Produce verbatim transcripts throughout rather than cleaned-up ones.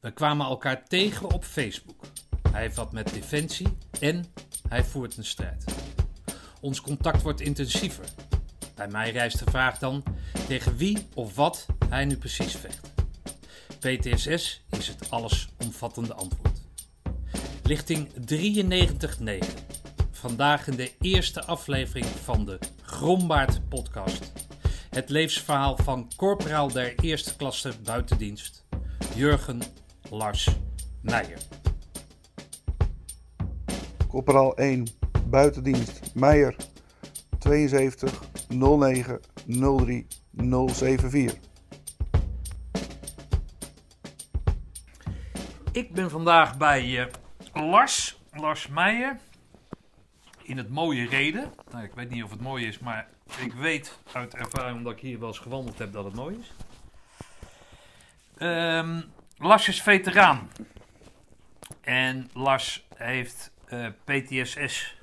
We kwamen elkaar tegen op Facebook. Hij heeft wat met defensie en hij voert een strijd. Ons contact wordt intensiever. Bij mij rijst de vraag dan tegen wie of wat hij nu precies vecht. P T S S is het allesomvattende antwoord. Lichting drieënnegentig negen. Vandaag in de eerste aflevering van de Grombaard podcast. Het levensverhaal van corporaal der eerste klasse buitendienst, Jurgen Lars Meijer. Corporaal één, buitendienst, Meijer, tweeënzeventig nul negen nul drie nul zeven vier. Ik ben vandaag bij uh, Lars, Lars Meijer, in het mooie Rheden. Nou, ik weet niet of het mooi is, maar ik weet uit ervaring, omdat ik hier wel eens gewandeld heb, dat het mooi is. Um, Lars is veteraan. En Lars heeft uh, P T S S.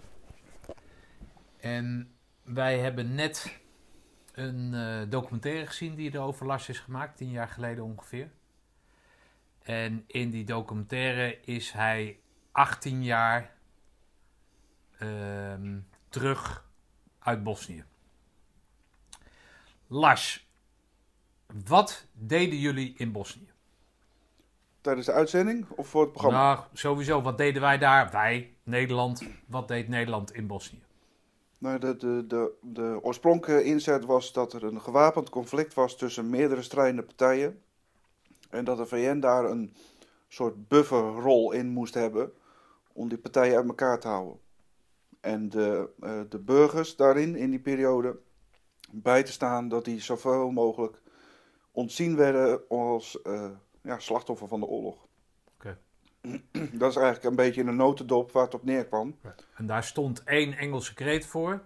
En wij hebben net een uh, documentaire gezien die er over Lars is gemaakt, tien jaar geleden ongeveer. En in die documentaire is hij achttien jaar uh, terug uit Bosnië. Lars, wat deden jullie in Bosnië? Tijdens de uitzending of voor het programma? Nou, sowieso. Wat deden wij daar? Wij, Nederland. Wat deed Nederland in Bosnië? Nou, de, de, de, de oorspronkelijke inzet was dat er een gewapend conflict was tussen meerdere strijdende partijen. En dat de V N daar een soort bufferrol in moest hebben om die partijen uit elkaar te houden. En de, uh, de burgers daarin, in die periode, bij te staan dat die zoveel mogelijk ontzien werden als uh, ja, slachtoffer van de oorlog. Okay. Dat is eigenlijk een beetje in een notendop waar het op neerkwam. En daar stond één Engelse kreet voor.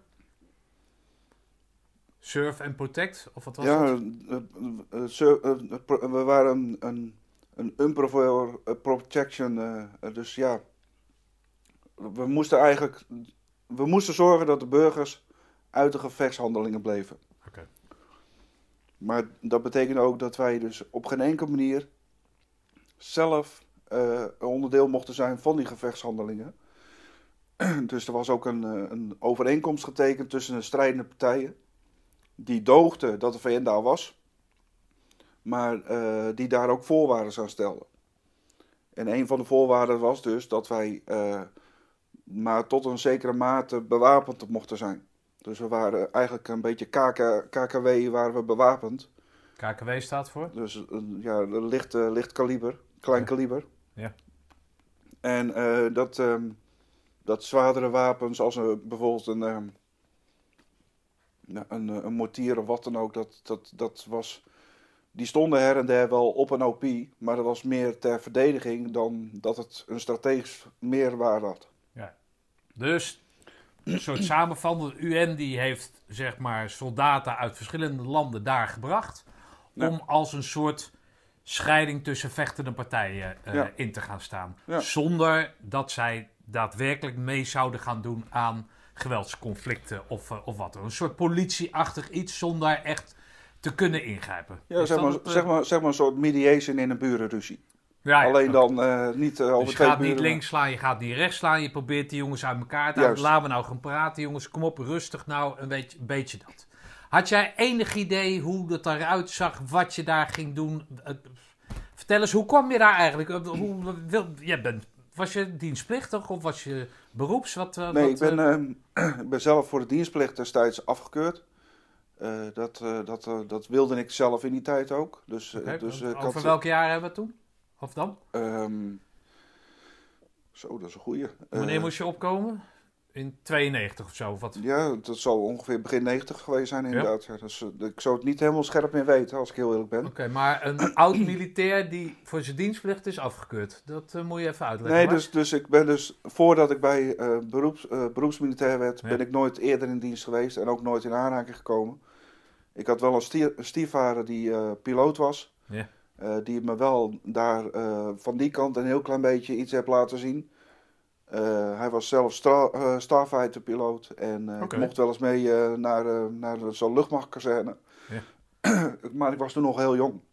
Serve and protect, of wat was ja, het? Uh, uh, uh, uh, uh, we waren een, een umper voor uh, protection. Uh, uh, dus ja, we moesten eigenlijk we moesten zorgen dat de burgers uit de gevechtshandelingen bleven. Okay. Maar dat betekende ook dat wij dus op geen enkele manier zelf uh, een onderdeel mochten zijn van die gevechtshandelingen. Dus er was ook een, een overeenkomst getekend tussen de strijdende partijen. Die doogden dat de V N daar was. Maar uh, die daar ook voorwaarden aan stelden. En een van de voorwaarden was dus dat wij uh, maar tot een zekere mate bewapend mochten zijn. Dus we waren eigenlijk een beetje K K W waren we bewapend. K K W staat voor? Dus uh, ja, licht, uh, licht kaliber, klein ja. kaliber. Ja. En uh, dat, um, dat zwaardere wapens als uh, bijvoorbeeld een, um, een, een mortier of wat dan ook, dat, dat, dat was, die stonden her en der wel op een O P, maar dat was meer ter verdediging dan dat het een strategisch meerwaarde had. Ja. Dus een soort samenvatting. De U N die heeft zeg maar soldaten uit verschillende landen daar gebracht. Ja. Om als een soort scheiding tussen vechtende partijen uh, ja. in te gaan staan. Ja. Zonder dat zij daadwerkelijk mee zouden gaan doen aan geweldsconflicten of, uh, of wat. Een soort politieachtig iets zonder echt te kunnen ingrijpen. Ja, zeg maar, het, uh... zeg, maar, zeg maar een soort mediation in een burenruzie. Ja, ja, Alleen okay. dan uh, niet uh, over dus twee je gaat buren. niet links slaan, je gaat niet rechts slaan. Je probeert die jongens uit elkaar te houden. Laten we nou gaan praten, jongens. Kom op, rustig nou. Een beetje, een beetje dat. Had jij enig idee hoe het eruit zag? Wat je daar ging doen? Vertel eens, hoe kwam je daar eigenlijk? Hoe, wil, jij bent, was je dienstplichtig of was je beroeps? Wat, nee, wat, ik, ben, uh, ik ben zelf voor de dienstplicht destijds afgekeurd. Uh, dat, uh, dat, uh, dat wilde ik zelf in die tijd ook. Dus, uh, okay, dus, uh, over had, welke jaren hebben we toen? Of dan? Um, zo, dat is een goeie. Wanneer uh, moest je opkomen? In tweeënnegentig of zo? Of wat? Ja, dat zal ongeveer begin negentig geweest zijn inderdaad. Ja? Dus, uh, ik zou het niet helemaal scherp meer weten, als ik heel eerlijk ben. Oké, okay, maar een oud-militair die voor zijn dienstplicht is afgekeurd. Dat uh, moet je even uitleggen. Nee, dus, dus ik ben dus, voordat ik bij uh, beroeps, uh, beroepsmilitair werd, ja. ben ik nooit eerder in dienst geweest en ook nooit in aanraking gekomen. Ik had wel een, stier, een stiefvader die uh, piloot was. Ja. Uh, die me wel daar uh, van die kant een heel klein beetje iets heeft laten zien. Uh, hij was zelf stra- uh, Starfighter piloot en uh, okay. ik mocht wel eens mee uh, naar, uh, naar zo'n luchtmachtkazerne. Ja. Maar ik was toen nog heel jong.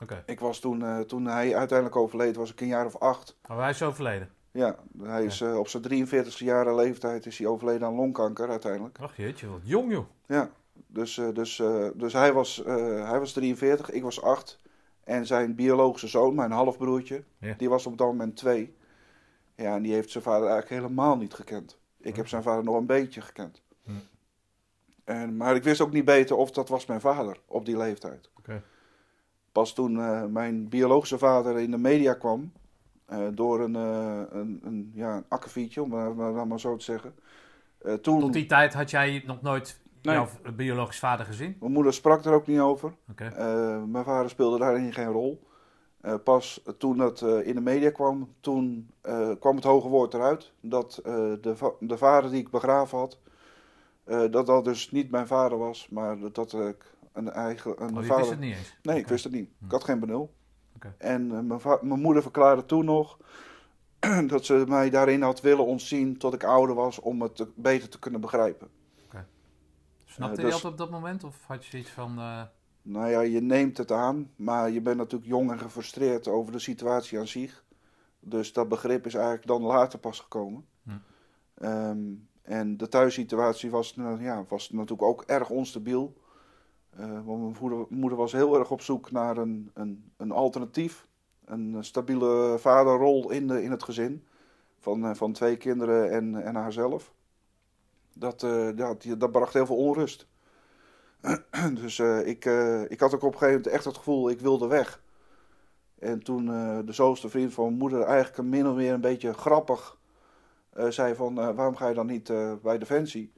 Okay. Ik was toen, uh, toen hij uiteindelijk overleed, was ik een jaar of acht. Maar hij is overleden? Ja, hij is uh, op zijn drieënveertigste jaren leeftijd is hij overleden aan longkanker uiteindelijk. Ach jeetje, wat jong joh. Ja, dus, uh, dus, uh, dus hij, was, uh, hij was drieënveertig, ik was acht. En zijn biologische zoon, mijn halfbroertje, Ja. die was op dat moment twee. Ja, en die heeft zijn vader eigenlijk helemaal niet gekend. Ik heb zijn vader nog een beetje gekend. Hm. En, maar ik wist ook niet beter of dat was mijn vader op die leeftijd. Okay. Pas toen uh, mijn biologische vader in de media kwam, uh, door een, uh, een, een, ja, een akkefietje, om het maar, maar zo te zeggen. Uh, toen... Tot die tijd had jij nog nooit nee. jouw biologisch vader gezien? Mijn moeder sprak er ook niet over. Okay. Uh, mijn vader speelde daarin geen rol. Uh, pas toen dat uh, in de media kwam, toen uh, kwam het hoge woord eruit. Dat uh, de, va- de vader die ik begraven had, uh, dat dat dus niet mijn vader was, maar dat, dat ik een eigen... Een oh, je vader... wist het niet eens? Nee, okay. ik wist het niet. Hm. Ik had geen benul. Okay. En uh, mijn, va- mijn moeder verklaarde toen nog dat ze mij daarin had willen ontzien tot ik ouder was om het te, beter te kunnen begrijpen. Okay. Snapte uh, je dus... dat op dat moment? Of had je iets van... Uh... Nou ja, je neemt het aan, maar je bent natuurlijk jong en gefrustreerd over de situatie aan zich. Dus dat begrip is eigenlijk dan later pas gekomen. Hm. Um, en de thuissituatie was, uh, ja, was natuurlijk ook erg onstabiel. Uh, want mijn moeder, moeder was heel erg op zoek naar een, een, een alternatief. Een stabiele vaderrol in, de, in het gezin. Van, uh, van twee kinderen en, en haarzelf. Dat, uh, dat, dat bracht heel veel onrust. Dus uh, ik, uh, ik had ook op een gegeven moment echt het gevoel, ik wilde weg. En toen uh, de zoonste vriend van mijn moeder eigenlijk een min of meer een beetje grappig uh, zei van, uh, waarom ga je dan niet uh, bij Defensie?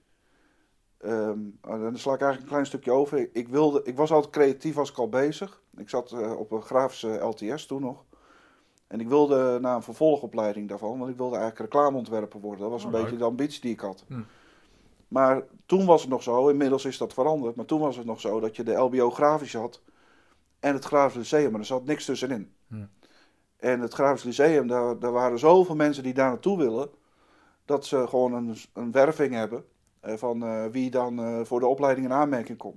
Um, uh, dan sla ik eigenlijk een klein stukje over. Ik, wilde, ik was altijd creatief, was ik al bezig. Ik zat uh, op een grafische L T S toen nog. En ik wilde naar een vervolgopleiding daarvan, want ik wilde eigenlijk reclameontwerper worden. Dat was oh, een leuk. beetje de ambitie die ik had. Hm. Maar toen was het nog zo, inmiddels is dat veranderd, maar toen was het nog zo dat je de L B O grafisch had en het Grafisch Lyceum, maar er zat niks tussenin. Hm. En het Grafisch Lyceum, daar, daar waren zoveel mensen die daar naartoe willen, dat ze gewoon een, een werving hebben uh, van uh, wie dan uh, voor de opleiding in aanmerking komt.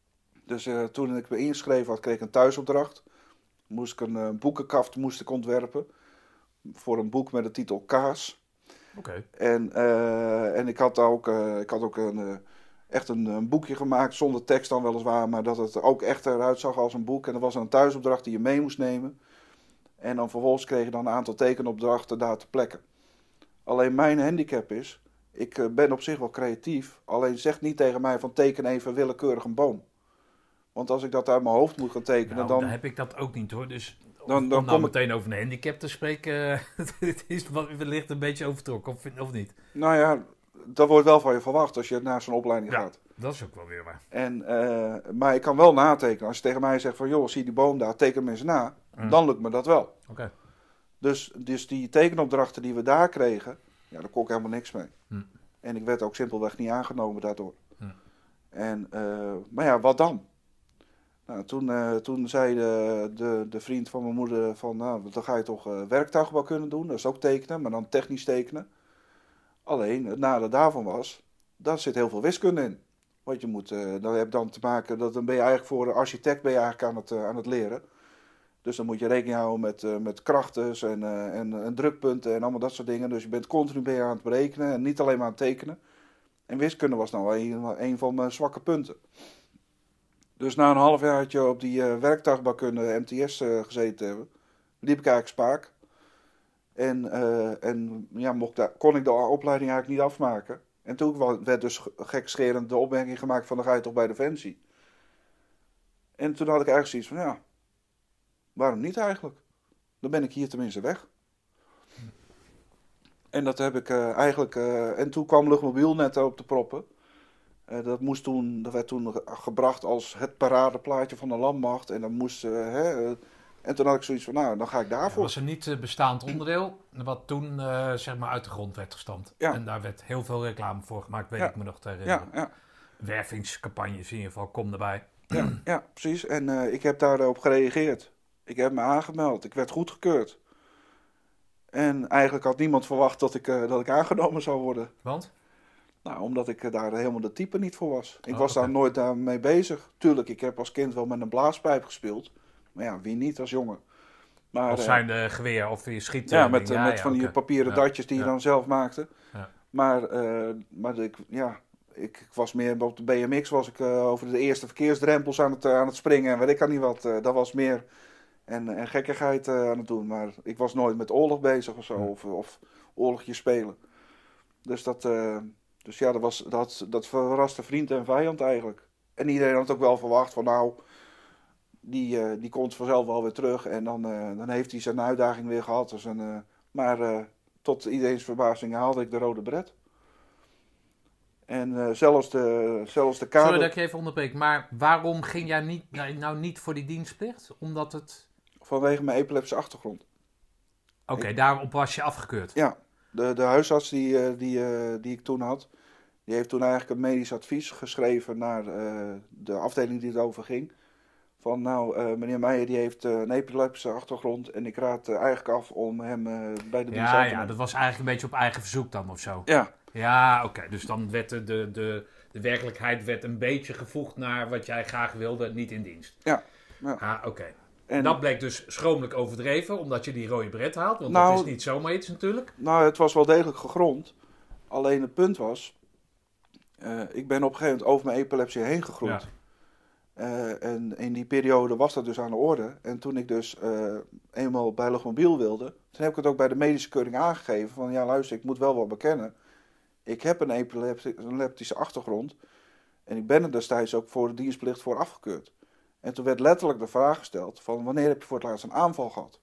Dus uh, toen ik me ingeschreven had, kreeg ik een thuisopdracht. Moest ik een uh, boekenkaft moest ik ontwerpen voor een boek met de titel Kaas. Okay. En, uh, en ik had ook, uh, ik had ook een, uh, echt een, een boekje gemaakt, zonder tekst dan weliswaar, maar dat het ook echt eruit zag als een boek. En er was een thuisopdracht die je mee moest nemen. En dan vervolgens kreeg je dan een aantal tekenopdrachten daar te plekken. Alleen mijn handicap is, ik uh, ben op zich wel creatief, alleen zeg niet tegen mij van teken even willekeurig een boom. Want als ik dat uit mijn hoofd moet gaan tekenen, nou, dan... dan heb ik dat ook niet hoor, dus... Dan, dan om nou kom ik... meteen over een handicap te spreken, het is wellicht een beetje overtrokken, of, of niet? Nou ja, dat wordt wel van je verwacht als je naar zo'n opleiding ja, gaat. Dat is ook wel weer waar. En, uh, maar ik kan wel natekenen. Als je tegen mij zegt van, joh, zie die boom daar, teken hem eens na. Mm. Dan lukt me dat wel. Oké. Okay. Dus, dus die tekenopdrachten die we daar kregen, ja, daar kon ik helemaal niks mee. Mm. En ik werd ook simpelweg niet aangenomen daardoor. Mm. En, uh, maar ja, wat dan? Nou, toen, uh, toen zei de, de, de vriend van mijn moeder van, nou, dan ga je toch uh, werktuigbouw kunnen doen. Dat is ook tekenen, maar dan technisch tekenen. Alleen, het nadeel daarvan was, daar zit heel veel wiskunde in. Want je moet, uh, dan heb je dan te maken, dat dan ben je eigenlijk voor een architect ben je eigenlijk aan het, uh, aan het leren. Dus dan moet je rekening houden met, uh, met krachten en, uh, en, en drukpunten en allemaal dat soort dingen. Dus je bent continu ben je aan het berekenen en niet alleen maar aan het tekenen. En wiskunde was nou een, een van mijn zwakke punten. Dus na een half jaartje op die uh, werktuigbouwkunde M T S uh, gezeten hebben, liep ik eigenlijk spaak. En, uh, en ja, mocht daar, kon ik de opleiding eigenlijk niet afmaken. En toen werd dus gekscherend de opmerking gemaakt van, dan ga je toch bij Defensie. En toen had ik eigenlijk zoiets van, ja, waarom niet eigenlijk? Dan ben ik hier tenminste weg. En dat heb ik uh, eigenlijk, uh, en toen kwam Luchtmobiel net op de proppen. Uh, dat, moest toen, dat werd toen gebracht als het paradeplaatje van de landmacht. En dan moest, uh, hè, uh, en toen had ik zoiets van, nou, dan ga ik daarvoor. Ja, was er niet uh, bestaand onderdeel, wat toen uh, zeg maar uit de grond werd gestampt. Ja. En daar werd heel veel reclame voor gemaakt, weet ja. ik me nog te herinneren. Ja, ja. Wervingscampagnes in ieder geval, kom erbij. Ja, ja precies. En uh, ik heb daarop gereageerd. Ik heb me aangemeld. Ik werd goedgekeurd. En eigenlijk had niemand verwacht dat ik, uh, dat ik aangenomen zou worden. Want? Nou, omdat ik uh, daar helemaal de type niet voor was. Ik oh, was okay. daar nooit uh, mee bezig. Tuurlijk, ik heb als kind wel met een blaaspijp gespeeld. Maar ja, wie niet als jongen? Maar, Of uh, zijn de geweer of je schiet. Ja, met, ja, met ja, van die okay. papieren ja. datjes die ja. je dan zelf maakte. Ja. Maar, uh, maar ik, ja, ik, ik was meer op de B M X, was ik uh, over de eerste verkeersdrempels aan het, uh, aan het springen en weet ik al niet wat. Uh, dat was meer en, en gekkigheid uh, aan het doen. Maar ik was nooit met oorlog bezig of zo, ja. of, of oorlogjes spelen. Dus dat, uh, dus ja, dat, was, dat, dat verraste vriend en vijand eigenlijk. En iedereen had ook wel verwacht van nou, die, uh, die komt vanzelf wel weer terug. En dan, uh, dan heeft hij zijn uitdaging weer gehad. Dus een, uh, maar uh, tot iedereen's verbazing haalde ik de rode bret. En uh, zelfs de, zelfs de kader... Sorry dat ik je even onderbreek, maar waarom ging jij niet, nou niet voor die dienstplicht? Omdat het... Vanwege mijn epileptische achtergrond. Oké, okay, daarop was je afgekeurd? Ja, de, de huisarts die, die, uh, die ik toen had, die heeft toen eigenlijk een medisch advies geschreven naar uh, de afdeling die het over ging. Van nou, uh, meneer Meijer die heeft uh, een epileptische achtergrond en ik raad uh, eigenlijk af om hem uh, bij de dienst ja, aan te Ja, dat was eigenlijk een beetje op eigen verzoek dan of zo? Ja. Ja, oké. Okay. Dus dan werd de, de, de, de werkelijkheid werd een beetje gevoegd naar wat jij graag wilde, niet in dienst. Ja. ja. Ah, oké. Okay. En dat bleek dus schromelijk overdreven, omdat je die rode bret haalt. Want nou, dat is niet zomaar iets natuurlijk. Nou, het was wel degelijk gegrond. Alleen het punt was, uh, ik ben op een gegeven moment over mijn epilepsie heen gegroeid. Ja. Uh, en in die periode was dat dus aan de orde. En toen ik dus uh, eenmaal bij Luchtmobiel wilde, toen heb ik het ook bij de medische keuring aangegeven. Van ja, luister, ik moet wel wat bekennen. Ik heb een epileptische achtergrond. En ik ben er destijds ook voor de dienstplicht voor afgekeurd. En toen werd letterlijk de vraag gesteld van wanneer heb je voor het laatst een aanval gehad?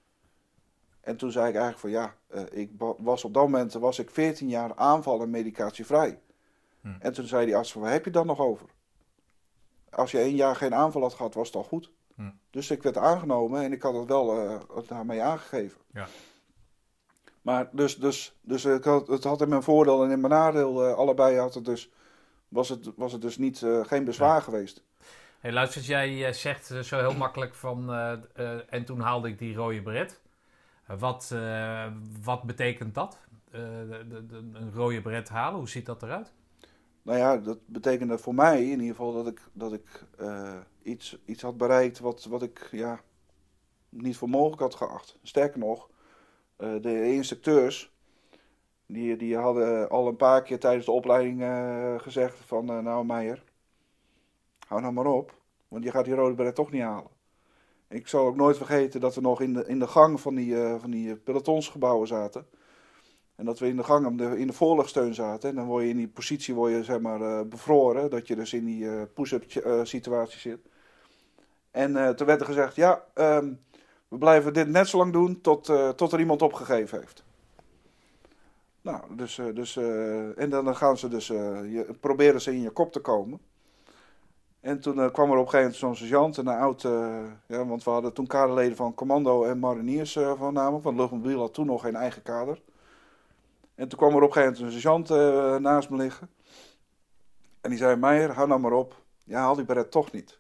En toen zei ik eigenlijk van ja, uh, ik was op dat moment was ik veertien jaar aanval- en medicatievrij. Hm. En toen zei die arts van waar heb je dan nog over? Als je één jaar geen aanval had gehad, was het al goed. Hm. Dus ik werd aangenomen en ik had het wel uh, daarmee aangegeven. Ja. Maar dus, dus, dus ik had, het had in mijn voordeel en in mijn nadeel, uh, allebei had het dus, was, het, was het dus niet, uh, geen bezwaar ja. geweest. Hey, luister, jij uh, zegt uh, zo heel makkelijk van, uh, uh, en toen haalde ik die rode beret. Uh, wat, uh, wat betekent dat? Uh, de, de, de, een rode beret halen, hoe ziet dat eruit? Nou ja, dat betekende voor mij in ieder geval dat ik, dat ik uh, iets, iets had bereikt wat, wat ik ja, niet voor mogelijk had geacht. Sterker nog, uh, de instructeurs, die, die hadden al een paar keer tijdens de opleiding uh, gezegd van uh, nou Meijer, hou nou maar op, want je gaat die rode beret toch niet halen. Ik zal ook nooit vergeten dat we nog in de, in de gang van die, uh, van die pelotonsgebouwen zaten. En dat we in de gang de, in de voorlegsteun zaten. En dan word je in die positie word je, zeg maar, uh, bevroren. Dat je dus in die uh, push-up uh, situatie zit. En uh, toen werd er gezegd, ja, um, we blijven dit net zo lang doen tot, uh, tot er iemand opgegeven heeft. Nou, dus, uh, dus uh, en dan gaan ze dus, uh, je, proberen ze in je kop te komen. En toen uh, kwam er op een gegeven moment zo'n sergeant en een oud, uh, ja, want we hadden toen kaderleden van commando en mariniers uh, van namen. Want Luchtmobiel had toen nog geen eigen kader. En toen kwam er op een gegeven moment een sergeant uh, naast me liggen. En die zei, Meijer, hou nou maar op. Ja, haal die beret toch niet.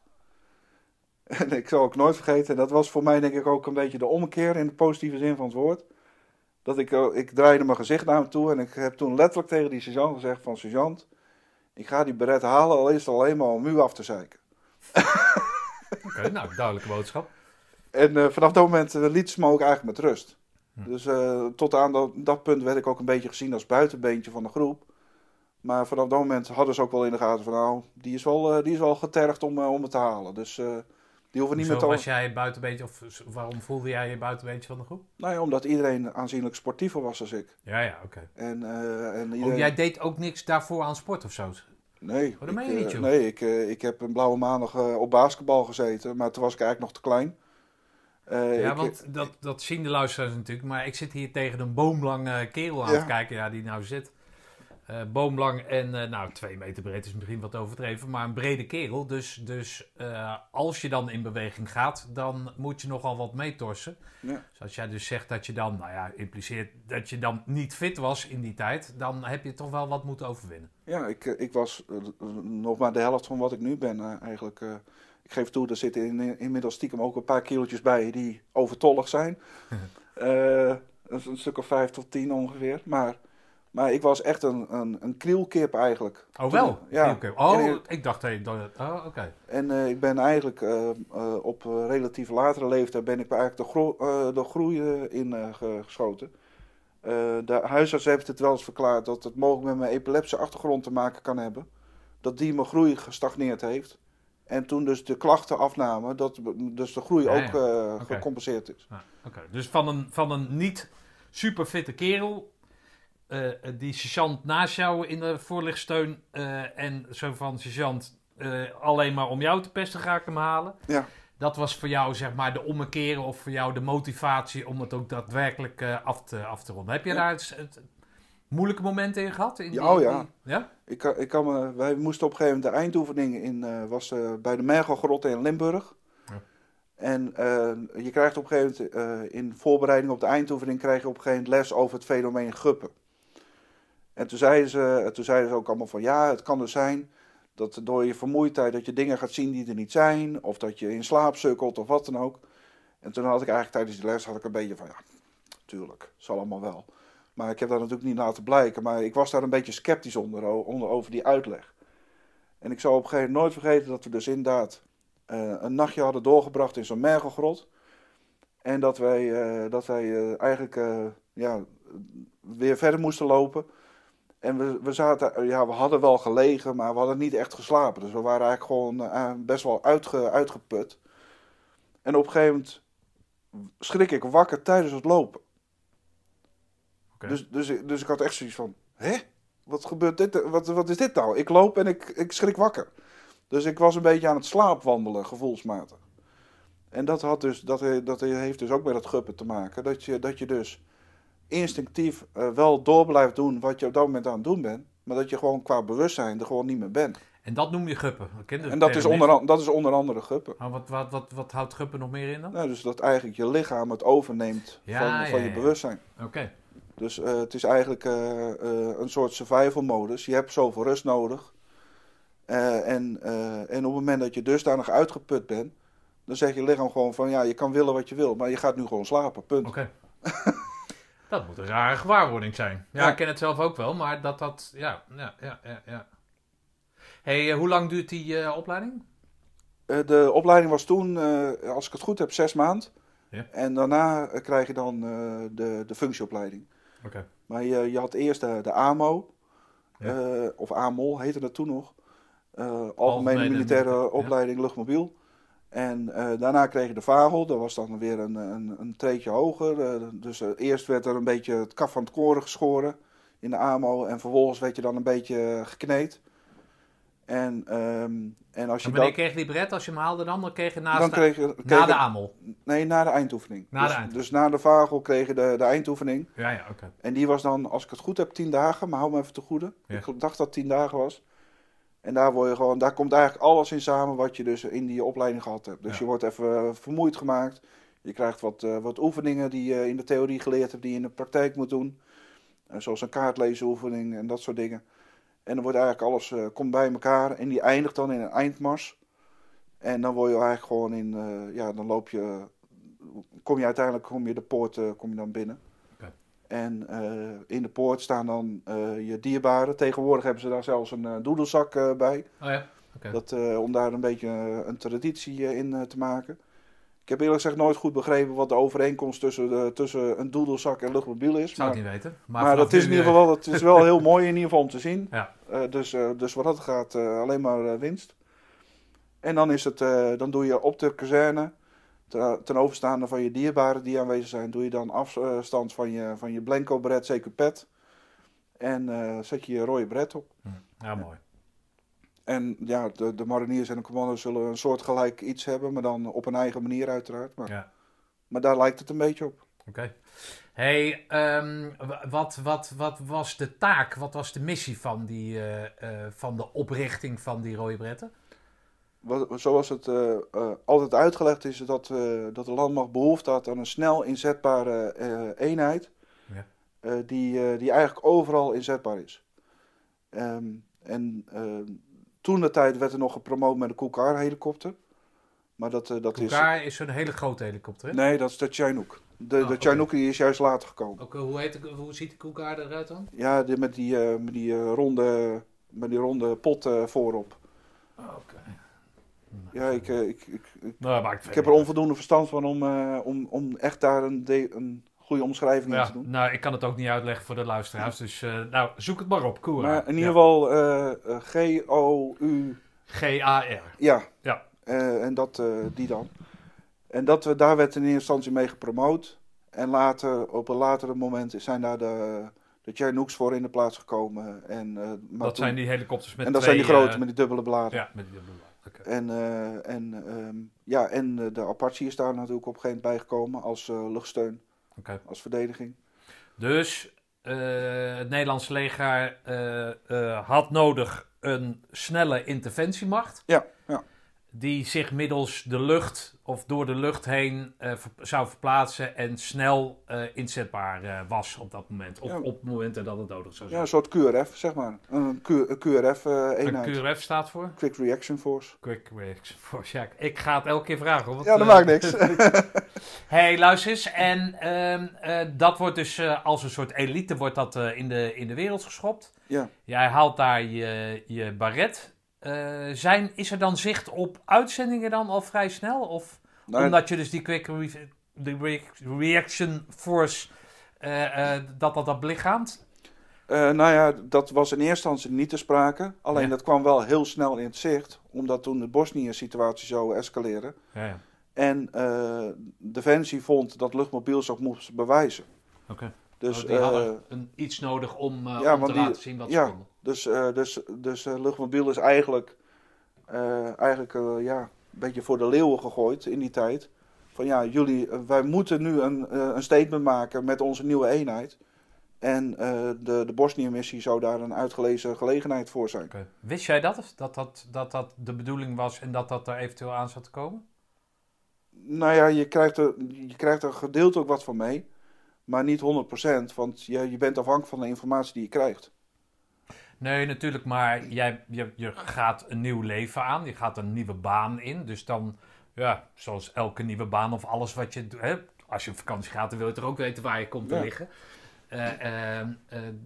En ik zal ook nooit vergeten, en dat was voor mij denk ik ook een beetje de ommekeer in de positieve zin van het woord. Dat ik, uh, ik draaide mijn gezicht naar hem toe en ik heb toen letterlijk tegen die sergeant gezegd van, sergeant, ik ga die beret halen, al is het alleen maar om u af te zeiken. Oké, okay, nou, duidelijke boodschap. En uh, vanaf dat moment uh, liet ze me ook eigenlijk met rust. Dus uh, tot aan dat, dat punt werd ik ook een beetje gezien als buitenbeentje van de groep. Maar vanaf dat moment hadden ze ook wel in de gaten van nou, die is wel, uh, die is wel getergd om, uh, om het te halen. Dus uh, die hoeven niet meer te... was jij buitenbeentje, of waarom voelde jij je buitenbeentje van de groep? Nou ja, omdat iedereen aanzienlijk sportiever was dan ik. Ja, ja, oké. Okay. En, uh, en iedereen... Oh, jij deed ook niks daarvoor aan sport of zo? Nee. Oh, dat meen je ik, niet, joh. Uh, nee, ik, uh, ik heb een blauwe maandag uh, op basketbal gezeten, maar toen was ik eigenlijk nog te klein. Uh, ja, ik, want dat, dat zien de luisteraars natuurlijk. Maar ik zit hier tegen een boomlange kerel aan ja. te kijken. Ja, die nou zit. Uh, boomlang en uh, nou twee meter breed is misschien wat overdreven. Maar een brede kerel. Dus, dus uh, als je dan in beweging gaat, dan moet je nogal wat meetorsen. Ja. Dus als jij dus zegt dat je dan, nou ja, impliceert dat je dan niet fit was in die tijd. Dan heb je toch wel wat moeten overwinnen. Ja, ik, ik was uh, nog maar de helft van wat ik nu ben uh, eigenlijk... Uh, Ik geef toe, er zitten in, inmiddels stiekem ook een paar kilootjes bij die overtollig zijn. uh, een stuk of vijf tot tien ongeveer. Maar, Maar ik was echt een, een, een krielkip eigenlijk. Oh, wel? Toen, ja. Krielkip. Oh, en, ik dacht... Hey, dat, oh, oké. Okay. En uh, ik ben eigenlijk uh, uh, op uh, relatief latere leeftijd... ben ik eigenlijk de, gro uh, de groei uh, in uh, geschoten. Uh, de huisarts heeft het wel eens verklaard... dat het mogelijk met mijn epileptische achtergrond te maken kan hebben. Dat die mijn groei gestagneerd heeft. En toen dus de klachten afnamen... dat dus de groei ja, ook uh, ja. okay. gecompenseerd is. Ja, okay. Dus van een, van een niet super fitte kerel... Uh, die sergeant naast jou in de voorlichtsteun uh, en zo van sergeant uh, alleen maar om jou te pesten ga ik hem halen. Ja. Dat was voor jou zeg maar de ommekeer of voor jou de motivatie om het ook daadwerkelijk uh, af, te, af te ronden. Heb je ja. daar het, het moeilijke momenten in gehad? In die, oh ja. Die, ja? Ik, ik kan me, wij moesten op een gegeven moment de eindoefening in, uh, was uh, bij de Mergelgrotte in Limburg. Ja. En uh, je krijgt op een gegeven moment uh, in voorbereiding op de eindoefening krijg je op een gegeven moment les over het fenomeen guppen. En toen zeiden, ze, toen zeiden ze ook allemaal van ja, het kan dus zijn dat door je vermoeidheid dat je dingen gaat zien die er niet zijn. Of dat je in slaap sukkelt of wat dan ook. En toen had ik eigenlijk tijdens die les had ik een beetje van ja, tuurlijk, zal allemaal wel. Maar ik heb dat natuurlijk niet laten blijken. Maar ik was daar een beetje sceptisch onder, onder over die uitleg. En ik zal op een gegeven moment nooit vergeten dat we dus inderdaad uh, een nachtje hadden doorgebracht in zo'n mergelgrot. En dat wij, uh, dat wij uh, eigenlijk uh, ja, weer verder moesten lopen. En we, we, zaten, ja, we hadden wel gelegen, maar we hadden niet echt geslapen. Dus we waren eigenlijk gewoon uh, best wel uitge, uitgeput. En op een gegeven moment schrik ik wakker tijdens het lopen. Okay. Dus, dus, dus ik had echt zoiets van, hè? Wat gebeurt dit? Wat, wat is dit nou? Ik loop en ik, ik schrik wakker. Dus ik was een beetje aan het slaapwandelen, gevoelsmatig. En dat, had dus, dat, dat heeft dus ook met dat guppen te maken. Dat je, dat je dus instinctief uh, wel door blijft doen wat je op dat moment aan het doen bent. Maar dat je gewoon qua bewustzijn er gewoon niet meer bent. En dat noem je guppen? En dat is, onder, dat is onder andere guppen. Oh, wat, wat, wat, wat houdt guppen nog meer in dan? Nou, dus dat eigenlijk je lichaam het overneemt ja, van, ja, van je ja, bewustzijn. Oké. Okay. Dus uh, het is eigenlijk uh, uh, een soort survival modus. Je hebt zoveel rust nodig. Uh, en, uh, en op het moment dat je dusdanig uitgeput bent, dan zegt je lichaam gewoon van ja, je kan willen wat je wil, maar je gaat nu gewoon slapen, punt. Oké. Okay. Dat moet een rare gewaarwording zijn. Ja, ja, ik ken het zelf ook wel, maar dat dat, ja, ja, ja, ja. ja. Hey, uh, hoe lang duurt die uh, opleiding? Uh, de opleiding was toen, uh, als ik het goed heb, zes maanden. Ja. En daarna uh, krijg je dan uh, de, de functieopleiding. Oké. Okay. Maar je, je had eerst de, de A M O, ja. uh, of A M O heette dat toen nog. Uh, Algemene, Algemene Militaire ja. Opleiding Luchtmobiel. En uh, daarna kreeg je de vagel, dat was dan weer een, een, een treedje hoger. Uh, dus uh, eerst werd er een beetje het kaf van het koren geschoren in de A M O. En vervolgens werd je dan een beetje gekneed. En, um, en als je en wanneer dat, kreeg je die bret? Als je hem haalde dan? Dan kreeg je naast dan de, kreeg je, kreeg na je, de A M O? Nee, na de eindoefening. Na dus, de eindoefening. Dus na de vagel kreeg je de, de eindoefening. Ja, ja, oké. Okay. En die was dan, als ik het goed heb, tien dagen. Maar hou me even te goede. Ja. Ik dacht dat het tien dagen was. En daar, word je gewoon, daar komt eigenlijk alles in samen wat je dus in die opleiding gehad hebt. Dus ja. je wordt even uh, vermoeid gemaakt. Je krijgt wat, uh, wat oefeningen die je in de theorie geleerd hebt, die je in de praktijk moet doen. Uh, zoals een kaartlezeroefening en dat soort dingen. En dan wordt eigenlijk alles, uh, komt bij elkaar en die eindigt dan in een eindmars. En dan word je eigenlijk gewoon in, uh, ja, dan loop je, kom je uiteindelijk, kom je de poort, uh, kom je dan binnen. Okay. En uh, in de poort staan dan uh, je dierbaren. Tegenwoordig hebben ze daar zelfs een uh, doedelzak uh, bij. Oh ja, okay. Dat, uh, om daar een beetje uh, een traditie uh, in uh, te maken. Ik heb eerlijk gezegd nooit goed begrepen wat de overeenkomst tussen, de, tussen een doedelzak en luchtmobiel is. Ik zou maar, het niet weten. Maar, maar dat is in ieder geval wel, het is wel heel mooi in ieder geval om te zien. Ja. Uh, dus, uh, dus wat dat gaat, uh, alleen maar uh, winst. En dan, is het, uh, dan doe je op de kazerne, ten, ten overstaande van je dierbaren die aanwezig zijn, doe je dan afstand van je, van je blanco beret, C Q-pet. En uh, zet je je rode beret op. Ja, mooi. En ja, de, de mariniers en de commando's zullen een soortgelijk iets hebben, maar dan op een eigen manier uiteraard. Maar, ja. maar daar lijkt het een beetje op. Oké. Okay. Hey, um, wat, wat, wat was de taak, wat was de missie van, die, uh, uh, van de oprichting van die rode bretten? Wat, zoals het uh, uh, altijd uitgelegd is, dat, uh, dat de landmacht behoefte had aan een snel inzetbare uh, eenheid, ja. uh, die, uh, die eigenlijk overal inzetbaar is. Um, en uh, toen de tijd werd er nog gepromoot met de Cougar helikopter. Maar dat, uh, dat Cougar is, is zo'n hele grote helikopter, hè? Nee, dat is de Chinook. De, Oh, de oké. Chinook die is juist later gekomen. Ook, hoe, heet de, hoe ziet de koelkaart eruit dan? Ja, die, met die, uh, met die, uh, ronde, met die ronde pot uh, voorop. Oh, oké. Okay. Ja, ik, uh, ik, ik, ik, nou, ik heb er onvoldoende verstand van om, uh, om, om echt daar een, de, een goede omschrijving ja, in te doen. Nou, ik kan het ook niet uitleggen voor de luisteraars, dus uh, nou, zoek het maar op. Cool. Maar in ieder ja. geval uh, uh, G O U... G A R. Ja, ja. Uh, en dat, uh, die dan. En dat, uh, daar werd in eerste instantie mee gepromoot. En later, op een latere moment zijn daar de, de Chinooks voor in de plaats gekomen. En, uh, maar dat toen, zijn die helikopters met En dat twee, zijn die grote, uh, met die dubbele bladen. Ja, met die dubbele bladen. Okay. En, uh, en, um, ja, en uh, de Apache is daar natuurlijk op een gegeven moment bijgekomen als uh, luchtsteun, okay. als verdediging. Dus uh, het Nederlandse leger uh, uh, had nodig een snelle interventiemacht. Ja, ja. Die zich middels de lucht of door de lucht heen uh, ver, zou verplaatsen en snel uh, inzetbaar uh, was op dat moment. Of ja. op momenten dat het nodig zou zijn. Ja, een soort Q R F, zeg maar. Een, Q, een Q R F-eenheid. Uh, een Q R F staat voor? Quick Reaction Force. Quick Reaction Force, ja. Ik ga het elke keer vragen. Hoor, want, ja, dat uh, maakt niks. Hey, luister eens. En uh, uh, dat wordt dus uh, als een soort elite wordt dat, uh, in, de, in de wereld geschopt. Ja. Jij haalt daar je, je baret. Uh, zijn, is er dan zicht op uitzendingen dan al vrij snel? Of nee. Omdat je dus die Quick re- de re- Reaction Force, uh, uh, dat dat, dat belichaamt? Uh, nou ja, dat was in eerste instantie niet te sprake. Alleen ja. dat kwam wel heel snel in het zicht. Omdat toen de Bosnië-situatie zou escaleren. Ja, ja. En uh, Defensie vond dat luchtmobiels ook moest bewijzen. Oké. Okay. Dus, oh, die uh, hadden een, iets nodig om, uh, ja, om te die, laten zien wat ze ja, konden. Dus, uh, dus, dus uh, luchtmobiel is eigenlijk, uh, eigenlijk uh, ja, een beetje voor de leeuwen gegooid in die tijd. Van ja, jullie, uh, wij moeten nu een, uh, een statement maken met onze nieuwe eenheid. En uh, de, de Bosnië-missie zou daar een uitgelezen gelegenheid voor zijn. Okay. Wist jij dat? Dat dat, dat dat de bedoeling was en dat dat er eventueel aan zat te komen? Nou ja, je krijgt er, je krijgt er gedeeld ook wat van mee. Maar niet honderd procent, want je, je bent afhankelijk van de informatie die je krijgt. Nee, natuurlijk, maar jij, je, je gaat een nieuw leven aan. Je gaat een nieuwe baan in. Dus dan, ja, zoals elke nieuwe baan of alles wat je... Hè, als je op vakantie gaat, dan wil je toch ook weten waar je komt te ja. liggen. Uh, uh, uh,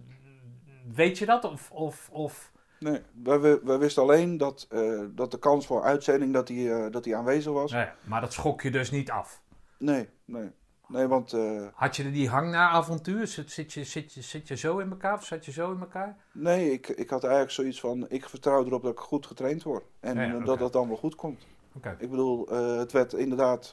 weet je dat? Of... of, of... Nee, wij, wij wisten alleen dat, uh, dat de kans voor uitzending dat die, uh, dat die aanwezig was. Nee, maar dat schok je dus niet af? Nee, nee. Nee, want... Uh, Had je die hang naar avontuur? Zit, zit, je, zit, je, zit je zo in elkaar of zat je zo in elkaar? Nee, ik, ik had eigenlijk zoiets van... Ik vertrouw erop dat ik goed getraind word. En ja, ja, okay. dat dat dan wel goed komt. Okay. Ik bedoel, uh, het werd inderdaad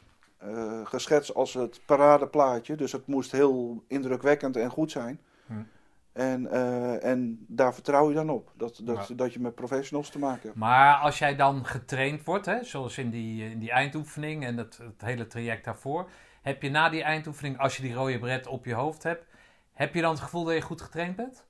uh, geschetst als het paradeplaatje. Dus het moest heel indrukwekkend en goed zijn. Hm. En, uh, en daar vertrouw je dan op. Dat, dat, ja. dat je met professionals te maken hebt. Maar als jij dan getraind wordt, hè, zoals in die, in die eindoefening en het, het hele traject daarvoor... Heb je na die eindoefening, als je die rode bret op je hoofd hebt... Heb je dan het gevoel dat je goed getraind bent?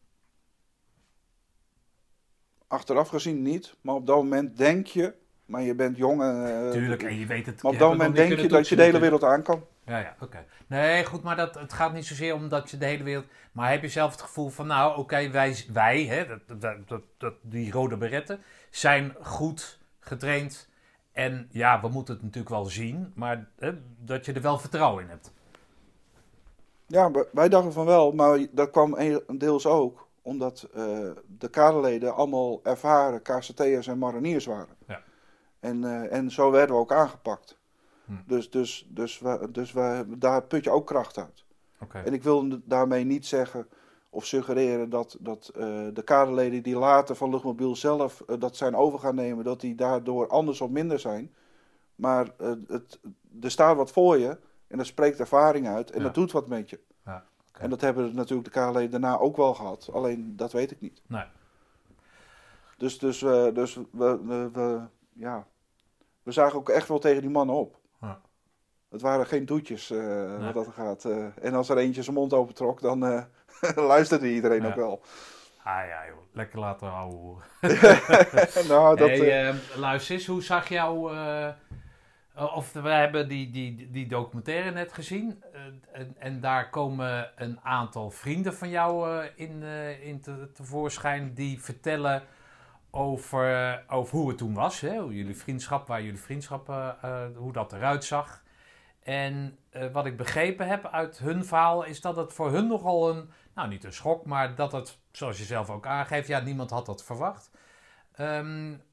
Achteraf gezien niet. Maar op dat moment denk je... Maar je bent jong en... Uh, Tuurlijk, en je weet het. Maar op dat moment denk je dat je de hele wereld aan kan. Ja, ja, oké. Okay. Nee, goed, maar dat, het gaat niet zozeer om dat je de hele wereld... Maar heb je zelf het gevoel van, nou, oké, okay, wij, wij hè, dat, dat, dat, dat, die rode beretten... zijn goed getraind... En ja, we moeten het natuurlijk wel zien, maar hè, dat je er wel vertrouwen in hebt. Ja, wij dachten van wel, maar dat kwam deels ook omdat uh, de kaderleden allemaal ervaren K C T'ers en mariniers waren. Ja. En, uh, en zo werden we ook aangepakt. Hm. Dus, dus, dus, we, dus we, daar put je ook kracht uit. Okay. En ik wil daarmee niet zeggen of suggereren dat, dat uh, de kaderleden die later van luchtmobiel zelf uh, dat zijn over gaan nemen, dat die daardoor anders of minder zijn. Maar uh, het, er staat wat voor je en dat spreekt ervaring uit en ja. dat doet wat met je. Ja, okay. En dat hebben natuurlijk de kaderleden daarna ook wel gehad, alleen dat weet ik niet. Nee. Dus, dus, uh, dus we, we, we, ja, we zagen ook echt wel tegen die mannen op. Ja. Het waren geen doetjes uh, nee. wat dat gaat. Uh, en als er eentje zijn mond opentrok, dan uh, luisterde iedereen ja. ook wel. Ah ja joh, lekker laten houden. nou, dat, hey, uh, luister eens, hoe zag jou... Uh, of we hebben die, die, die documentaire net gezien. Uh, en, en daar komen een aantal vrienden van jou uh, in, uh, in te, tevoorschijn die vertellen over, over hoe het toen was. Hè? Hoe jullie vriendschap, waar jullie vriendschap, uh, uh, hoe dat eruit zag. En uh, wat ik begrepen heb uit hun verhaal is dat het voor hun nogal een, nou niet een schok, maar dat het, zoals je zelf ook aangeeft, ja, niemand had dat verwacht. Um,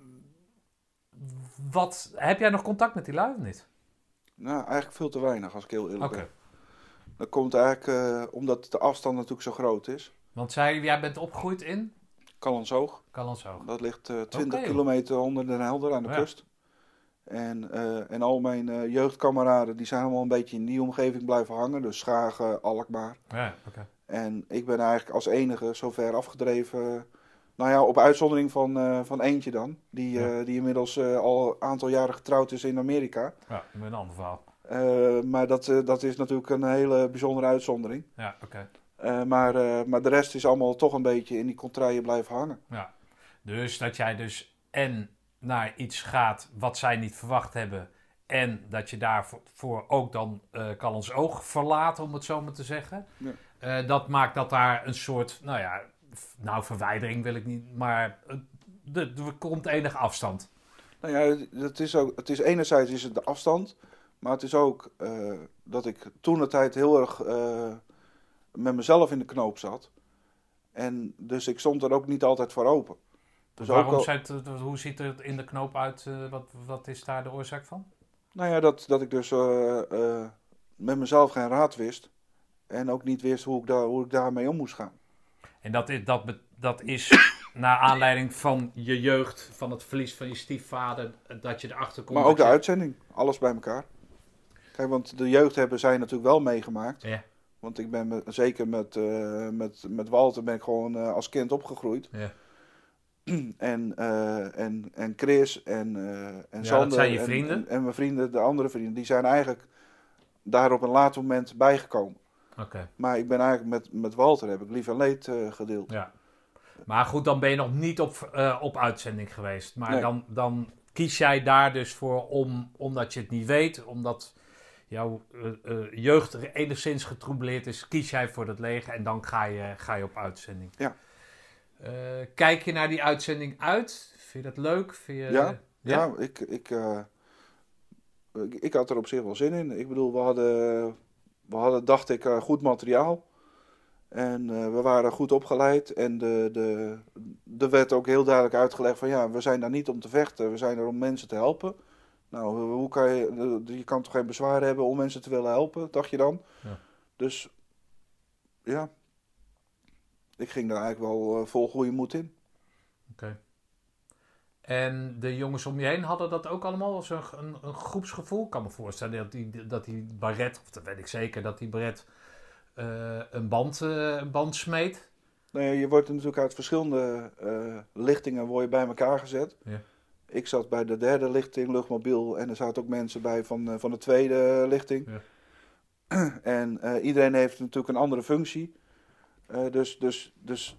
wat, heb jij nog contact met die lui of niet? Nou, eigenlijk veel te weinig, als ik heel eerlijk okay. ben. Dat komt eigenlijk uh, omdat de afstand natuurlijk zo groot is. Want zij, jij bent opgegroeid in? Callantsoog. Callantsoog. Dat ligt uh, twintig okay. kilometer onder Den Helder aan de ja. kust. En, uh, en al mijn uh, jeugdkameraden die zijn allemaal een beetje in die omgeving blijven hangen. Dus Schagen, Alkmaar. Ja, okay. En ik ben eigenlijk als enige zover afgedreven. Nou ja, op uitzondering van, uh, van eentje dan. Die, uh, ja. die inmiddels uh, al een aantal jaren getrouwd is in Amerika. Ja, met een ander verhaal. Uh, maar dat, uh, dat is natuurlijk een hele bijzondere uitzondering. Ja, oké. Okay. Uh, maar, uh, maar de rest is allemaal toch een beetje in die contraien blijven hangen. Ja, dus dat jij dus en naar iets gaat wat zij niet verwacht hebben. En dat je daarvoor ook dan uh, Callantsoog verlaat, om het zo maar te zeggen. Ja. Uh, dat maakt dat daar een soort, nou ja, nou verwijdering wil ik niet, maar uh, er komt enige afstand. Nou ja, het is, ook, het is enerzijds is het de afstand, maar het is ook uh, dat ik toen de tijd heel erg uh, met mezelf in de knoop zat. En dus ik stond er ook niet altijd voor open. Dus Waarom al... zit, hoe ziet het in de knoop uit? Uh, wat, wat is daar de oorzaak van? Nou ja, dat, dat ik dus uh, uh, met mezelf geen raad wist. En ook niet wist hoe ik, daar, hoe ik daarmee om moest gaan. En dat is, dat, dat is naar aanleiding van je jeugd, van het verlies van je stiefvader, dat je erachter komt. Maar ook de je... uitzending, alles bij elkaar. Kijk, want de jeugd hebben zij natuurlijk wel meegemaakt. Ja. Want ik ben met, zeker met, uh, met, met Walter ben ik gewoon uh, als kind opgegroeid. Ja. En, uh, en, en Chris en, uh, en ja, Sander dat zijn je en, vrienden. En, en mijn vrienden, de andere vrienden, die zijn eigenlijk daar op een later moment bijgekomen. Okay. Maar ik ben eigenlijk met, met Walter heb ik lief en leed uh, gedeeld. Ja. Maar goed, dan ben je nog niet op, uh, op uitzending geweest. Maar nee. dan, dan kies jij daar dus voor om, omdat je het niet weet, omdat jouw uh, uh, jeugd enigszins getroubleerd is, kies jij voor dat leger en dan ga je, ga je op uitzending. Ja. Uh, kijk je naar die uitzending uit? Vind je dat leuk? Vind je, ja, uh, ja? ja, ik, ik, uh, ik, ik had er op zich wel zin in. Ik bedoel, we hadden, we hadden dacht ik, uh, goed materiaal. En uh, we waren goed opgeleid. En de, de, er werd ook heel duidelijk uitgelegd van ja, we zijn daar niet om te vechten. We zijn er om mensen te helpen. Nou, hoe kan je, je kan toch geen bezwaar hebben om mensen te willen helpen, dacht je dan? Ja. Dus ja, ik ging daar eigenlijk wel uh, vol goede moed in. Oké. Okay. En de jongens om je heen hadden dat ook allemaal als een, een, een groepsgevoel? Ik kan me voorstellen dat die, dat die Barret, of dat weet ik zeker, dat die Barret uh, een, band, uh, een band smeet. Nee, je wordt natuurlijk uit verschillende uh, lichtingen word je bij elkaar gezet. Ja. Ik zat bij de derde lichting, luchtmobiel, en er zaten ook mensen bij van, uh, van de tweede lichting. Ja. En uh, iedereen heeft natuurlijk een andere functie. Uh, dus, dus, dus,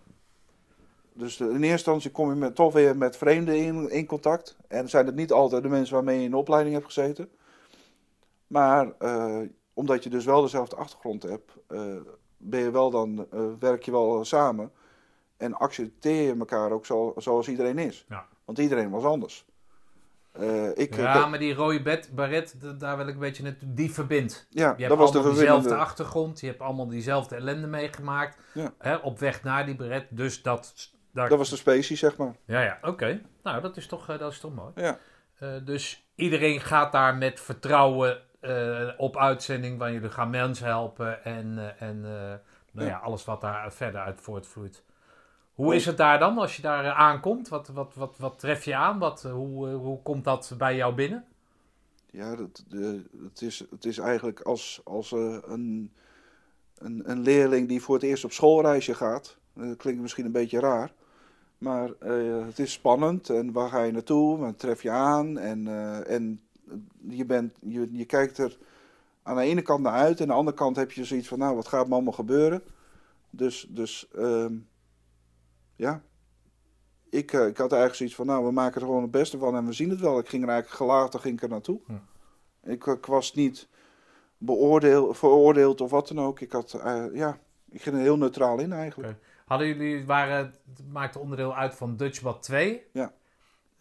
dus in eerste instantie kom je met, toch weer met vreemden in, in contact. En zijn het niet altijd de mensen waarmee je in de opleiding hebt gezeten. Maar uh, omdat je dus wel dezelfde achtergrond hebt, uh, ben je wel dan, uh, werk je wel samen. En accepteer je elkaar ook zo, zoals iedereen is. Ja. Want iedereen was anders. Uh, ik, ja, ik, maar die rode bed, baret, daar wil ik een beetje net, die verbindt. Ja, je dat was de allemaal diezelfde achtergrond, je hebt allemaal diezelfde ellende meegemaakt. Ja. Hè, op weg naar die baret, dus dat... Daar... Dat was de specie, zeg maar. Ja, ja, oké. Okay. Nou, dat is toch, uh, dat is toch mooi. Ja. Uh, dus iedereen gaat daar met vertrouwen uh, op uitzending, waar jullie gaan mensen helpen en, uh, en uh, nou ja. ja, alles wat daar verder uit voortvloeit. Hoe is het daar dan als je daar aankomt? Wat, wat, wat, wat tref je aan? Wat, hoe, hoe komt dat bij jou binnen? Ja, dat, de, het, is, het is eigenlijk als, als uh, een, een, een leerling die voor het eerst op schoolreisje gaat. Dat klinkt misschien een beetje raar. Maar uh, het is spannend. En waar ga je naartoe? Wat tref je aan? En, uh, en je, bent, je, je kijkt er aan de ene kant naar uit. En aan de andere kant heb je zoiets van, nou, wat gaat me allemaal gebeuren? Dus... dus uh, Ja, ik, uh, ik had eigenlijk zoiets van, nou, we maken er gewoon het beste van en we zien het wel. Ik ging er eigenlijk gelaten, ging ik er naartoe. Hm. Ik, ik was niet beoordeeld, veroordeeld of wat dan ook. Ik had, uh, ja, ik ging er heel neutraal in eigenlijk. Okay. Hadden jullie, waren, het maakte onderdeel uit van Dutchbad twee. Ja.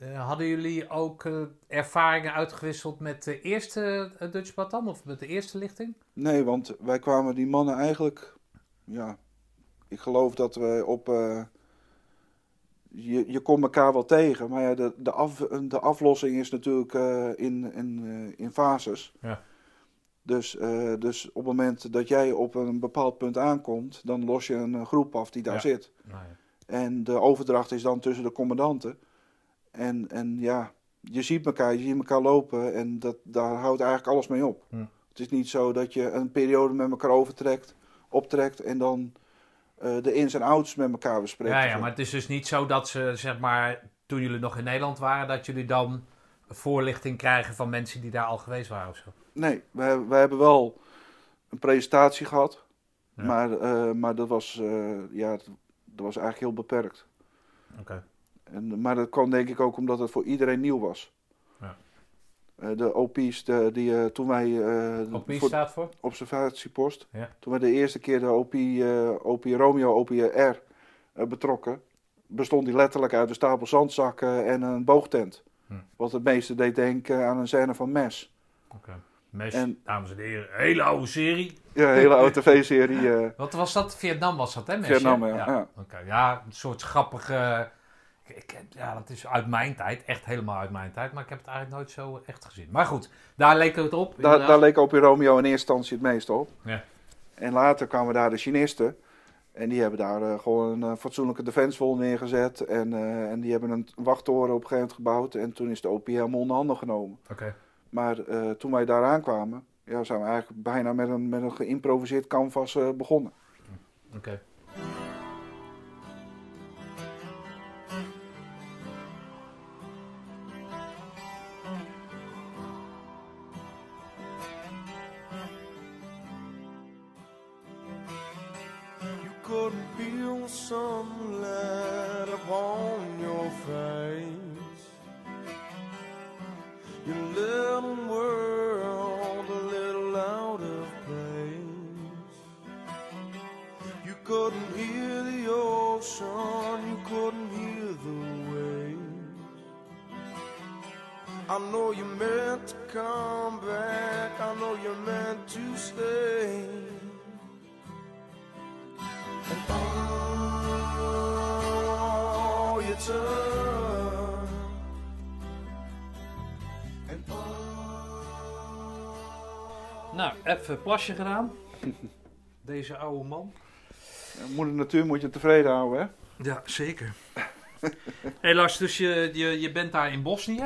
Uh, hadden jullie ook uh, ervaringen uitgewisseld met de eerste uh, Dutch Bataan of met de eerste lichting? Nee, want wij kwamen die mannen eigenlijk... Ja, ik geloof dat we op... Uh, je, je komt elkaar wel tegen, maar ja, de, de, af, de aflossing is natuurlijk uh, in, in, uh, in fases. Ja. Dus, uh, dus op het moment dat jij op een bepaald punt aankomt, dan los je een groep af die daar ja. zit. Nou ja. En de overdracht is dan tussen de commandanten. En, en ja, je ziet elkaar, je ziet elkaar lopen en dat, daar houdt eigenlijk alles mee op. Hm. Het is niet zo dat je een periode met elkaar overtrekt, optrekt en dan uh, de ins en outs met elkaar bespreekt. Ja, ja, maar het is dus niet zo dat ze, zeg maar, toen jullie nog in Nederland waren, dat jullie dan voorlichting krijgen van mensen die daar al geweest waren of zo? Nee, wij, wij hebben wel een presentatie gehad, ja. maar, uh, maar dat was, uh, ja, dat was eigenlijk heel beperkt. Oké. Okay. En, maar dat kwam denk ik ook omdat het voor iedereen nieuw was. Ja. Uh, de O P's, de, die uh, toen wij... Uh, O P staat voor? Observatiepost. Ja. Toen we de eerste keer de O P, uh, O P Romeo, O P R uh, betrokken, bestond die letterlijk uit een stapel zandzakken en een boogtent. Hm. Wat het meeste deed denken aan een scène van Mes. Oké. Okay. Mes, en, dames en heren, een hele oude serie. Ja, een hele oude tv-serie. Uh, Wat was dat? Vietnam was dat, hè, Mes? Vietnam, ja. Ja, ja. Okay. Ja, een soort grappige... Ik, ja, dat is uit mijn tijd. Echt helemaal uit mijn tijd. Maar ik heb het eigenlijk nooit zo echt gezien. Maar goed, daar leek het op. Da, daar leek O P Romeo in eerste instantie het meest op. Ja. En later kwamen daar de Chinisten. En die hebben daar uh, gewoon een uh, fatsoenlijke defensewall neergezet. En, uh, en die hebben een wachttoren op een gegeven moment gebouwd. En toen is de O P helemaal onder handen genomen. Okay. Maar uh, toen wij daar aankwamen, ja, zijn we eigenlijk bijna met een, met een geïmproviseerd canvas uh, begonnen. Oké. Okay. Couldn't feel the sunlight upon your face. Your little world a little out of place. You couldn't hear the ocean, you couldn't hear the waves. I know you meant to come back, I know you meant to stay. And all you turn and all... Nou, even plasje gedaan. Deze oude man. Ja, moeder natuur moet je tevreden houden, hè? Ja, zeker. Hey Lars, dus je, je, je bent daar in Bosnië.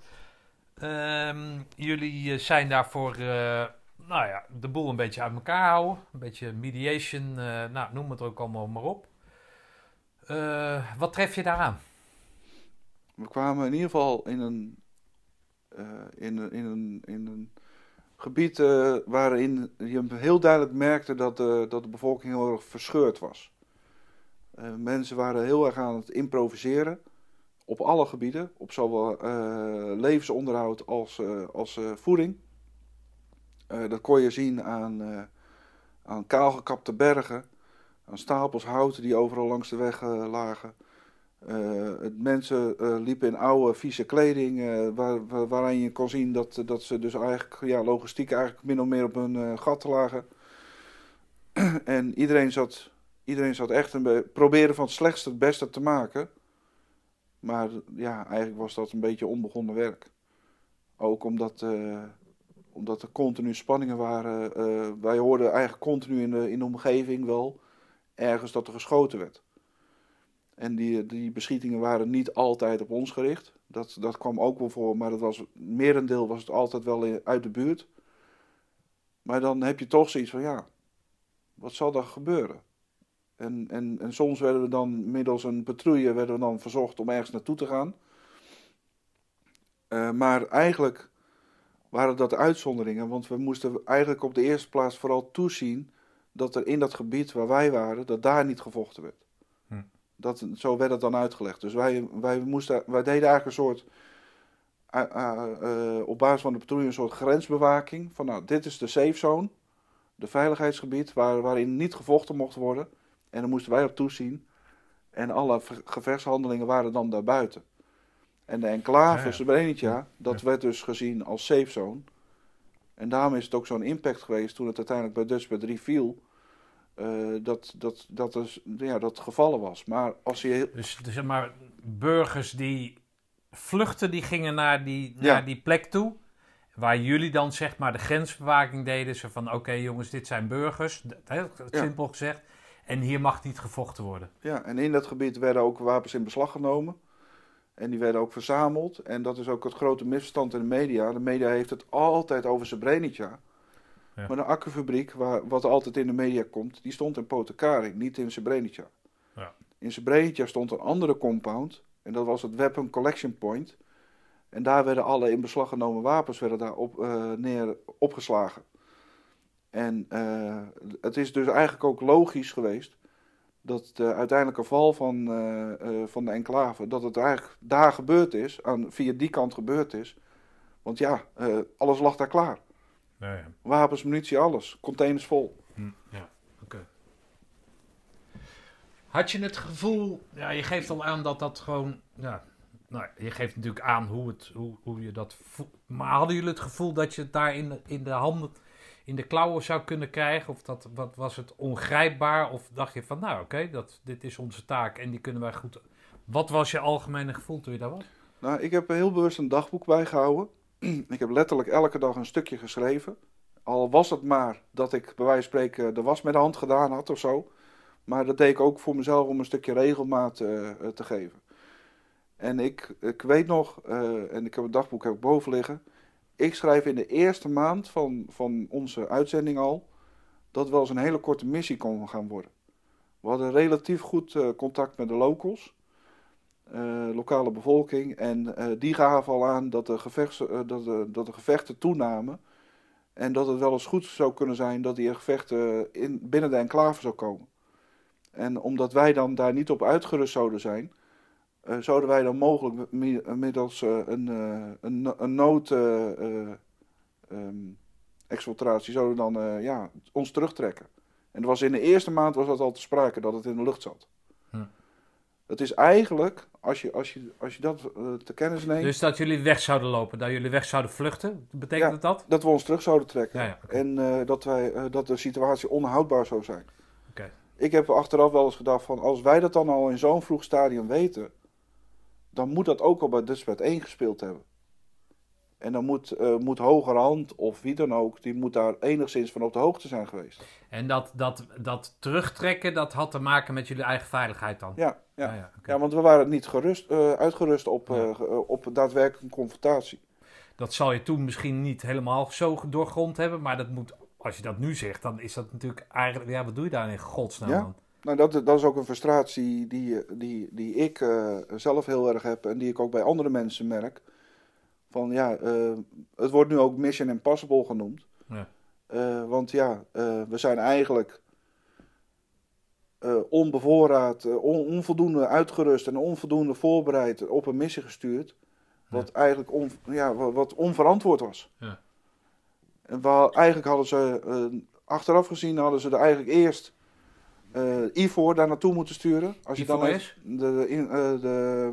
Um, jullie zijn daar voor... Uh, Nou ja, de boel een beetje uit elkaar houden. Een beetje mediation, uh, nou, noem het ook allemaal maar op. Uh, wat tref je daaraan? We kwamen in ieder geval in een, uh, in een, in een, in een gebied uh, waarin je heel duidelijk merkte dat de, dat de bevolking heel erg verscheurd was. Uh, mensen waren heel erg aan het improviseren. Op alle gebieden. Op zowel uh, levensonderhoud als, uh, als uh, voeding. Uh, dat kon je zien aan, uh, aan kaalgekapte bergen, aan stapels hout die overal langs de weg uh, lagen. Uh, het, mensen uh, liepen in oude, vieze kleding, uh, waar, waar, waarin je kon zien dat, dat ze dus eigenlijk, ja, logistiek eigenlijk min of meer op hun uh, gat lagen. En iedereen zat, iedereen zat echt een be- proberen van het slechtste het beste te maken. Maar ja, eigenlijk was dat een beetje onbegonnen werk. Ook omdat... Uh, Omdat er continu spanningen waren. Uh, wij hoorden eigenlijk continu in de, in de omgeving wel ergens dat er geschoten werd. En die, die beschietingen waren niet altijd op ons gericht. Dat, dat kwam ook wel voor, maar dat was, merendeel was het altijd wel in, uit de buurt. Maar dan heb je toch zoiets van, ja, wat zal er gebeuren? En, en, en soms werden we dan middels een patrouille werden we dan verzocht om ergens naartoe te gaan. Uh, maar eigenlijk... waren dat uitzonderingen, want we moesten eigenlijk op de eerste plaats vooral toezien dat er in dat gebied waar wij waren, dat daar niet gevochten werd. Hm. Dat, zo werd het dan uitgelegd. Dus wij, wij, moesten, wij deden eigenlijk een soort, uh, uh, uh, op basis van de patrouille, een soort grensbewaking. Van nou, dit is de safe zone, de veiligheidsgebied waar, waarin niet gevochten mocht worden. En dan moesten wij op toezien. En alle gevechtshandelingen waren dan daarbuiten. En de enclave Ja, ja. Srebrenica, dat Ja. werd dus gezien als safe zone. En daarom is het ook zo'n impact geweest toen het uiteindelijk bij Dutchbat drie viel. Uh, dat, dat, dat, is, ja, dat gevallen was. Maar als je... Dus, dus zeg maar, burgers die vluchten, die gingen naar die, Ja. naar die plek toe. Waar jullie dan zeg maar de grensbewaking deden. Ze van oké okay, jongens, dit zijn burgers. Heel Ja. simpel gezegd. En hier mag niet gevochten worden. Ja, en in dat gebied werden ook wapens in beslag genomen. En die werden ook verzameld. En dat is ook het grote misverstand in de media. De media heeft het altijd over Srebrenica. Ja. Maar de accufabriek, waar, wat altijd in de media komt, die stond in Potokari, niet in Srebrenica. Ja. In Srebrenica stond een andere compound. En dat was het Weapon Collection Point. En daar werden alle in beslag genomen wapens werden daar op, uh, neer opgeslagen. En uh, het is dus eigenlijk ook logisch geweest dat de uiteindelijke val van, uh, uh, van de enclave, dat het eigenlijk daar gebeurd is, aan, via die kant gebeurd is. Want ja, uh, alles lag daar klaar. Ja, ja. Wapens, munitie, alles. Containers vol. Hm, ja, oké. Okay. Had je het gevoel, ja, je geeft al aan dat dat gewoon, ja, nou, je geeft natuurlijk aan hoe, het, hoe, hoe je dat voelt. Maar hadden jullie het gevoel dat je het daar in de, in de handen, in de klauwen zou kunnen krijgen? Of dat, wat, was het ongrijpbaar? Of dacht je van, nou oké, okay, dat dit is onze taak en die kunnen wij goed... Wat was je algemene gevoel toen je daar was? Nou, ik heb heel bewust een dagboek bijgehouden. Ik heb letterlijk elke dag een stukje geschreven. Al was het maar dat ik bij wijze van spreken de was met de hand gedaan had of zo. Maar dat deed ik ook voor mezelf om een stukje regelmaat uh, te geven. En ik, ik weet nog, uh, en ik heb het dagboek heb ik boven liggen. Ik schrijf in de eerste maand van, van onze uitzending al dat het wel eens een hele korte missie kon gaan worden. We hadden relatief goed uh, contact met de locals. Uh, lokale bevolking. En uh, die gaven al aan dat de, gevechts, uh, dat, de, dat de gevechten toenamen. En dat het wel eens goed zou kunnen zijn dat die gevechten in, binnen de enclave zou komen. En omdat wij dan daar niet op uitgerust zouden zijn, uh, zouden wij dan mogelijk middels uh, een, uh, een, een nood uh, uh, um, exfiltratie zouden we dan uh, ja, ons terugtrekken. En was in de eerste maand was dat al te sprake dat het in de lucht zat. Hm. Het is eigenlijk, als je, als je, als je dat uh, te kennis neemt... Dus dat jullie weg zouden lopen, dat jullie weg zouden vluchten, betekent ja, het dat? Dat we ons terug zouden trekken. Ja, ja, okay. En uh, dat, wij, uh, dat de situatie onhoudbaar zou zijn. Okay. Ik heb achteraf wel eens gedacht van, als wij dat dan al in zo'n vroeg stadium weten, dan moet dat ook al bij Dutchbat één gespeeld hebben. En dan moet, uh, moet hogerhand of wie dan ook, die moet daar enigszins van op de hoogte zijn geweest. En dat, dat, dat terugtrekken, dat had te maken met jullie eigen veiligheid dan? Ja, ja. ja, ja, okay. ja want we waren niet gerust, uh, uitgerust op, ja. uh, op daadwerkelijk een confrontatie. Dat zal je toen misschien niet helemaal zo doorgrond hebben, maar dat moet, als je dat nu zegt, dan is dat natuurlijk eigenlijk, ja, wat doe je daar in godsnaam ja? dan? Nou, dat, dat is ook een frustratie die, die, die ik uh, zelf heel erg heb en die ik ook bij andere mensen merk. Van ja, uh, het wordt nu ook Mission Impossible genoemd. Ja. Uh, want ja, uh, we zijn eigenlijk uh, onbevoorraad, uh, on, onvoldoende uitgerust en onvoldoende voorbereid op een missie gestuurd. Wat ja. eigenlijk on, ja, wat, wat onverantwoord was. Ja. En waar, eigenlijk hadden ze, uh, achteraf gezien hadden ze er eigenlijk eerst uh, I V O R daar naartoe moeten sturen. Als je I V O R dan is? De, de, uh, de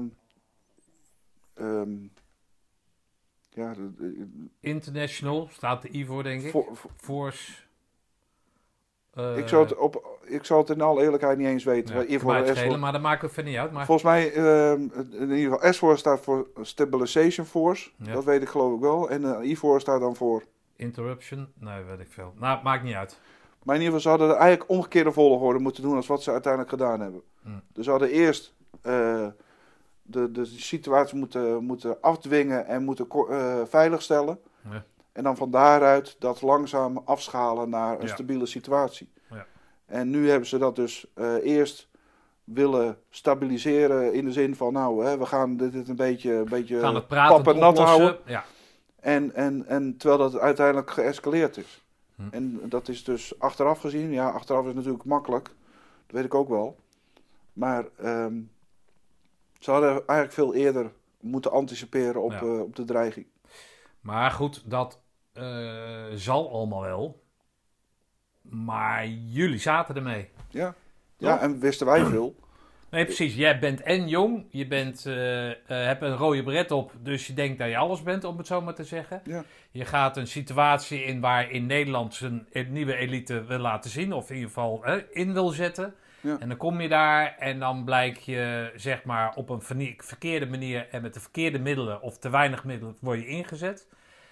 um, Ja, de, de, International staat de I V O R, denk ik. For, for, Force. Uh, ik, zou het op, ik zou het in alle eerlijkheid niet eens weten. Ja, I V O R, schelen, maar dat maakt het verder niet uit. Maar... Volgens mij, uh, in ieder geval, S V O R staat voor Stabilization Force. Ja. Dat weet ik geloof ik wel. En uh, I V O R staat dan voor... Interruption? Nee, weet ik veel. Nou, maakt niet uit. Maar in ieder geval, ze hadden eigenlijk omgekeerde volgorde moeten doen als wat ze uiteindelijk gedaan hebben. Hm. Dus ze hadden eerst... Uh, De, de situatie moeten, moeten afdwingen en moeten uh, veiligstellen. Ja. En dan van daaruit dat langzaam afschalen naar een ja. stabiele situatie. Ja. En nu hebben ze dat dus uh, eerst willen stabiliseren in de zin van... nou, hè, we gaan dit, dit een beetje, een beetje gaan het praten, pap en nat houden. Ja. En, en, en terwijl dat uiteindelijk geëscaleerd is. Hm. En dat is dus achteraf gezien... Ja, achteraf is natuurlijk makkelijk. Dat weet ik ook wel. Maar... Um, Ze hadden eigenlijk veel eerder moeten anticiperen op, ja. uh, op de dreiging. Maar goed, dat uh, zal allemaal wel. Maar jullie zaten ermee. Ja, ja en wisten wij veel. Nee, precies. Jij bent en jong, je bent, uh, uh, hebt een rode bret op, dus je denkt dat je alles bent, om het zo maar te zeggen. Ja. Je gaat een situatie in waar in Nederland zijn nieuwe elite wil laten zien, of in ieder geval uh, in wil zetten. Ja. En dan kom je daar en dan blijk je, zeg maar, op een verkeerde manier en met de verkeerde middelen of te weinig middelen word je ingezet.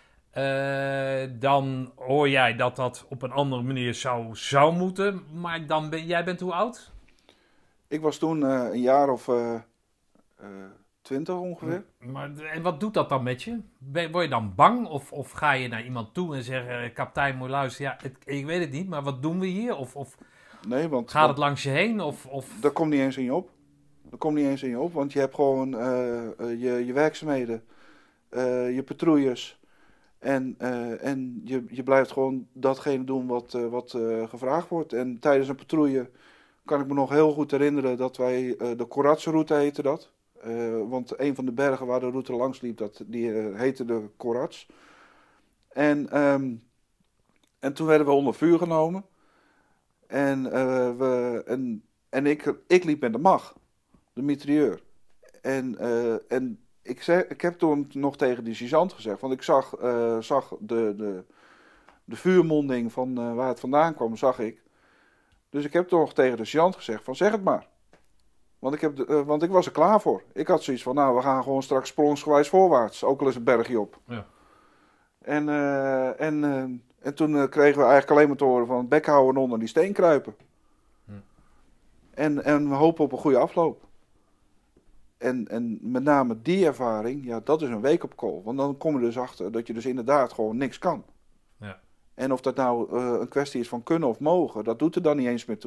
Uh, dan hoor jij dat dat op een andere manier zou, zou moeten, maar dan ben jij bent hoe oud? Ik was toen uh, een jaar of uh, uh, twintig ongeveer. Maar, en wat doet dat dan met je? Ben, word je dan bang? Of, of ga je naar iemand toe en zeggen... Kapitein, moet luisteren. Ja, het, ik weet het niet, maar wat doen we hier? Of, of nee, want, gaat het langs je heen? Of, of... Dat komt niet eens in je op. Dat komt niet eens in je op, want je hebt gewoon uh, uh, je, je werkzaamheden, uh, je patrouilles. En, uh, en je, je blijft gewoon datgene doen wat, uh, wat uh, gevraagd wordt. En tijdens een patrouille... kan ik me nog heel goed herinneren dat wij, uh, de Koratsroute heette dat. Uh, want een van de bergen waar de route langs liep, dat, die uh, heette de Korats. En, um, en toen werden we onder vuur genomen. En, uh, we, en, en ik, ik liep met de M A G, de mitrailleur. En, uh, en ik, zeg, ik heb toen nog tegen die sergeant gezegd, want ik zag, uh, zag de, de, de vuurmonding van uh, waar het vandaan kwam, zag ik. Dus ik heb toch tegen de sergeant gezegd van zeg het maar. Want ik, heb de, uh, want ik was er klaar voor. Ik had zoiets van nou we gaan gewoon straks sprongsgewijs voorwaarts. Ook al is het bergje op. Ja. En, uh, en, uh, en toen uh, kregen we eigenlijk alleen maar te horen van bek houden onder die steen kruipen. Hm. En, en we hopen op een goede afloop. En, en met name die ervaring, ja dat is een wake-up call. Want dan kom je dus achter dat je dus inderdaad gewoon niks kan. Ja. En of dat nou uh, een kwestie is van kunnen of mogen, dat doet er dan niet eens meer toe.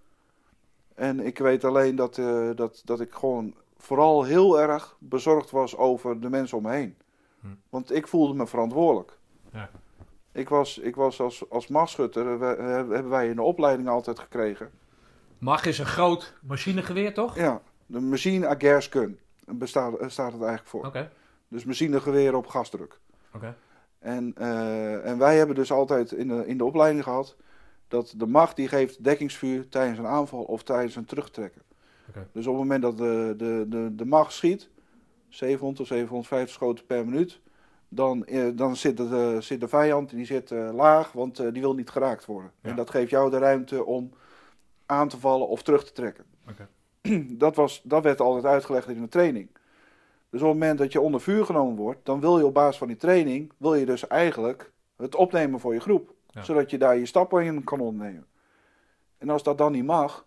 En ik weet alleen dat, uh, dat, dat ik gewoon vooral heel erg bezorgd was over de mensen om me heen. Hm. Want ik voelde me verantwoordelijk. Ja. Ik was, ik was als, als magschutter, we, uh, hebben wij in de opleiding altijd gekregen. Mag is een groot machinegeweer, toch? Ja, de machine à guerre bestaat, staat het eigenlijk voor. Okay. Dus machinegeweer op gasdruk. Okay. En, uh, en wij hebben dus altijd in de, in de opleiding gehad dat de macht die geeft dekkingsvuur tijdens een aanval of tijdens een terugtrekken. Okay. Dus op het moment dat de, de, de, de macht schiet, zevenhonderd of zevenhonderdvijftig schoten per minuut, dan, uh, dan zit, de, uh, zit de vijand die zit, uh, laag, want uh, die wil niet geraakt worden. Ja. En dat geeft jou de ruimte om aan te vallen of terug te trekken. Okay. Dat, was, dat werd altijd uitgelegd in de training. Dus op het moment dat je onder vuur genomen wordt, dan wil je op basis van die training, wil je dus eigenlijk het opnemen voor je groep. Ja. Zodat je daar je stappen in kan ondernemen. En als dat dan niet mag,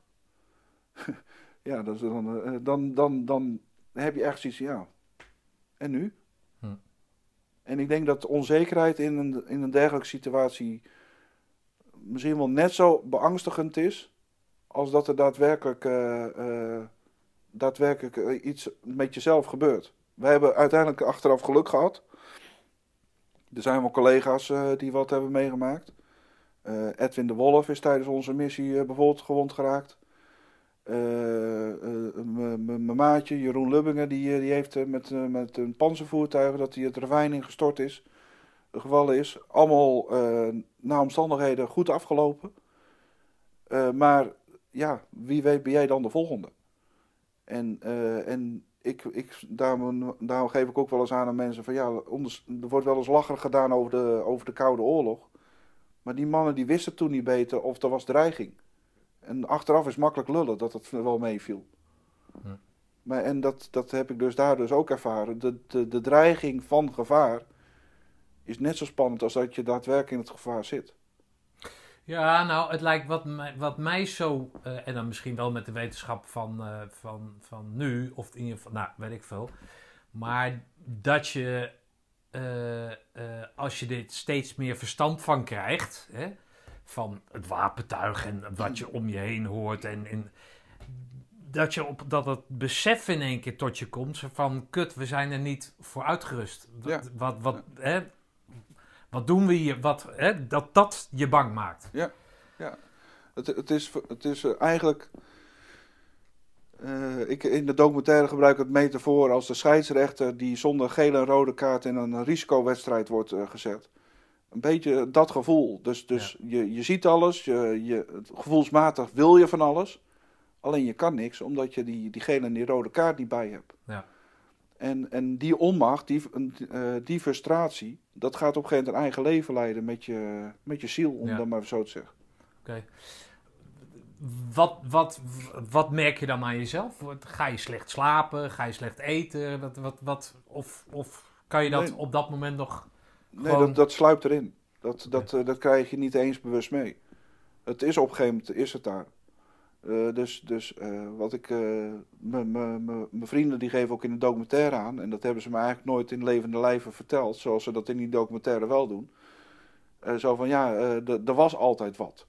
ja, dan, dan, dan, dan, dan heb je echt zoiets van, ja, en nu? Hm. En ik denk dat de onzekerheid in een, in een dergelijke situatie misschien wel net zo beangstigend is, als dat er daadwerkelijk... Uh, uh, daadwerkelijk uh, iets met jezelf gebeurt. Wij hebben uiteindelijk achteraf geluk gehad. Er zijn wel collega's uh, die wat hebben meegemaakt. Uh, Edwin de Wolf is tijdens onze missie uh, bijvoorbeeld gewond geraakt. Uh, uh, Mijn maatje Jeroen Lubbingen die, uh, die heeft uh, met, uh, met een panzervoertuig dat hij het ravijn ingestort is. Gevallen is. Allemaal uh, naar omstandigheden goed afgelopen. Uh, maar ja, wie weet ben jij dan de volgende? En, uh, en ik, ik, daarom, daarom geef ik ook wel eens aan aan mensen van ja, onder, er wordt wel eens lacherig gedaan over de, over de Koude Oorlog. Maar die mannen die wisten toen niet beter of er was dreiging. En achteraf is makkelijk lullen dat het wel meeviel. Hm. Maar, en dat, dat heb ik dus daar dus ook ervaren. De, de, de dreiging van gevaar is net zo spannend als dat je daadwerkelijk in het gevaar zit. Ja, nou, het lijkt wat mij, wat mij zo, uh, en dan misschien wel met de wetenschap van, uh, van, van nu, of in ieder geval, nou, weet ik veel. Maar dat je, uh, uh, als je dit steeds meer verstand van krijgt, hè, van het wapentuig en wat je om je heen hoort, en, en dat, je op, dat het besef in één keer tot je komt van, kut, we zijn er niet voor uitgerust. Wat, ja. wat, wat, hè, Wat doen we hier? Wat, hè, dat dat je bang maakt. Ja, ja. Het, het, is, het is eigenlijk... Uh, ik, in de documentaire gebruik ik het metafoor als de scheidsrechter die zonder gele en rode kaart in een risicowedstrijd wordt uh, gezet. Een beetje dat gevoel. Dus, dus ja. je, je ziet alles, je, je, gevoelsmatig wil je van alles. Alleen je kan niks, omdat je die, die gele en die rode kaart niet bij hebt. Ja. En, en die onmacht, die, uh, die frustratie, dat gaat op een gegeven moment een eigen leven leiden met je, met je ziel, om ja. dat maar even zo te zeggen. Oké. Okay. Wat, wat, wat merk je dan aan jezelf? Ga je slecht slapen? Ga je slecht eten? Wat, wat, wat, of, of kan je dat nee. op dat moment nog gewoon... Nee, dat, dat sluipt erin. Dat, okay. dat, uh, dat krijg je niet eens bewust mee. Het is op een gegeven moment, is het daar. Uh, dus dus uh, wat ik, uh, mijn vrienden die geven ook in de documentaire aan, en dat hebben ze me eigenlijk nooit in levende lijven verteld, zoals ze dat in die documentaire wel doen. Uh, zo van ja, uh, er was altijd wat.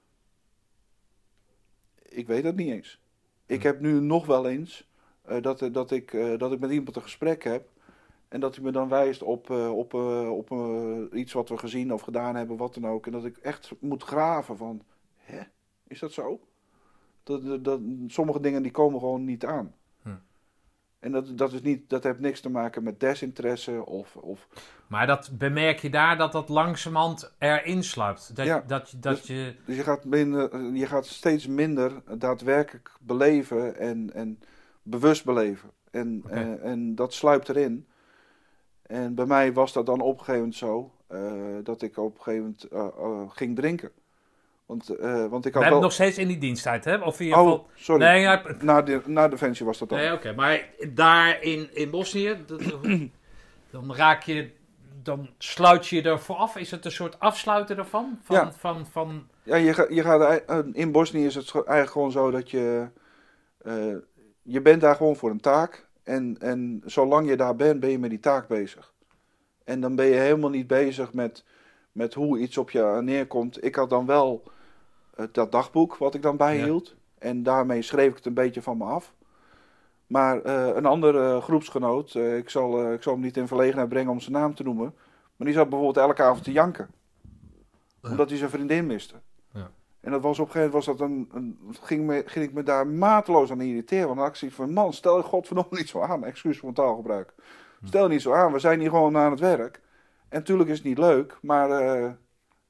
Ik weet dat niet eens. Ik heb nu nog wel eens uh, dat, dat, ik, uh, dat ik met iemand een gesprek heb en dat hij me dan wijst op, uh, op, uh, op uh, iets wat we gezien of gedaan hebben, wat dan ook. En dat ik echt moet graven van, hè, is dat zo? Dat, dat, dat, sommige dingen die komen gewoon niet aan. Hm. En dat, dat, is niet, dat heeft niks te maken met desinteresse of, of... Maar dat bemerk je daar dat dat langzamerhand erin sluipt? Dat, ja, dat, dat dus, je... dus je gaat, minder, je gaat steeds minder daadwerkelijk beleven en, en bewust beleven. En, okay. en, en dat sluipt erin. En bij mij was dat dan op een gegeven moment zo, uh, dat ik op een gegeven moment uh, uh, ging drinken. Want, uh, want ik had We wel... hebben nog steeds in die diensttijd, hè? Of in ieder oh, geval... sorry. Nee, ja... na, de, na Defensie was dat dan. Nee, oké. Okay. Maar daar in, in Bosnië, dat, dan raak je... Dan sluit je ervoor af. Is het een soort afsluiten ervan? Van, ja. Van, van... ja, je, ga, je gaat... In Bosnië is het eigenlijk gewoon zo dat je... Uh, je bent daar gewoon voor een taak. En, en zolang je daar bent, ben je met die taak bezig. En dan ben je helemaal niet bezig met, met hoe iets op je neerkomt. Ik had dan wel... dat dagboek wat ik dan bijhield. Ja. En daarmee schreef ik het een beetje van me af. Maar uh, een andere uh, groepsgenoot, uh, ik, zal, uh, ik zal hem niet in verlegenheid brengen om zijn naam te noemen. Maar die zat bijvoorbeeld elke avond te janken. Ja. Omdat hij zijn vriendin miste. Ja. En dat was op een gegeven moment, was dat een, een, ging, me, ging ik me daar mateloos aan irriteren. Want dan had ik zoiets van, man, stel je godverdomme niet zo aan. Excuus voor mijn taalgebruik. Hm. Stel je niet zo aan, we zijn hier gewoon aan het werk. En natuurlijk is het niet leuk, maar uh,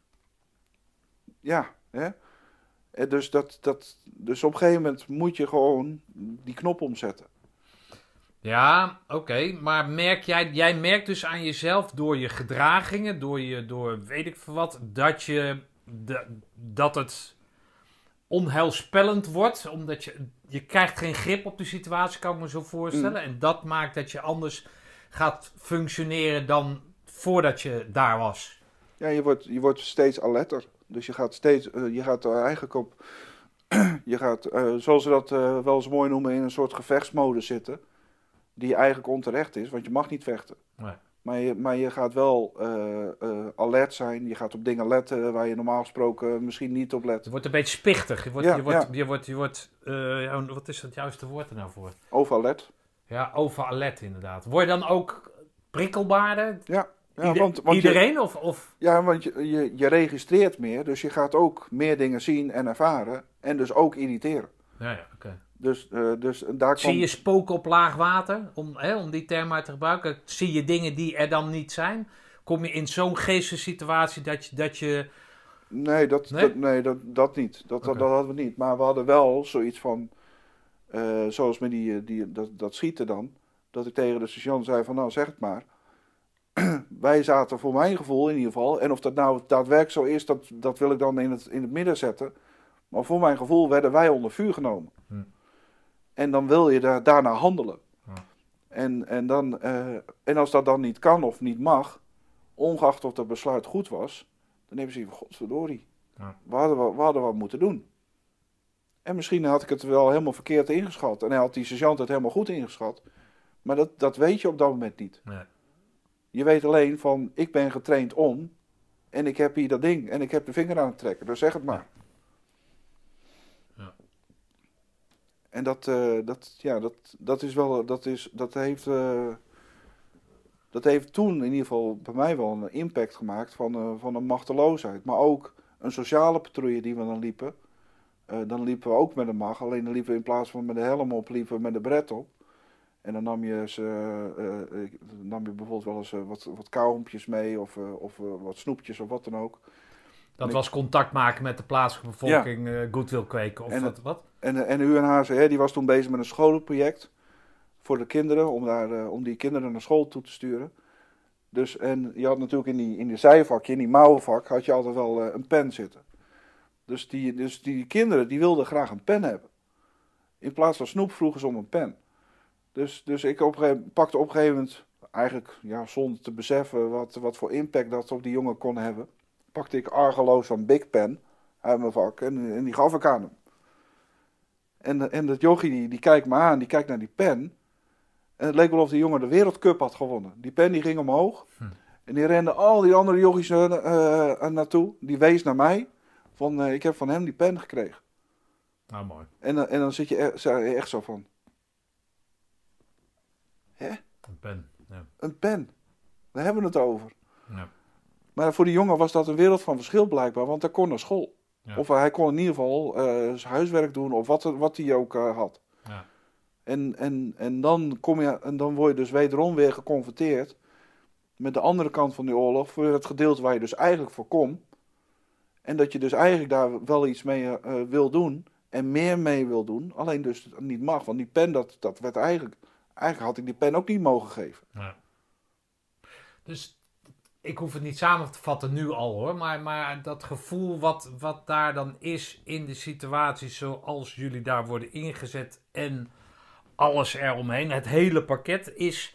ja, hè. Dus, dat, dat, dus op een gegeven moment moet je gewoon die knop omzetten. Ja, oké. Okay. Maar merk jij, jij merkt dus aan jezelf door je gedragingen, door je, door weet ik veel wat, dat je, de, dat het onheilspellend wordt. Omdat je, je krijgt geen grip op de situatie, kan ik me zo voorstellen. Mm. En dat maakt dat je anders gaat functioneren dan voordat je daar was. Ja, je wordt, je wordt steeds alerter. Dus je gaat steeds, uh, je gaat er eigenlijk op, je gaat, uh, zoals ze dat uh, wel eens mooi noemen, in een soort gevechtsmodus zitten. Die eigenlijk onterecht is, want je mag niet vechten. Nee. Maar, je, maar je gaat wel uh, uh, alert zijn, je gaat op dingen letten waar je normaal gesproken misschien niet op let. Je wordt een beetje spichtig, je wordt, ja, je wordt, ja. je wordt, je wordt uh, ja, wat is het juiste woord er nou voor? Overalert. Ja, overalert inderdaad. Word je dan ook prikkelbaarder? Ja. Ja, Ieder, want, want iedereen? Je, of, of? Ja, want je, je, je registreert meer, dus je gaat ook meer dingen zien en ervaren. En dus ook irriteren. Ja, ja, oké. Okay. Dus, uh, dus daar Zie kwam... je spoken op laag water, om, hè, om die term uit te gebruiken? Zie je dingen die er dan niet zijn? Kom je in zo'n geestessituatie dat je... Dat je... Nee, dat, nee? Dat, nee dat, dat niet. Dat, okay. dat, dat hadden we niet. Maar we hadden wel zoiets van, uh, zoals met die, die, dat, dat schieten dan, dat ik tegen de sergeant zei van, nou zeg het maar. Wij zaten voor mijn gevoel in ieder geval, en of dat nou daadwerkelijk zo is, dat, dat wil ik dan in het, in het midden zetten. Maar voor mijn gevoel werden wij onder vuur genomen. Hm. En dan wil je daar, daarna handelen. Hm. En, en, dan, uh, en als dat dan niet kan of niet mag, ongeacht of dat besluit goed was, dan hebben ze van godverdorie. Hm. We, hadden, we hadden wat moeten doen. En misschien had ik het wel helemaal verkeerd ingeschat. En had die sergeant het helemaal goed ingeschat. Maar dat, dat weet je op dat moment niet. Nee. Je weet alleen van, ik ben getraind om, en ik heb hier dat ding, en ik heb de vinger aan het trekken, dus zeg het maar. Ja. En dat, uh, dat, ja, dat, dat is wel, dat is, dat heeft, uh, dat heeft toen in ieder geval bij mij wel een impact gemaakt van, uh, van een machteloosheid. Maar ook een sociale patrouille die we dan liepen, uh, dan liepen we ook met een mag, alleen dan liepen we in plaats van met de helm op, liepen we met de bret op. En dan nam je, ze, uh, uh, nam je bijvoorbeeld wel eens uh, wat, wat kauwgompjes mee of, uh, of uh, wat snoepjes of wat dan ook. Dat was contact maken met de plaatselijke bevolking, ja. uh, goodwill kweken of en, wat? wat? En, en de U N H C R die was toen bezig met een scholenproject voor de kinderen, om, daar, uh, om die kinderen naar school toe te sturen. Dus, en je had natuurlijk in die, in die zijvakje, in die mouwenvak, had je altijd wel uh, een pen zitten. Dus die, dus die kinderen die wilden graag een pen hebben. In plaats van snoep vroegen ze om een pen. Dus, dus ik op een, pakte op een gegeven moment, eigenlijk ja, zonder te beseffen wat, wat voor impact dat op die jongen kon hebben, pakte ik argeloos een Big Pen uit mijn vak en, en die gaf ik aan hem. En, en dat jochie die, die kijkt me aan, die kijkt naar die pen. En het leek wel of die jongen de wereldcup had gewonnen. Die pen die ging omhoog. Hm. En die renden al die andere jochies uh, uh, naartoe. Die wees naar mij. Van, uh, ik heb van hem die pen gekregen. Nou, mooi. En, uh, en dan zit je echt, echt zo van... Hè? Een pen, ja. Een pen. Daar hebben we het over. Ja. Maar voor die jongen was dat een wereld van verschil blijkbaar. Want hij kon naar school. Ja. Of hij kon in ieder geval uh, zijn huiswerk doen. Of wat, wat hij ook uh, had. Ja. En, en, en, dan kom je, en dan word je dus wederom weer geconfronteerd met de andere kant van die oorlog, voor het gedeelte waar je dus eigenlijk voor komt. En dat je dus eigenlijk daar wel iets mee uh, wil doen en meer mee wil doen, alleen dus niet mag. Want die pen, dat, dat werd eigenlijk, eigenlijk had ik die pen ook niet mogen geven. Ja. Dus ik hoef het niet samen te vatten nu al hoor, maar, maar dat gevoel wat, wat daar dan is in de situatie zoals jullie daar worden ingezet en alles eromheen, het hele pakket, is,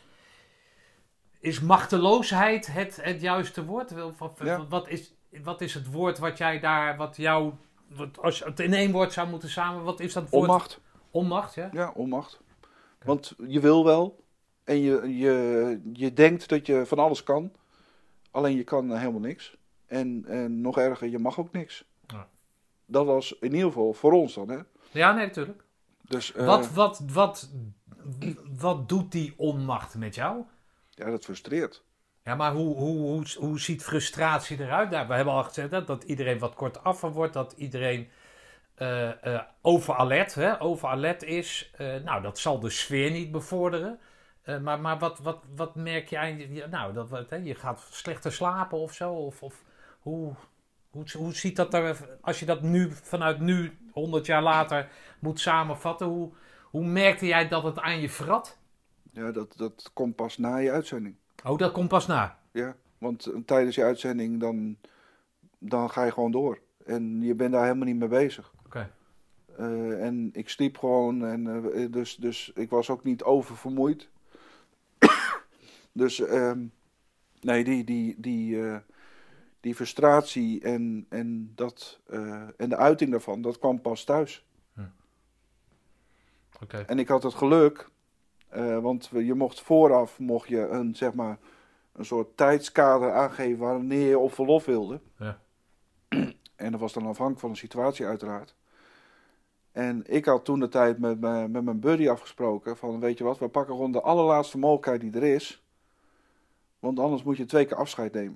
is machteloosheid het, het juiste woord? Wat, ja. wat, is, wat is het woord wat jij daar, wat jou, wat, als je het in één woord zou moeten samen, wat is dat woord? Onmacht. Onmacht, ja? Ja, onmacht. Okay. Want je wil wel en je, je, je denkt dat je van alles kan, alleen je kan helemaal niks. En, en nog erger, je mag ook niks. Ja. Dat was in ieder geval voor ons dan, hè? Ja, nee, natuurlijk. Dus, uh, wat, wat, wat, wat doet die onmacht met jou? Ja, dat frustreert. Ja, maar hoe, hoe, hoe, hoe ziet frustratie eruit? Nou, we hebben al gezegd hè, dat iedereen wat kortaf wordt, dat iedereen uh, uh, overalert, hè, overalert is. Uh, nou, dat zal de sfeer niet bevorderen. Uh, maar maar wat, wat, wat merk je aan je? Nou, dat, wat, hè, je gaat slechter slapen of zo? Of, of hoe... Hoe, hoe ziet dat er, als je dat nu vanuit nu, honderd jaar later, moet samenvatten, hoe, hoe merkte jij dat het aan je vrat? Ja, dat, dat komt pas na je uitzending. Oh, dat komt pas na? Ja, want tijdens je uitzending dan, dan ga je gewoon door. En je bent daar helemaal niet mee bezig. Oké. Okay. Uh, en ik sliep gewoon, en, uh, dus, dus ik was ook niet oververmoeid. dus, um, nee, die... die, die uh, Die frustratie en, en, dat, uh, en de uiting daarvan, dat kwam pas thuis. Hm. Okay. En ik had het geluk, uh, want je mocht vooraf mocht je een, zeg maar, een soort tijdskader aangeven wanneer je op verlof wilde. Ja. En dat was dan afhankelijk van de situatie uiteraard. En ik had toen de tijd met, me, met mijn buddy afgesproken van, weet je wat, we pakken gewoon de allerlaatste mogelijkheid die er is. Want anders moet je twee keer afscheid nemen.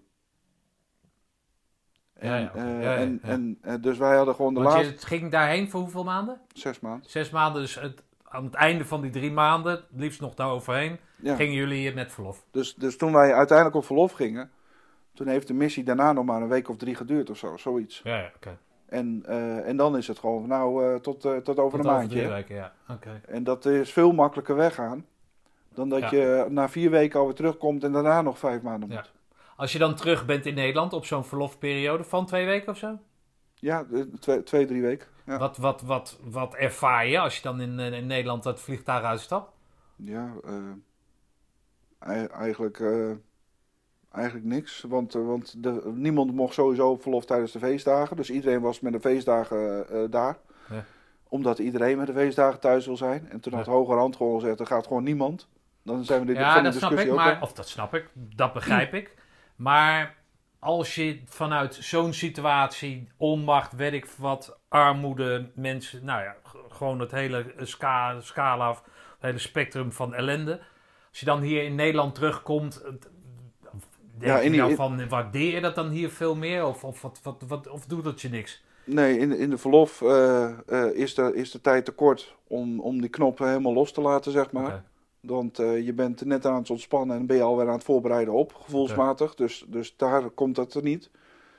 En, ja, ja, okay. uh, ja, ja, en, ja. en, en dus wij hadden gewoon de Want laatste... je ging daarheen voor hoeveel maanden? Zes maanden. Zes maanden, dus het, aan het einde van die drie maanden, liefst nog daar overheen, ja. gingen jullie met verlof. Dus, dus toen wij uiteindelijk op verlof gingen, toen heeft de missie daarna nog maar een week of drie geduurd of zo, zoiets. Ja, ja, oké. Okay. En, uh, en dan is het gewoon, nou, uh, tot, uh, tot over tot een over maandje. Drie weken, ja. Okay. En dat is veel makkelijker weggaan, dan dat ja. je na vier weken alweer terugkomt en daarna nog vijf maanden moet. Ja. Als je dan terug bent in Nederland op zo'n verlofperiode van twee weken of zo? Ja, twee, twee drie weken. Ja. Wat, wat, wat, wat ervaar je als je dan in, in Nederland het vliegtuig uitstapt? Ja, uh, eigenlijk, uh, eigenlijk niks. Want, uh, want de, niemand mocht sowieso op verlof tijdens de feestdagen. Dus iedereen was met de feestdagen uh, daar. Ja. Omdat iedereen met de feestdagen thuis wil zijn. En toen had ja. Hogerhand gewoon gezegd, er gaat gewoon niemand. Dan zijn we dit ja, van dat de snap discussie ik. ook Maar, of dat snap ik, dat begrijp ik. Maar als je vanuit zo'n situatie, onmacht, weet ik wat, armoede, mensen, nou ja, g- gewoon het hele ska- scala, het hele spectrum van ellende. Als je dan hier in Nederland terugkomt, denk Ja, je in die- nou van, waardeer je dat dan hier veel meer? Of, of, wat, wat, wat, of doet dat je niks? Nee, in, in de verlof uh, uh, is, de, is de tijd te kort om, om die knoppen helemaal los te laten, zeg maar. Okay. Want uh, je bent net aan het ontspannen en ben je alweer aan het voorbereiden op, gevoelsmatig. Okay. Dus, dus daar komt dat er niet.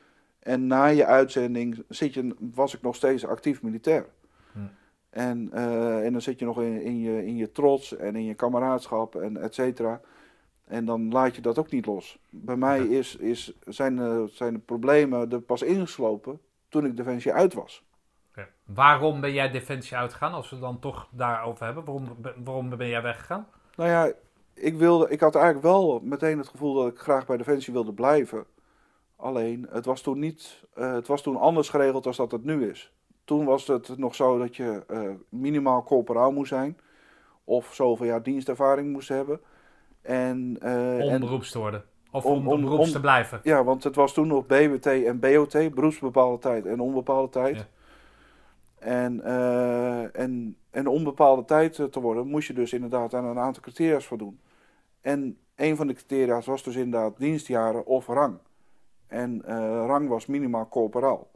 En na je uitzending zit je, was ik nog steeds actief militair. Hm. En, uh, en dan zit je nog in, in, je, in je trots en in je kameraadschap en et cetera. En dan laat je dat ook niet los. Bij mij is, is, zijn, uh, zijn de problemen er pas ingeslopen toen ik Defensie uit was. Okay. Waarom ben jij Defensie uitgegaan, als we het dan toch daarover hebben? Waarom, waarom ben jij weggegaan? Nou ja, ik, wilde, ik had eigenlijk wel meteen het gevoel dat ik graag bij Defensie wilde blijven. Alleen, het was toen, niet, uh, het was toen anders geregeld dan dat het nu is. Toen was het nog zo dat je uh, minimaal corporaal moest zijn. Of zoveel jaar dienstervaring moest hebben. En, uh, om en, beroeps te worden. Of om, om, om beroeps om, te blijven. Ja, want het was toen nog B B T en B O T. Beroepsbepaalde tijd en onbepaalde tijd. Ja. En, uh, en, en onbepaalde tijd te worden moest je dus inderdaad aan een aantal criteria's voldoen. En een van de criteria's was dus inderdaad dienstjaren of rang. En uh, rang was minimaal corporaal.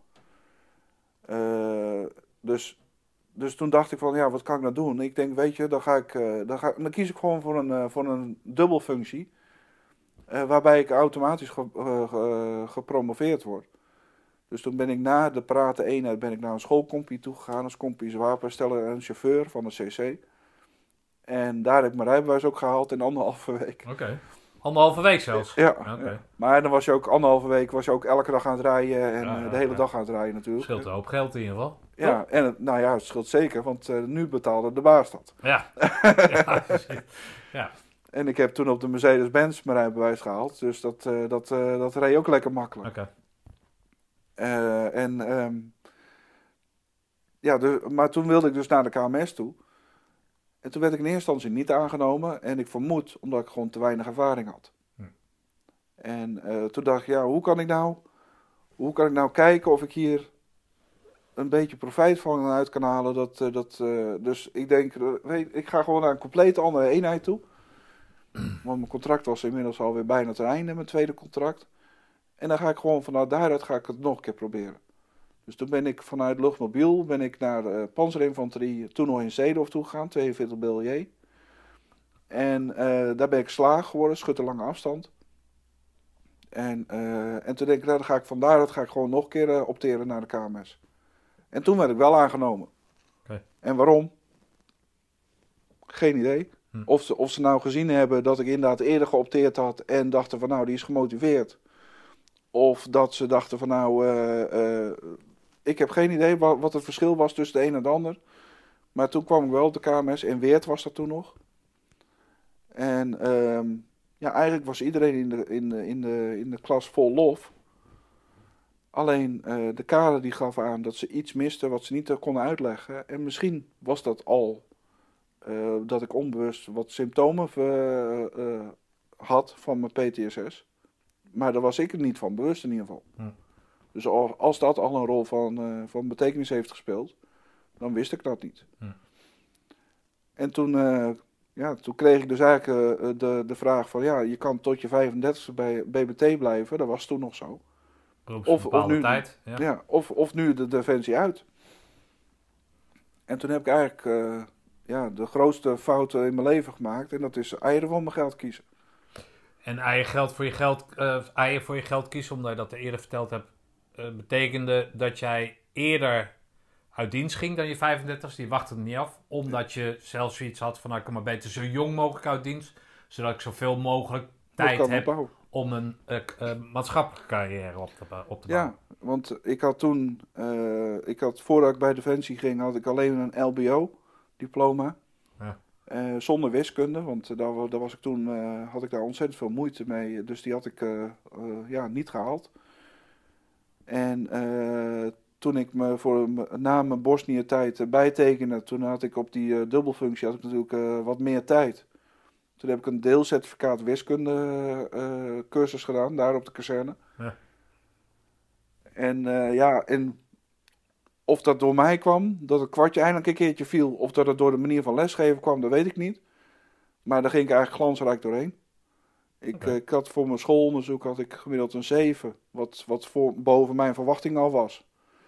Uh, dus, dus toen dacht ik van, ja, wat kan ik nou doen? Ik denk, weet je, dan, ga ik, uh, dan, ga, dan kies ik gewoon voor een, uh, voor een dubbelfunctie. Uh, waarbij ik automatisch ge, uh, ge, gepromoveerd word. Dus toen ben ik na de praten eenheid ben ik naar een schoolkompie toegegaan. Als kompie wapensteller en chauffeur van de C C. En daar heb ik mijn rijbewijs ook gehaald in anderhalve week. Oké. Okay. Anderhalve week zelfs? Ja, okay. ja. Maar dan was je ook anderhalve week was je ook elke dag aan het rijden en ja, ja, de hele ja. dag aan het rijden natuurlijk. Scheelt een hoop geld in ieder geval. Ja, en het, nou ja, het scheelt zeker, want uh, nu betaalde de baas dat. Ja. ja, ja. En ik heb toen op de Mercedes-Benz mijn rijbewijs gehaald, dus dat, uh, dat, uh, dat reed ook lekker makkelijk. Oké. Okay. Uh, en, um, ja, de, maar toen wilde ik dus naar de K M S toe. En toen werd ik in eerste instantie niet aangenomen. En ik vermoed omdat ik gewoon te weinig ervaring had. Hm. En uh, toen dacht ik, ja, hoe kan ik nou... Hoe kan ik nou kijken of ik hier een beetje profijt van uit kan halen. Dat, uh, dat, uh, dus ik denk, uh, weet, ik ga gewoon naar een compleet andere eenheid toe. Want mijn contract was inmiddels alweer bijna ten einde, mijn tweede contract. En dan ga ik gewoon vanuit daaruit ga ik het nog een keer proberen. Dus toen ben ik vanuit luchtmobiel ben ik naar uh, panzerinfanterie, toen nog in Zeedorf toegegaan, tweeënveertig B L J. En uh, daar ben ik slaag geworden, schutter lange afstand. En, uh, en toen denk ik, nou, dan ga ik van daaruit ga ik gewoon nog een keer uh, opteren naar de K M S. En toen werd ik wel aangenomen. Okay. En waarom? Geen idee. Hm. Of ze, of ze nou gezien hebben dat ik inderdaad eerder geopteerd had en dachten van nou, die is gemotiveerd. Of dat ze dachten van nou, uh, uh, ik heb geen idee wat, wat het verschil was tussen de een en de ander. Maar toen kwam ik wel op de K M S, in Weert was dat toen nog. En um, ja, eigenlijk was iedereen in de, in de, in de, in de klas vol lof. Alleen uh, de kader die gaf aan dat ze iets misten wat ze niet uh, konden uitleggen. En misschien was dat al uh, dat ik onbewust wat symptomen uh, uh, had van mijn P T S S. Maar daar was ik er niet van bewust in ieder geval. Hm. Dus als dat al een rol van, uh, van betekenis heeft gespeeld, dan wist ik dat niet. Hm. En toen, uh, ja, toen kreeg ik dus eigenlijk uh, de, de vraag van, ja, je kan tot je vijfendertigste bij B B T blijven. Dat was toen nog zo. Of, of, nu, tijd, ja. Ja, of, of nu de Defensie uit. En toen heb ik eigenlijk uh, ja, de grootste fout in mijn leven gemaakt. En dat is eieren van mijn geld kiezen. En eieren, geld voor je geld, uh, eieren voor je geld kiezen, omdat je dat eerder verteld hebt, uh, betekende dat jij eerder uit dienst ging dan je vijfendertigste. Je wachtte er niet af, omdat je zelfs zoiets had van, nou, ik kan maar beter zo jong mogelijk uit dienst, zodat ik zoveel mogelijk tijd heb opbouwen. om een uh, uh, maatschappelijke carrière op te, op te bouwen. Ja, want ik had toen, uh, ik had, voordat ik bij Defensie ging, had ik alleen een L B O-diploma. Ja. Uh, zonder wiskunde, want uh, daar, daar was ik toen, uh, had ik daar ontzettend veel moeite mee. Dus die had ik uh, uh, ja, niet gehaald. En uh, toen ik me voor na mijn Bosnië-tijd uh, bijtekende, toen had ik op die uh, dubbelfunctie had ik natuurlijk uh, wat meer tijd. Toen heb ik een deelcertificaat wiskunde uh, cursus gedaan, daar op de kazerne. Ja. En uh, ja, en of dat door mij kwam, dat het kwartje eindelijk een keertje viel, of dat het door de manier van lesgeven kwam, dat weet ik niet. Maar daar ging ik eigenlijk glansrijk doorheen. Ik, okay. uh, ik had voor mijn schoolonderzoek had ik gemiddeld een zeven, wat, wat voor, boven mijn verwachting al was.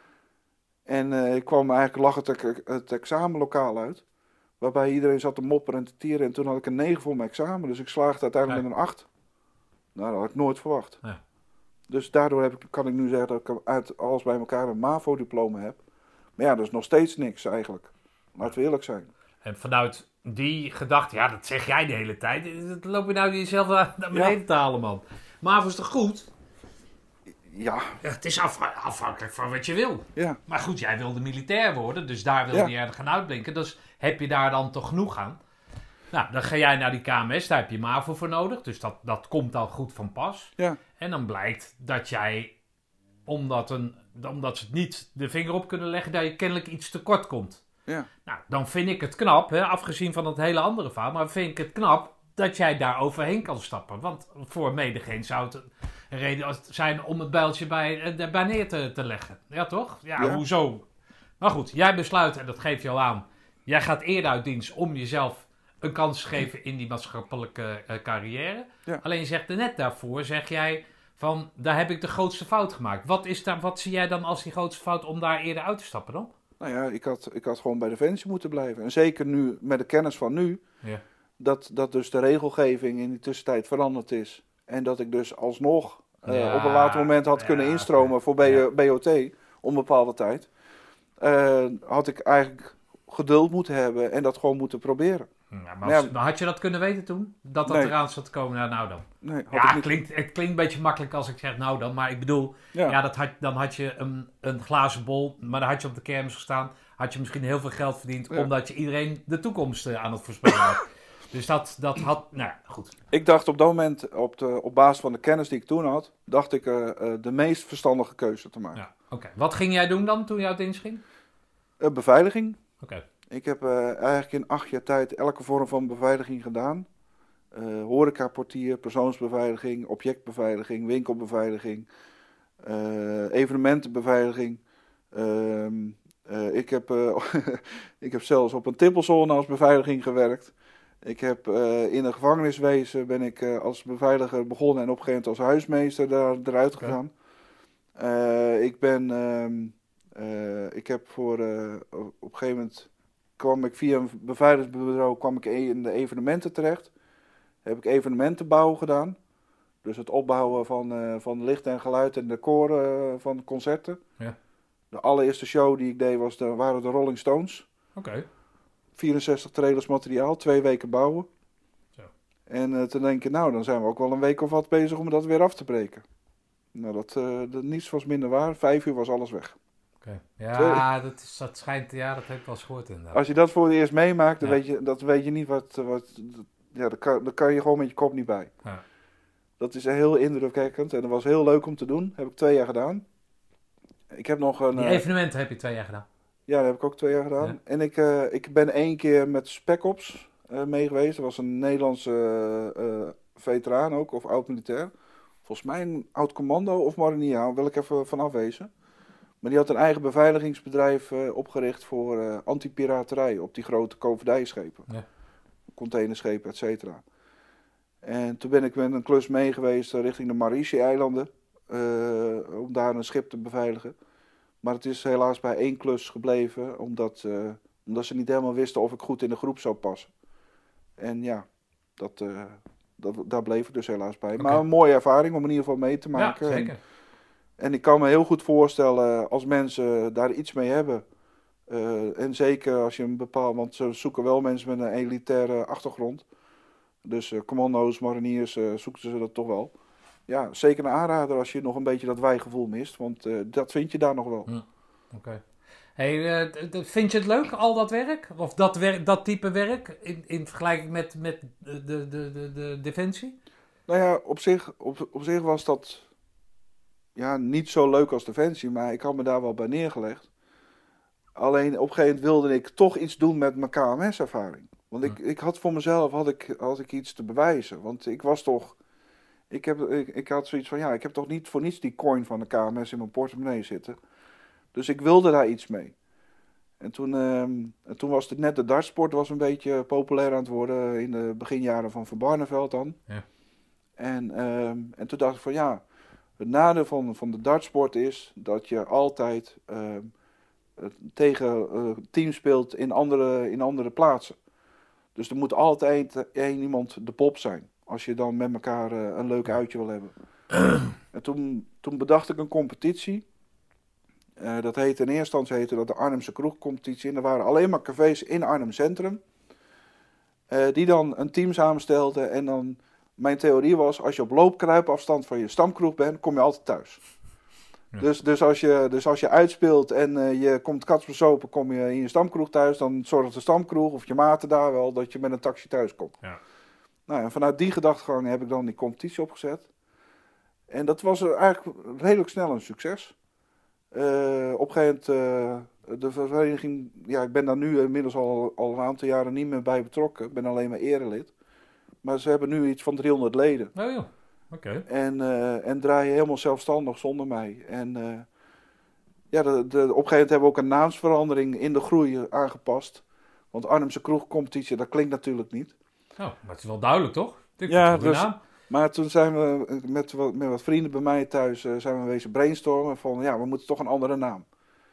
En uh, ik kwam eigenlijk lachend het, het examenlokaal uit, waarbij iedereen zat te mopperen en te tieren. En toen had ik een negen voor mijn examen, dus ik slaagde uiteindelijk ja. met een acht. Nou, dat had ik nooit verwacht. Ja. Dus daardoor heb ik, kan ik nu zeggen dat ik uit alles bij elkaar een MAVO-diploma heb. Maar ja, dat is nog steeds niks eigenlijk. Laten we eerlijk zijn. En vanuit die gedachte, ja, dat zeg jij de hele tijd. Dat loop je nou jezelf naar beneden ja. te halen, man. MAVO is toch goed? Ja. ja het is af, afhankelijk van wat je wil. Ja. Maar goed, jij wilde militair worden, dus daar wilde ja. je gaan uitblinken. Dus heb je daar dan toch genoeg aan? Nou, dan ga jij naar die K M S, daar heb je MAVO voor nodig. Dus dat, dat komt al goed van pas. Ja. En dan blijkt dat jij, omdat, een, omdat ze het niet de vinger op kunnen leggen, dat je kennelijk iets tekort komt. Ja. Nou, dan vind ik het knap, hè, afgezien van het hele andere verhaal, maar vind ik het knap dat jij daar overheen kan stappen. Want voor medegeen zou het een reden zijn om het bijltje bij, bij neer te, te leggen. Ja, toch? Ja, ja, hoezo? Maar goed, jij besluit, en dat geef je al aan, jij gaat eerder uit dienst om jezelf een kans te geven in die maatschappelijke uh, carrière. Ja. Alleen je zegt er net daarvoor, zeg jij van, daar heb ik de grootste fout gemaakt. Wat, is daar, wat zie jij dan als die grootste fout om daar eerder uit te stappen dan? Nou ja, ik had, ik had gewoon bij Defensie moeten blijven. En zeker nu, met de kennis van nu, ja. dat, dat dus de regelgeving in die tussentijd veranderd is. En dat ik dus alsnog uh, ja, op een later moment had ja, kunnen instromen voor B- ja. B O T om een bepaalde tijd. Uh, had ik eigenlijk geduld moeten hebben en dat gewoon moeten proberen. Ja, maar, als, ja, maar had je dat kunnen weten toen? Dat dat nee. eraan zat te komen? Ja, nou dan. Nee, ja, het klinkt, het klinkt een beetje makkelijk als ik zeg nou dan. Maar ik bedoel, ja. Ja, dat had, dan had je een, een glazen bol. Maar dan had je op de kermis gestaan. Had je misschien heel veel geld verdiend. Ja. Omdat je iedereen de toekomst uh, aan het voorspellen had. Dus dat, dat had, nou goed. Ik dacht op dat moment, op, de, op basis van de kennis die ik toen had, dacht ik uh, uh, de meest verstandige keuze te maken. Ja, oké. Okay. Wat ging jij doen dan toen je uit dienst ging? Uh, beveiliging. Oké. Okay. Ik heb uh, eigenlijk in acht jaar tijd elke vorm van beveiliging gedaan. Uh, horecaportier, persoonsbeveiliging, objectbeveiliging, winkelbeveiliging, uh, evenementenbeveiliging. Uh, uh, ik, heb, uh, ik heb zelfs op een tippelzone als beveiliging gewerkt. Ik heb uh, in een gevangeniswezen ben ik uh, als beveiliger begonnen en op een gegeven moment als huismeester daar, eruit okay. gegaan. Uh, ik ben, uh, uh, ik heb voor, uh, op een gegeven moment kwam ik via een beveiligingsbureau kwam ik in de evenementen terecht. Heb ik evenementenbouw gedaan. Dus het opbouwen van, uh, van licht en geluid en decor uh, van concerten. Ja. De allereerste show die ik deed was de, waren de Rolling Stones. Oké. Okay. vierenzestig trailers materiaal, twee weken bouwen. Zo. En uh, toen denk ik, nou dan zijn we ook wel een week of wat bezig om dat weer af te breken. Nou, dat, uh, dat niets was minder waar. Vijf uur was alles weg. Okay. Ja, dat, is, dat schijnt, ja, dat heb ik wel eens gehoord inderdaad. Als je dat voor het eerst meemaakt, dan ja. weet je, dat weet je niet wat, wat ja, daar kan, daar kan je gewoon met je kop niet bij. Ja. Dat is heel indrukwekkend en dat was heel leuk om te doen. Heb ik twee jaar gedaan. Ik heb nog een... Die evenementen uh, heb je twee jaar gedaan? Ja, dat heb ik ook twee jaar gedaan. Ja. En ik, uh, ik ben één keer met Spec Ops uh, mee geweest. Dat was een Nederlandse uh, uh, veteraan ook, of oud-militair. Volgens mij een oud-commando of marinier, daar wil ik even van afwezen. Maar die had een eigen beveiligingsbedrijf uh, opgericht voor uh, anti-piraterij op die grote koopvaardijschepen. Ja. Containerschepen, et cetera. En toen ben ik met een klus mee geweest uh, richting de Mauritius-eilanden. Uh, om daar een schip te beveiligen. Maar het is helaas bij één klus gebleven. Omdat, uh, omdat ze niet helemaal wisten of ik goed in de groep zou passen. En ja, dat, uh, dat, daar bleef ik dus helaas bij. Okay. Maar een mooie ervaring om in ieder geval mee te maken. Ja, zeker. En, en ik kan me heel goed voorstellen als mensen daar iets mee hebben. Uh, en zeker als je een bepaald... Want ze zoeken wel mensen met een elitaire achtergrond. Dus uh, commando's, mariniers, uh, zoeken ze dat toch wel. Ja, zeker een aanrader als je nog een beetje dat wijgevoel mist. Want uh, dat vind je daar nog wel. Ja, oké. Okay. Hey, uh, vind je het leuk, al dat werk? Of dat, werk, dat type werk in, in vergelijking met, met de, de, de, de Defensie? Nou ja, op zich, op, op zich was dat ja, niet zo leuk als Defensie. Maar ik had me daar wel bij neergelegd. Alleen op een gegeven moment wilde ik toch iets doen met mijn K M S-ervaring. Want ik, ik had voor mezelf had ik, had ik iets te bewijzen. Want ik was toch... Ik, heb, ik, ik had zoiets van, ja, ik heb toch niet voor niets die coin van de K M S in mijn portemonnee zitten. Dus ik wilde daar iets mee. En toen, um, en toen was het net de dartsport was een beetje populair aan het worden in de beginjaren van Van Barneveld dan. Ja. En, um, en toen dacht ik van, ja, het nadeel van, van de dartsport is dat je altijd um, tegen uh, teams speelt in andere, in andere plaatsen. Dus er moet altijd één iemand de pop zijn. Als je dan met elkaar uh, een leuk uitje wil hebben. En toen, toen bedacht ik een competitie. Uh, dat heette in eerste instantie heette dat de Arnhemse kroegcompetitie. En er waren alleen maar cafés in Arnhem Centrum. Uh, die dan een team samenstelden. En dan, mijn theorie was, als je op loopkruipafstand van je stamkroeg bent, kom je altijd thuis. Ja. Dus, dus, als je, dus als je uitspeelt en uh, je komt katsbesopen, kom je in je stamkroeg thuis. Dan zorgt de stamkroeg of je maten daar wel dat je met een taxi thuis komt. Ja. Nou, en vanuit die gedachtegang heb ik dan die competitie opgezet. En dat was eigenlijk redelijk snel een succes. Uh, op een gegeven moment, uh, de vereniging, ja, ik ben daar nu inmiddels al, al een aantal jaren niet meer bij betrokken. Ik ben alleen maar erelid. Maar ze hebben nu iets van driehonderd leden. Oh ja, oké. Okay. En, uh, en draaien helemaal zelfstandig zonder mij. En uh, ja, de, de, op een gegeven moment hebben we ook een naamsverandering in de groei aangepast. Want Arnhemse kroegcompetitie, dat klinkt natuurlijk niet. Oh, maar het is wel duidelijk, toch? Ik ja, dus, naam. Maar toen zijn we met wat, met wat vrienden bij mij thuis uh, zijn we wezen brainstormen van ja, we moeten toch een andere naam.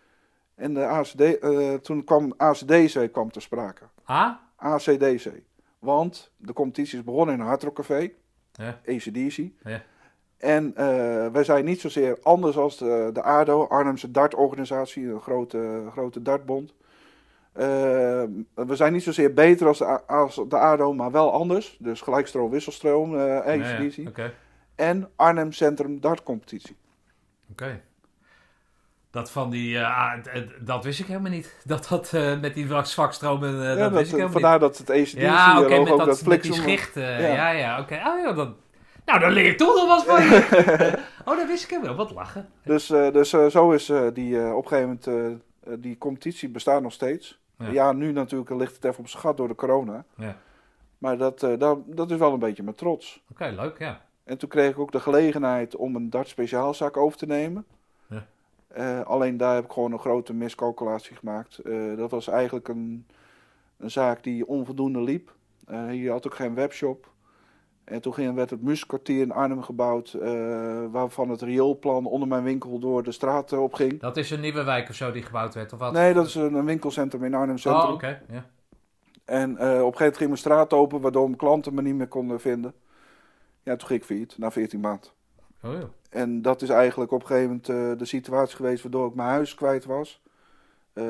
En de A C D, uh, toen kwam A C D C kwam ter sprake. A? A C D C. Want de competitie is begonnen in een hardrockcafé. Ja. A C D C. Ja. En uh, wij zijn niet zozeer anders als de, de A D O, Arnhemse dartorganisatie, een grote, grote dartbond. Uh, we zijn niet zozeer beter als de, als de A D O, maar wel anders. Dus gelijkstroom, wisselstroom, uh, A C D C. Ja, ja. Okay. En Arnhem Centrum dartcompetitie. Oké. Okay. Dat van die, uh, dat wist ik helemaal niet. Dat dat uh, met die zwakstromen, uh, ja, dat, dat wist ik helemaal vandaar niet. dat het A C D C ja, oké, okay, met, dat, dat met die schicht. Uh, ja, ja, ja oké. Okay. Oh, ja, dat... Nou, dan leer ik toch nog wat van je. Oh, dat wist ik helemaal. Wat lachen. Dus, uh, dus uh, zo is uh, die uh, op een gegeven moment, uh, uh, die competitie bestaat nog steeds. Ja, ja nu natuurlijk ligt het even op zijn gat door de corona. Ja. Maar dat, uh, dat, dat is wel een beetje mijn trots. Oké, okay, leuk, ja. En toen kreeg ik ook de gelegenheid om een dart speciaalzaak over te nemen. Ja. Uh, alleen daar heb ik gewoon een grote miscalculatie gemaakt. Uh, dat was eigenlijk een, een zaak die onvoldoende liep. Uh, hier had ook geen webshop. En toen ging, werd het Muzikkwartier in Arnhem gebouwd, uh, waarvan het rioolplan onder mijn winkel door de straat uh, op ging. Dat is een nieuwe wijk of zo die gebouwd werd, of wat? Nee, dat is een, een winkelcentrum in Arnhem Centrum. Oh, oké, okay. Yeah. En uh, op een gegeven moment ging mijn straat open, waardoor mijn klanten me niet meer konden vinden. Ja, toen ging ik failliet, na veertien maanden. Oh, ja. En dat is eigenlijk op een gegeven moment uh, de situatie geweest waardoor ik mijn huis kwijt was. Uh,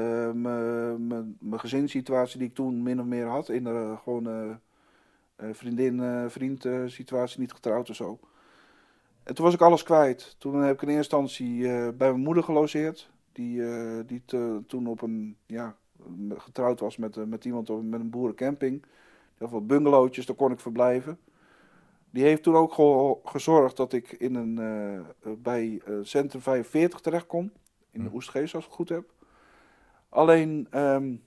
mijn gezinssituatie die ik toen min of meer had, in de gewoon... Uh, Uh, vriendin, uh, vriend uh, situatie, niet getrouwd of zo. En toen was ik alles kwijt. Toen heb ik in eerste instantie uh, bij mijn moeder gelogeerd. Die, uh, die te, toen op een, ja, getrouwd was met, uh, met iemand op, met een boerencamping. Heel veel bungalowtjes, daar kon ik verblijven. Die heeft toen ook ge- gezorgd dat ik in een, uh, bij uh, Centrum vijfenveertig terecht kon. In de Oestgeest, als ik het goed heb. Alleen, um,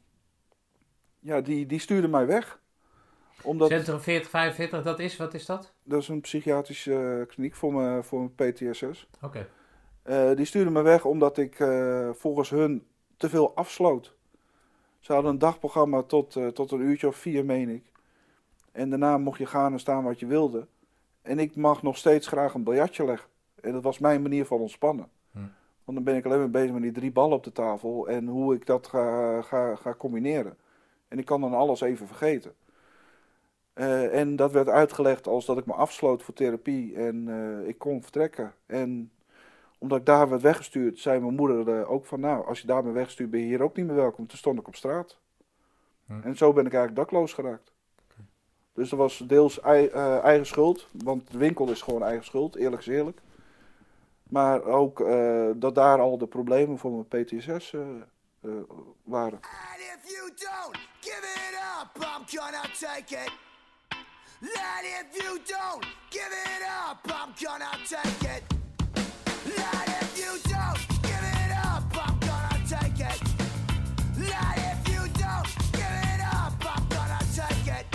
ja, die, die stuurde mij weg. Omdat, Centrum veertig vijfenveertig, dat is, wat is dat? Dat is een psychiatrische uh, kliniek voor mijn, voor mijn P T S S. Oké. Okay. Uh, die stuurde me weg omdat ik uh, volgens hun te veel afsloot. Ze hadden een dagprogramma tot, uh, tot een uurtje of vier, meen ik. En daarna mocht je gaan en staan wat je wilde. En ik mag nog steeds graag een biljartje leggen. En dat was mijn manier van ontspannen. Hm. Want dan ben ik alleen maar bezig met die drie ballen op de tafel en hoe ik dat ga, ga, ga combineren. En ik kan dan alles even vergeten. Uh, en dat werd uitgelegd als dat ik me afsloot voor therapie en uh, ik kon vertrekken. En omdat ik daar werd weggestuurd, zei mijn moeder uh, ook van, nou, als je daar bent weggestuurd, ben je hier ook niet meer welkom. Toen stond ik op straat. Hm. En zo ben ik eigenlijk dakloos geraakt. Okay. Dus dat was deels ei, uh, eigen schuld, want de winkel is gewoon eigen schuld, eerlijk is eerlijk. Maar ook uh, dat daar al de problemen voor mijn P T S S uh, uh, waren. And if you don't give it up, I'm gonna take it. And if you don't give it up, I'm gonna take it. And if you don't give it up, I'm gonna take it. And if you don't give it up, I'm gonna take it.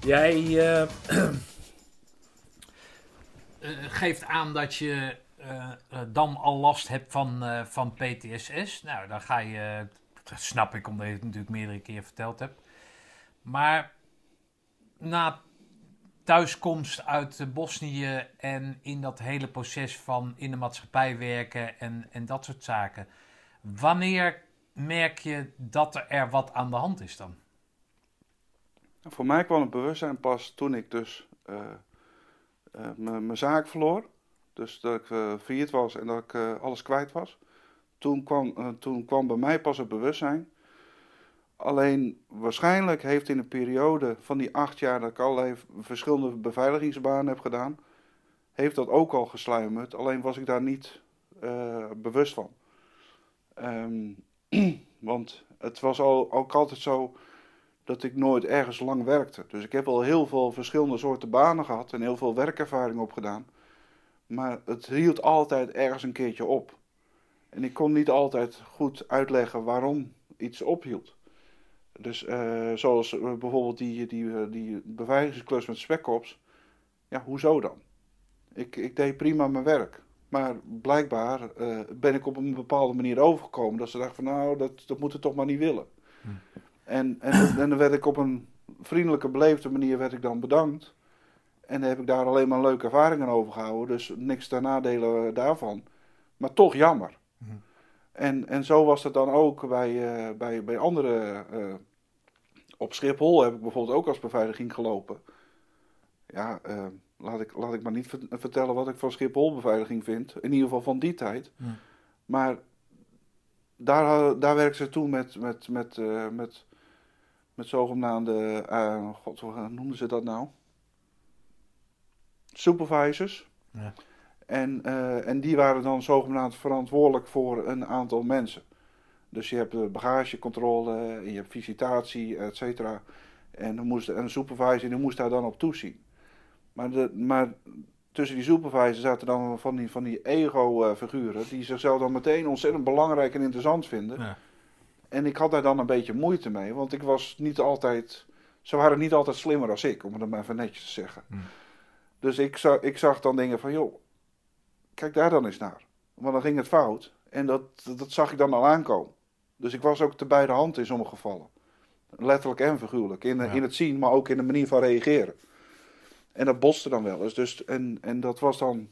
Jij uh, uh, geeft aan dat je uh, uh, dan al last hebt van, uh, van P T S S. Nou, dan ga je... Uh, dat snap ik, omdat je het natuurlijk meerdere keer verteld hebt. Maar na thuiskomst uit Bosnië en in dat hele proces van in de maatschappij werken en, en dat soort zaken. Wanneer merk je dat er wat aan de hand is dan? Voor mij kwam het bewustzijn pas toen ik dus uh, uh, mijn zaak verloor. Dus dat ik uh, failliet was en dat ik uh, alles kwijt was. Toen kwam, uh, toen kwam bij mij pas het bewustzijn. Alleen waarschijnlijk heeft in de periode van die acht jaar dat ik allerlei verschillende beveiligingsbanen heb gedaan, heeft dat ook al gesluimerd. Alleen was ik daar niet uh, bewust van. Um, want het was al, ook altijd zo dat ik nooit ergens lang werkte. Dus ik heb al heel veel verschillende soorten banen gehad en heel veel werkervaring opgedaan. Maar het hield altijd ergens een keertje op. En ik kon niet altijd goed uitleggen waarom iets ophield. Dus uh, zoals uh, bijvoorbeeld die, die, uh, die beveiligingsklus met Spec Ops. Ja, hoezo dan? Ik, ik deed prima mijn werk. Maar blijkbaar uh, ben ik op een bepaalde manier overgekomen. Dat ze dachten van nou, dat, dat moeten we toch maar niet willen. Hm. En, en, en dan werd ik op een vriendelijke, beleefde manier werd ik dan bedankt. En dan heb ik daar alleen maar leuke ervaringen over gehouden. Dus niks ten nadele daarvan. Maar toch jammer. Hm. En, en zo was het dan ook bij, uh, bij, bij andere... Uh, op Schiphol heb ik bijvoorbeeld ook als beveiliging gelopen. Ja, uh, laat, ik, laat ik maar niet vertellen wat ik van Schiphol beveiliging vind. In ieder geval van die tijd. Hm. Maar daar, daar werkten ze toen met, met, met, uh, met, met zogenaamde... Uh, God, hoe noemden ze dat nou? Supervisors. Ja. En, uh, en die waren dan zogenaamd verantwoordelijk voor een aantal mensen. Dus je hebt de bagagecontrole, je hebt visitatie, et cetera. En, dan moest, en een supervisor die moest daar dan op toezien. Maar, de, maar tussen die supervisors zaten dan van die, van die ego-figuren... die zichzelf dan meteen ontzettend belangrijk en interessant vinden. Ja. En ik had daar dan een beetje moeite mee, want ik was niet altijd... Ze waren niet altijd slimmer als ik, om het maar even netjes te zeggen. Hm. Dus ik zag, ik zag dan dingen van, joh, kijk daar dan eens naar. Want dan ging het fout. En dat, dat zag ik dan al aankomen. Dus ik was ook te beide handen in sommige gevallen. Letterlijk en figuurlijk. In, ja. in het zien, maar ook in de manier van reageren. En dat botste dan wel eens. Dus, en, en dat was dan...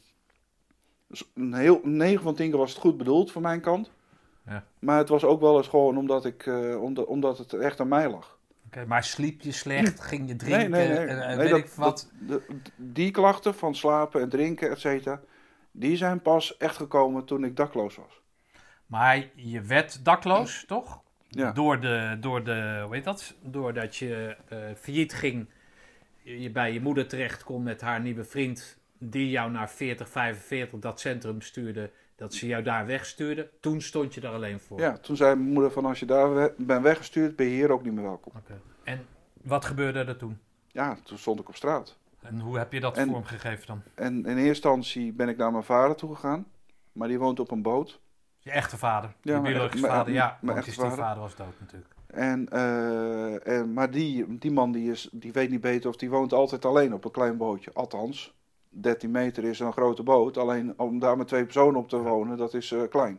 Een heel, negen van tien keer was het goed bedoeld van mijn kant. Ja. Maar het was ook wel eens gewoon omdat, ik, uh, omdat, omdat het echt aan mij lag. Okay, maar sliep je slecht? Ging je drinken? Nee, nee, nee. En, en nee weet dat, ik wat? Dat, de, die klachten van slapen en drinken, et cetera... die zijn pas echt gekomen toen ik dakloos was. Maar je werd dakloos, toch? Ja. Door de, door de, hoe heet dat? Doordat je uh, failliet ging, je bij je moeder terecht kon met haar nieuwe vriend, die jou naar veertig vijfenveertig dat centrum stuurde, dat ze jou daar wegstuurde. Toen stond je daar alleen voor. Ja, toen zei mijn moeder van als je daar we- bent weggestuurd, ben je hier ook niet meer welkom. Okay. En wat gebeurde er toen? Ja, toen stond ik op straat. En hoe heb je dat en, vormgegeven dan? En in eerste instantie ben ik naar mijn vader toe gegaan, maar die woont op een boot. Je echte vader? Ja, je biologische vader, ja. Mijn echte vader. vader was dood natuurlijk. En, uh, en, maar die, die man die, is, die weet niet beter of die woont altijd alleen op een klein bootje. Althans, dertien meter is een grote boot. Alleen om daar met twee personen op te wonen, dat is uh, klein.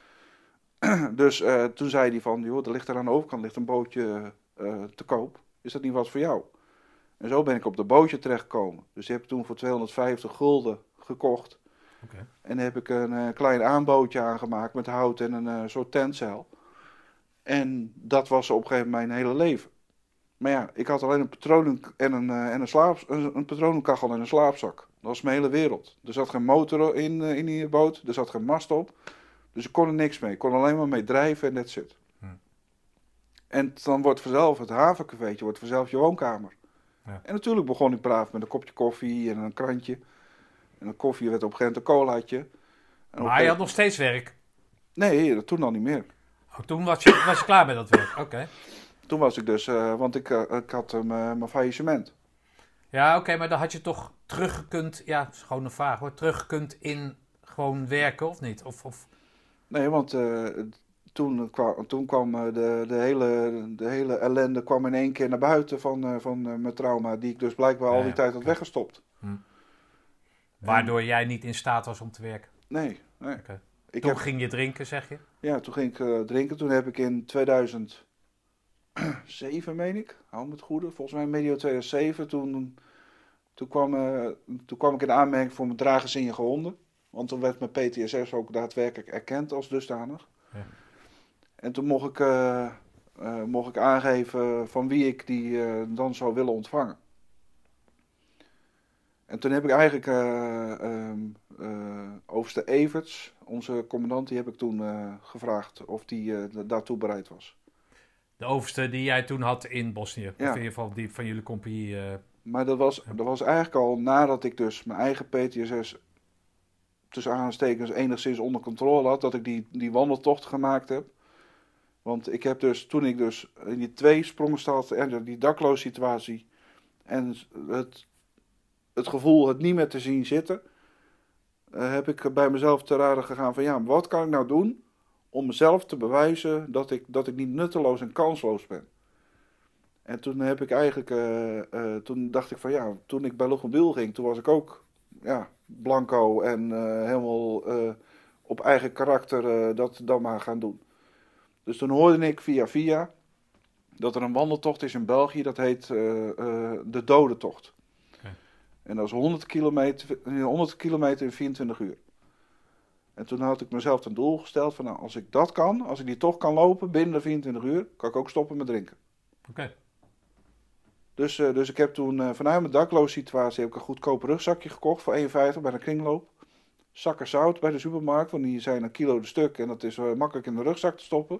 Dus uh, toen zei hij van, joh, er ligt er aan de overkant ligt een bootje uh, te koop. Is dat niet wat voor jou? En zo ben ik op dat bootje terechtgekomen. Dus die heb ik toen voor tweehonderdvijftig gulden gekocht. Okay. En heb ik een uh, klein aanbootje aangemaakt met hout en een uh, soort tentzeil. En dat was op een gegeven moment mijn hele leven. Maar ja, ik had alleen een patronen en een, uh, en een, slaap, een, een patronenkachel en een slaapzak. Dat was mijn hele wereld. Er zat geen motor in, uh, in die boot, er zat geen mast op. Dus ik kon er niks mee. Ik kon alleen maar mee drijven en that's it. Hm. En dan wordt vanzelf het havencafeetje, wordt vanzelf je woonkamer. Ja. En natuurlijk begon ik braaf met een kopje koffie en een krantje. En een koffie werd op een gegeven moment een colaatje. En maar je had nog steeds werk? Nee, toen al niet meer. Oh, toen was je, was je klaar met dat werk? Oké. Okay. Toen was ik dus, uh, want ik, uh, ik had uh, mijn faillissement. Ja, oké, okay, maar dan had je toch teruggekund, ja, dat is gewoon een vraag hoor, teruggekund in gewoon werken of niet? Of, of... Nee, want uh, toen, kwam, toen kwam de, de, hele, de hele ellende kwam in één keer naar buiten van, van uh, mijn trauma, die ik dus blijkbaar ja, al die ja, tijd had okay. weggestopt. Hm. Waardoor en, jij niet in staat was om te werken? Nee. nee. Okay. Ik toen heb, ging je drinken, zeg je? Ja, toen ging ik uh, drinken. Toen heb ik in tweeduizend zeven, meen ik, hou me het goede, volgens mij medio tweeduizend zeven, toen, toen, kwam, uh, toen kwam ik in aanmerking voor mijn draagzinnige honden. Want toen werd mijn P T S S ook daadwerkelijk erkend als dusdanig. Ja. En toen mocht ik, uh, uh, mocht ik aangeven van wie ik die uh, dan zou willen ontvangen. En toen heb ik eigenlijk uh, uh, uh, overste Everts, onze commandant, die heb ik toen uh, gevraagd of die uh, daartoe bereid was. De overste die jij toen had in Bosnië, ja. Of in ieder geval die van jullie compagnie. Uh... Maar dat was, dat was eigenlijk al nadat ik dus mijn eigen P T S S tussen aanstekens enigszins onder controle had, dat ik die, die wandeltocht gemaakt heb. Want ik heb dus, toen ik dus in die twee sprongen zat en die dakloos situatie en het, het gevoel het niet meer te zien zitten, uh, heb ik bij mezelf te raden gegaan van ja, wat kan ik nou doen om mezelf te bewijzen dat ik, dat ik niet nutteloos en kansloos ben. En toen heb ik eigenlijk, uh, uh, toen dacht ik van ja, toen ik bij Luchtmobiel ging, toen was ik ook ja, blanco en uh, helemaal uh, op eigen karakter uh, dat dan maar gaan doen. Dus toen hoorde ik via via dat er een wandeltocht is in België, dat heet uh, uh, de Dodentocht. Okay. En dat is honderd kilometer, honderd kilometer in vierentwintig uur. En toen had ik mezelf ten doel gesteld van nou, als ik dat kan, als ik die tocht kan lopen binnen de vierentwintig uur, kan ik ook stoppen met drinken. Oké. Okay. Dus, uh, dus ik heb toen uh, vanuit mijn dakloos situatie heb ik een goedkoop rugzakje gekocht voor één vijftig bij de kringloop. Zakken zout bij de supermarkt, want die zijn een kilo de stuk en dat is uh, makkelijk in de rugzak te stoppen.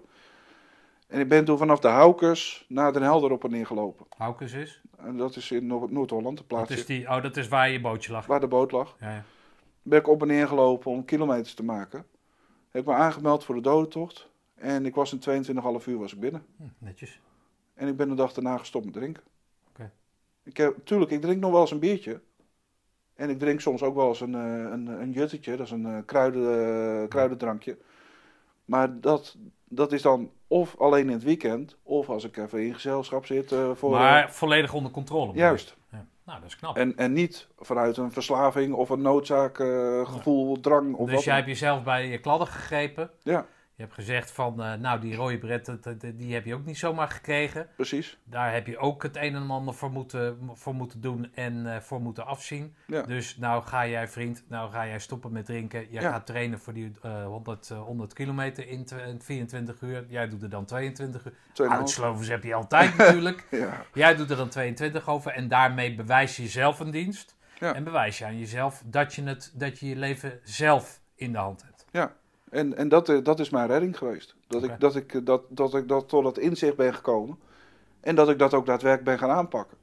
En ik ben toen vanaf de Haukes naar Den Helder op en neer gelopen. Haukes is? En dat is in Noord- Noord-Holland, de plaats. Dat is die, oh, dat is waar je bootje lag? Waar de boot lag. Ja, ja. Ben ik op en neer gelopen om kilometers te maken. Heb ik me aangemeld voor de dodentocht. En ik was in tweeëntwintig komma vijf uur was ik binnen. Hm, netjes. En ik ben de dag daarna gestopt met drinken. Oké. Okay. Tuurlijk, ik drink nog wel eens een biertje. En ik drink soms ook wel eens een, een, een juttetje. Dat is een uh, kruiden, uh, kruidendrankje. Maar dat, dat is dan of alleen in het weekend. Of als ik even in gezelschap zit. Uh, voor, maar uh, volledig onder controle. Juist. Ja. Nou, dat is knap. En, en niet vanuit een verslaving of een noodzaak, uh, gevoel, ja. drang. Of dus wat jij hebt jezelf bij je kladden gegrepen. Ja. Je hebt gezegd van, uh, nou die rode bret, die heb je ook niet zomaar gekregen. Precies. Daar heb je ook het een en ander voor moeten, voor moeten doen en uh, voor moeten afzien. Ja. Dus nou ga jij vriend, nou ga jij stoppen met drinken. Jij ja. gaat trainen voor die uh, honderd, uh, honderd kilometer in, t- in vierentwintig uur. Jij doet er dan tweeëntwintig uur. Uitslovers heb je altijd natuurlijk. Ja. Jij doet er dan tweeëntwintig over en daarmee bewijs je jezelf een dienst. Ja. En bewijs je aan jezelf dat je, het, dat je je leven zelf in de hand hebt. Ja. En, en dat, dat is mijn redding geweest. Dat, okay. ik, dat, ik, dat, dat ik dat tot dat inzicht ben gekomen. En dat ik dat ook daadwerkelijk ben gaan aanpakken.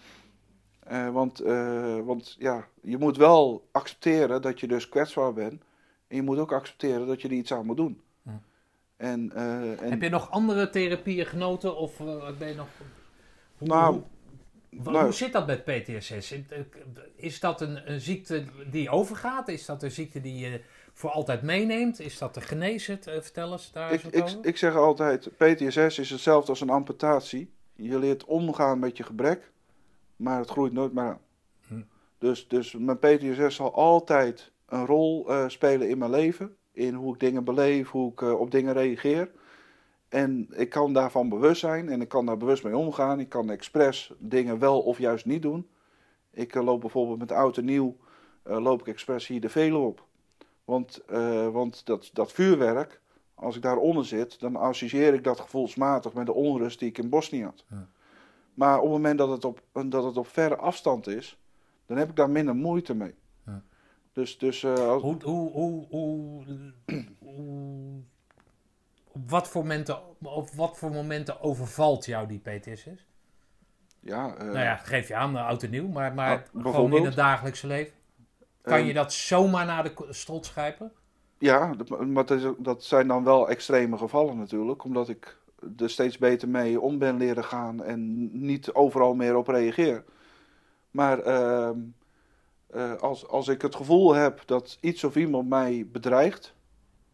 Uh, want uh, want ja, je moet wel accepteren dat je dus kwetsbaar bent. En je moet ook accepteren dat je er iets aan moet doen. Hm. En, uh, en... Heb je nog andere therapieën genoten? Of uh, ben je nog... Hoe, nou, hoe, hoe, nou, hoe zit dat met P T S S? Is dat een, een ziekte die overgaat? Is dat een ziekte die je... voor altijd meeneemt? Is dat te genezen? Vertel eens daar ik, eens ik, over. Ik zeg altijd, P T S S is hetzelfde als een amputatie. Je leert omgaan met je gebrek, maar het groeit nooit meer aan. Hm. Dus, dus mijn P T S S zal altijd een rol uh, spelen in mijn leven. In hoe ik dingen beleef, hoe ik uh, op dingen reageer. En ik kan daarvan bewust zijn en ik kan daar bewust mee omgaan. Ik kan expres dingen wel of juist niet doen. Ik uh, loop bijvoorbeeld met oud en nieuw, uh, loop ik expres hier de Veluwe op. Want, uh, want dat, dat vuurwerk, als ik daaronder zit, dan associeer ik dat gevoelsmatig met de onrust die ik in Bosnië had. Ja. Maar op het moment dat het op, dat het op verre afstand is, dan heb ik daar minder moeite mee. Ja. Dus, dus, uh, als... hoe, hoe, hoe, hoe, hoe, op wat voor momenten, op wat voor momenten overvalt jou die P T S S? Ja, uh, nou ja, geef je aan, oud en nieuw, maar, maar uh, gewoon in het dagelijkse leven. Kan je dat zomaar naar de strot grijpen? Ja, maar dat zijn dan wel extreme gevallen natuurlijk. Omdat ik er steeds beter mee om ben leren gaan en niet overal meer op reageer. Maar uh, uh, als, als ik het gevoel heb dat iets of iemand mij bedreigt,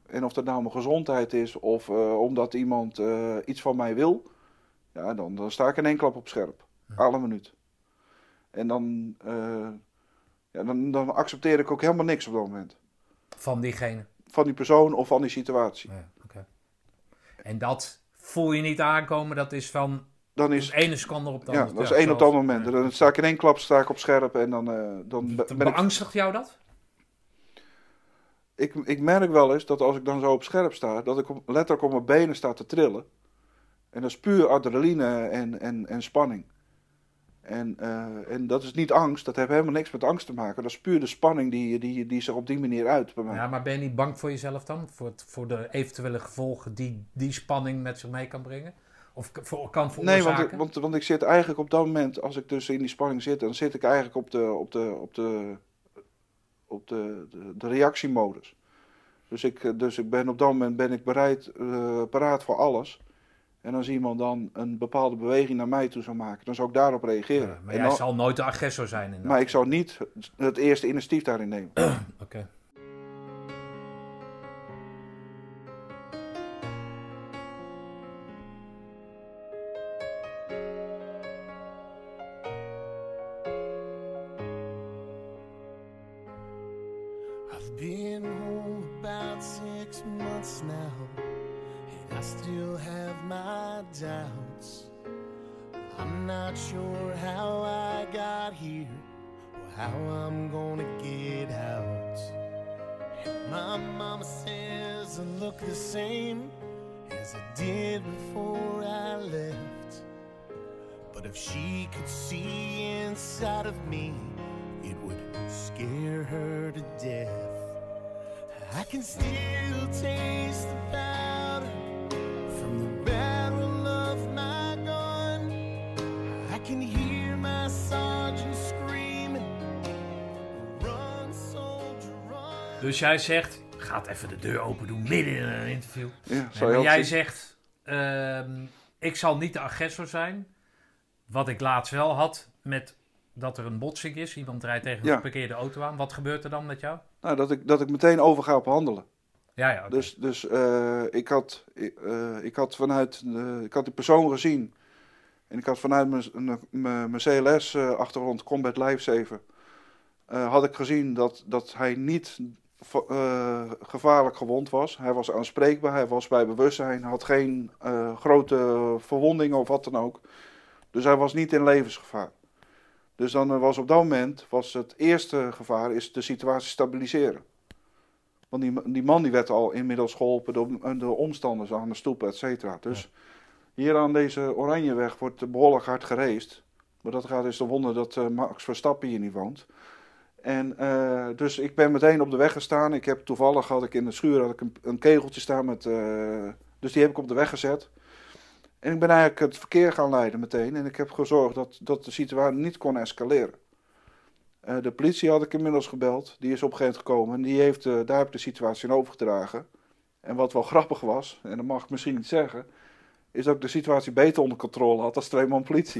En of dat nou mijn gezondheid is of uh, omdat iemand uh, iets van mij wil. Ja, dan, dan sta ik in één klap op scherp. Ja. Alle minuut. En dan, uh, ja, dan, dan accepteer ik ook helemaal niks op dat moment. Van diegene? Van die persoon of van die situatie. Ja, okay. En dat voel je niet aankomen, dat is van dan is, de ene seconde op de ja, andere. Dat is één op dat moment. Ja. Dan sta ik in één klap sta ik op scherp en dan, uh, dan ben Beangstigt ik... jou dat? Ik, ik merk wel eens dat als ik dan zo op scherp sta, dat ik op, letterlijk op mijn benen sta te trillen. En dat is puur adrenaline en, en, en spanning. En, uh, en dat is niet angst, dat heeft helemaal niks met angst te maken. Dat is puur de spanning die, die, die zich op die manier uit bij mij. Ja, maar ben je niet bang voor jezelf dan? Voor, het, voor de eventuele gevolgen die die spanning met zich mee kan brengen? Of voor, kan veroorzaken? Nee, want, want, want ik zit eigenlijk op dat moment, als ik dus in die spanning zit, dan zit ik eigenlijk op de, op de, op de, op de, de, de reactiemodus. Dus ik, dus ik ben op dat moment ben ik bereid, uh, paraat voor alles. En als iemand dan een bepaalde beweging naar mij toe zou maken, dan zou ik daarop reageren. Ja, maar jij dan, zal nooit de agressor zijn. In maar ik zou niet het eerste initiatief daarin nemen. Oké. Okay. I've been home about six months now. I still have my doubts. I'm not sure how I got here or how I'm gonna get out. And my mama says I look the same as I did before I left. But if she could see inside of me, it would scare her to death. I can still taste the powder from the barrel of my gun. I can hear my sergeant screaming, run soldier run. Dus jij zegt, gaat even de deur open doen midden in een interview. Ja, nee, maar jij zegt, uh, ik zal niet de agressor zijn. Wat ik laatst wel had met dat er een botsing is. Iemand rijdt tegen een ja. geparkeerde auto aan. Wat gebeurt er dan met jou? Nou, dat ik, dat ik meteen overga op handelen. Ja, ja. Okay. Dus, dus uh, ik, had, uh, ik had vanuit de, ik had die persoon gezien. En ik had vanuit mijn C L S-achtergrond, uh, Combat Lifesaver, uh, had ik gezien dat, dat hij niet uh, gevaarlijk gewond was. Hij was aanspreekbaar, hij was bij bewustzijn, had geen uh, grote verwondingen of wat dan ook. Dus hij was niet in levensgevaar. Dus dan was op dat moment, was het eerste gevaar, is de situatie stabiliseren. Want die, die man die werd al inmiddels geholpen door de omstanders aan de stoep, et cetera. Dus ja. Hier aan deze Oranjeweg wordt behoorlijk hard gereisd. Maar dat gaat dus de wonder dat uh, Max Verstappen hier niet woont. En uh, dus ik ben meteen op de weg gestaan. Ik heb toevallig, had ik in de schuur had ik een, een kegeltje staan met, uh, dus die heb ik op de weg gezet. En ik ben eigenlijk het verkeer gaan leiden meteen. En ik heb gezorgd dat, dat de situatie niet kon escaleren. Uh, de politie had ik inmiddels gebeld. Die is op een gegeven moment gekomen. En die heeft, uh, daar heb ik de situatie in overgedragen. En wat wel grappig was, en dat mag ik misschien niet zeggen, is dat ik de situatie beter onder controle had als twee man politie.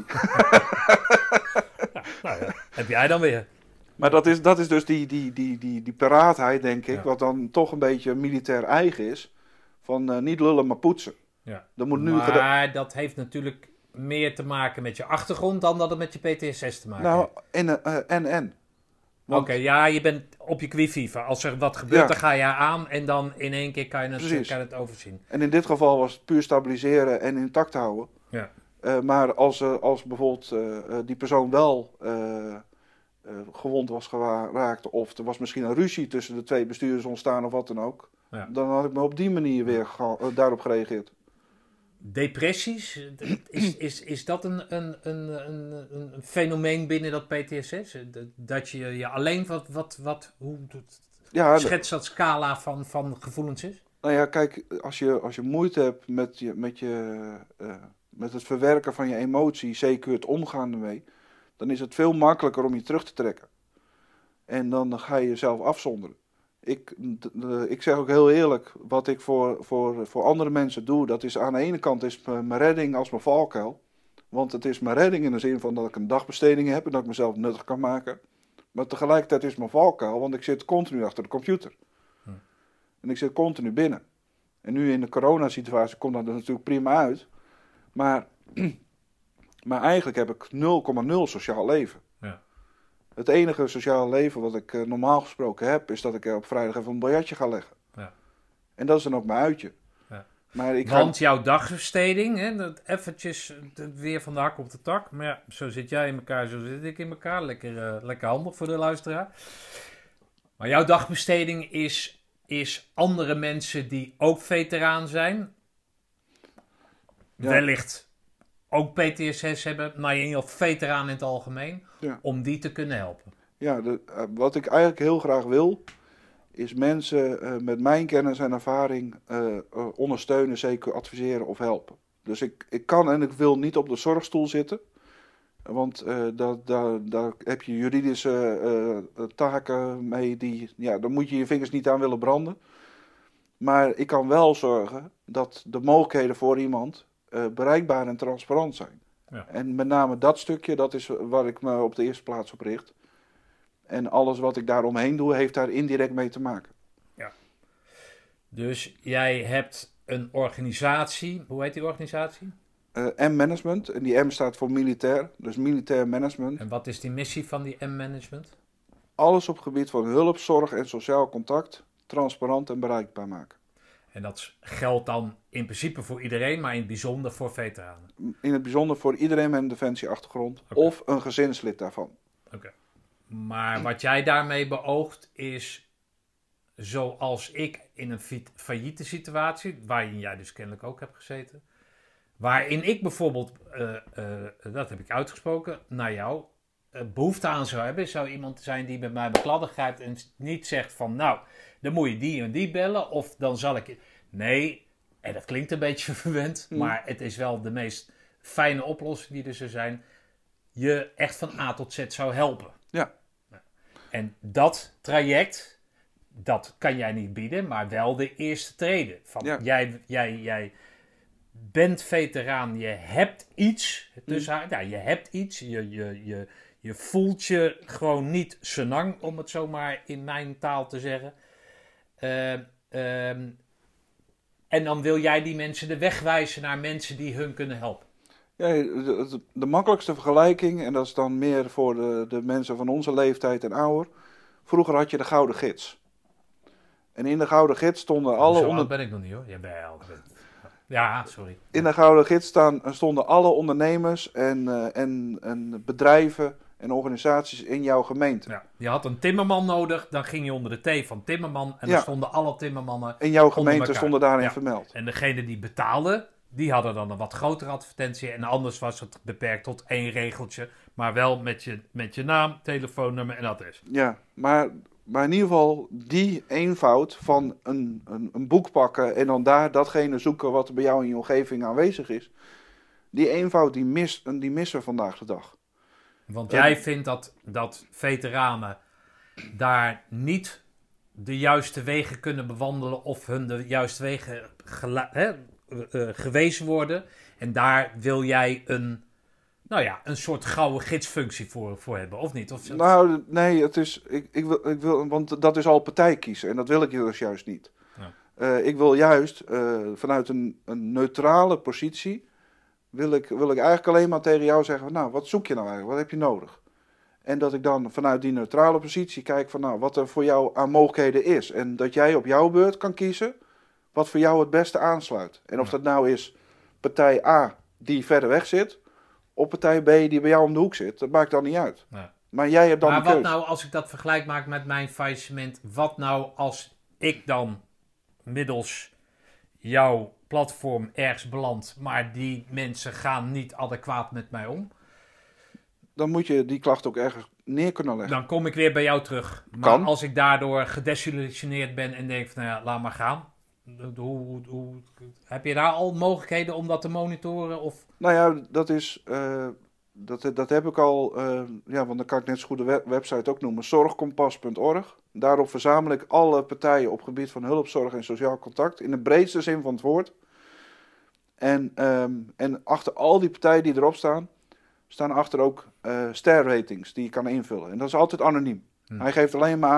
Ja, nou ja, heb jij dan weer. Maar dat is, dat is dus die, die, die, die, die paraatheid, denk ik, ja. Wat dan toch een beetje militair eigen is. Van uh, niet lullen, maar poetsen. Ja. Dat moet nu maar geda- dat heeft natuurlijk meer te maken met je achtergrond dan dat het met je P T S S te maken nou, heeft. Nou, en, uh, en, en. Oké, okay, ja, je bent op je qui-vive. Als er wat gebeurt, ja. dan ga je aan en dan in één keer kan je het, kan je het overzien. En in dit geval was het puur stabiliseren en intact houden. Ja. Uh, maar als, uh, als bijvoorbeeld uh, die persoon wel uh, uh, gewond was geraakt, of er was misschien een ruzie tussen de twee bestuurders ontstaan of wat dan ook, ja. Dan had ik me op die manier weer ge- uh, daarop gereageerd. Depressies, is, is, is dat een, een, een, een, een fenomeen binnen dat P T S S? Dat je je alleen wat, wat, wat hoe ja, schets dat scala van, van gevoelens is? Nou ja, kijk, als je, als je moeite hebt met, je, met, je, uh, met het verwerken van je emotie, zeker het omgaan ermee, dan is het veel makkelijker om je terug te trekken. En dan ga je jezelf afzonderen. Ik, de, ik zeg ook heel eerlijk, wat ik voor, voor, voor andere mensen doe, dat is aan de ene kant is mijn redding als mijn valkuil. Want het is mijn redding in de zin van dat ik een dagbesteding heb en dat ik mezelf nuttig kan maken. Maar tegelijkertijd is het mijn valkuil, want ik zit continu achter de computer. Hm. En ik zit continu binnen. En nu in de coronasituatie komt dat er natuurlijk prima uit. Maar, maar eigenlijk heb ik nul komma nul sociaal leven. Ja. Het enige sociale leven wat ik uh, normaal gesproken heb, is dat ik uh, op vrijdag even een biljartje ga leggen. Ja. En dat is dan ook mijn uitje. Ja. Maar ik Want ga... jouw dagbesteding, hè, dat eventjes weer van de hak op de tak. Maar ja, zo zit jij in elkaar, zo zit ik in elkaar. Lekker, uh, lekker handig voor de luisteraar. Maar jouw dagbesteding is, is andere mensen die ook veteraan zijn. Ja. Wellicht ook P T S S hebben, maar in of veteraan in het algemeen. Ja. Om die te kunnen helpen. Ja, de, uh, wat ik eigenlijk heel graag wil, is mensen uh, met mijn kennis en ervaring uh, uh, ondersteunen, zeker adviseren of helpen. Dus ik, ik kan en ik wil niet op de zorgstoel zitten. Want uh, daar, daar, daar heb je juridische uh, taken mee, die, ja, daar moet je je vingers niet aan willen branden. Maar ik kan wel zorgen dat de mogelijkheden voor iemand uh, bereikbaar en transparant zijn. Ja. En met name dat stukje, dat is waar ik me op de eerste plaats op richt. En alles wat ik daar omheen doe, heeft daar indirect mee te maken. Ja. Dus jij hebt een organisatie, hoe heet die organisatie? Uh, M-management, en die M staat voor militair, dus militair management. En wat is die missie van die M-management? Alles op het gebied van hulp, zorg en sociaal contact transparant en bereikbaar maken. En dat geldt dan in principe voor iedereen, maar in het bijzonder voor veteranen? In het bijzonder voor iedereen met een defensieachtergrond okay. Of een gezinslid daarvan. Oké. Okay. Maar wat jij daarmee beoogt is, zoals ik in een failliete situatie, waarin jij dus kennelijk ook hebt gezeten, waarin ik bijvoorbeeld, uh, uh, dat heb ik uitgesproken, naar jou, uh, behoefte aan zou hebben, zou iemand zijn die met mij bekladden grijpt en niet zegt van, nou, dan moet je die en die bellen, of dan zal ik... Nee, en dat klinkt een beetje verwend, mm. maar het is wel de meest fijne oplossing die er zou zijn, je echt van A tot Z zou helpen. Ja. En dat traject, dat kan jij niet bieden, maar wel de eerste treden. Van ja. jij, jij, jij bent veteraan, je hebt iets tussen haar, ja, je hebt iets, je, je, je, je voelt je gewoon niet senang, om het zomaar in mijn taal te zeggen. Uh, um, en dan wil jij die mensen de weg wijzen naar mensen die hun kunnen helpen. Ja, de, de, de makkelijkste vergelijking, en dat is dan meer voor de, de mensen van onze leeftijd en ouder. Vroeger had je de Gouden Gids. En in de Gouden Gids stonden alle... Zo onder... ben ik nog niet hoor. Ja, ben je al. Ja, sorry. In de Gouden Gids staan, stonden alle ondernemers en, uh, en, en bedrijven en organisaties in jouw gemeente. Ja, je had een timmerman nodig, dan ging je onder de T van timmerman. En ja. dan stonden alle timmermannen in jouw gemeente stonden daarin ja. vermeld. En degene die betaalde, die hadden dan een wat grotere advertentie. En anders was het beperkt tot één regeltje. Maar wel met je, met je naam, telefoonnummer en adres. Ja, maar, maar in ieder geval die eenvoud van een, een, een boek pakken en dan daar datgene zoeken wat er bij jou in je omgeving aanwezig is. Die eenvoud die, mis, die missen we vandaag de dag. Want jij uh, vindt dat, dat veteranen daar niet de juiste wegen kunnen bewandelen of hun de juiste wegen gela- hè, uh, gewezen worden. En daar wil jij een, nou ja, een soort gouden gidsfunctie voor, voor hebben, of niet? Of nou, nee, het is, ik, ik, wil, ik wil, want dat is al partij kiezen en dat wil ik dus juist niet. Ja. Uh, ik wil juist uh, vanuit een, een neutrale positie, wil ik, wil ik eigenlijk alleen maar tegen jou zeggen, nou, wat zoek je nou eigenlijk, wat heb je nodig? En dat ik dan vanuit die neutrale positie kijk van, nou, wat er voor jou aan mogelijkheden is. En dat jij op jouw beurt kan kiezen wat voor jou het beste aansluit. En of dat nou is partij A die verder weg zit, of partij B die bij jou om de hoek zit, dat maakt dan niet uit. Ja. Maar jij hebt dan maar de keus. Maar wat nou, als ik dat vergelijk maak met mijn faillissement, wat nou als ik dan middels jouw platform ergens beland, maar die mensen gaan niet adequaat met mij om? Dan moet je die klacht ook ergens neer kunnen leggen. Dan kom ik weer bij jou terug. Maar kan. Als ik daardoor gedesillusioneerd ben en denk van, nou ja, laat maar gaan. Hoe, hoe, hoe, heb je daar al mogelijkheden om dat te monitoren? Of? Nou ja, dat is, uh, dat, dat heb ik al, uh, ja, want dan kan ik net zo goed de web- website ook noemen, zorgkompas punt org. Daarop verzamel ik alle partijen op gebied van hulpzorg en sociaal contact, in de breedste zin van het woord. En, um, en achter al die partijen die erop staan, staan achter ook uh, sterratings die je kan invullen. En dat is altijd anoniem. Hm. Hij geeft alleen maar aan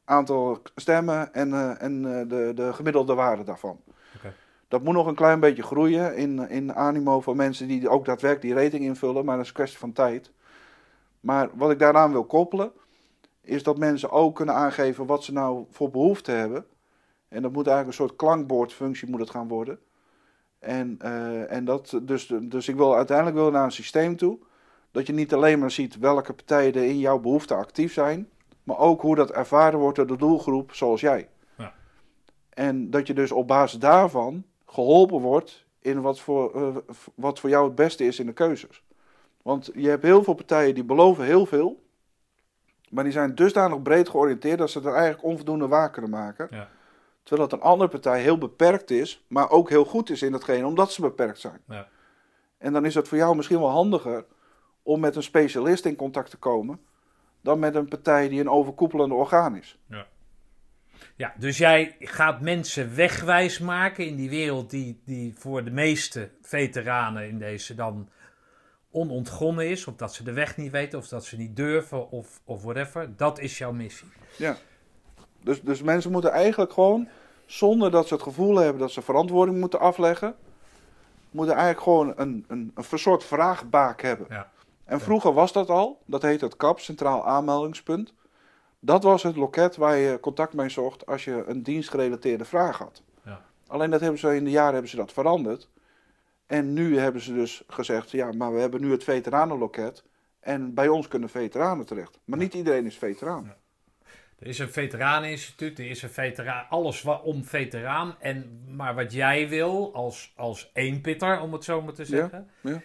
aantal stemmen en, uh, en uh, de, de gemiddelde waarde daarvan. Okay. Dat moet nog een klein beetje groeien in, in animo van mensen die ook daadwerkelijk die rating invullen, maar dat is een kwestie van tijd. Maar wat ik daaraan wil koppelen, is dat mensen ook kunnen aangeven wat ze nou voor behoefte hebben. En dat moet eigenlijk een soort klankbordfunctie moet het gaan worden. En, uh, en dat, dus, dus ik wil uiteindelijk wil naar een systeem toe, dat je niet alleen maar ziet welke partijen er in jouw behoefte actief zijn, maar ook hoe dat ervaren wordt door de doelgroep zoals jij. Ja. En dat je dus op basis daarvan geholpen wordt in wat voor, uh, wat voor jou het beste is in de keuzes. Want je hebt heel veel partijen die beloven heel veel, maar die zijn dusdanig breed georiënteerd dat ze er eigenlijk onvoldoende waar kunnen maken. Ja. Terwijl dat een andere partij heel beperkt is, maar ook heel goed is in datgene omdat ze beperkt zijn. Ja. En dan is het voor jou misschien wel handiger om met een specialist in contact te komen dan met een partij die een overkoepelende orgaan is. Ja. Ja, dus jij gaat mensen wegwijs maken in die wereld die, die voor de meeste veteranen in deze dan onontgonnen is. Of dat ze de weg niet weten, of dat ze niet durven, of, of whatever. Dat is jouw missie. Ja. Dus, dus mensen moeten eigenlijk gewoon, zonder dat ze het gevoel hebben dat ze verantwoording moeten afleggen, moeten eigenlijk gewoon een, een, een soort vraagbaak hebben. Ja. En vroeger was dat al, dat heet het C A P, Centraal Aanmeldingspunt. Dat was het loket waar je contact mee zocht als je een dienstgerelateerde vraag had. Ja. Alleen dat hebben ze in de jaren hebben ze dat veranderd. En nu hebben ze dus gezegd, ja, maar we hebben nu het veteranenloket. En bij ons kunnen veteranen terecht. Maar niet iedereen is veteraan. Ja. Er is een veteraneninstituut, er is een veteraan, alles wa- om veteraan. En, maar wat jij wil, als, als eenpitter, om het zo maar te zeggen, Ja, ja.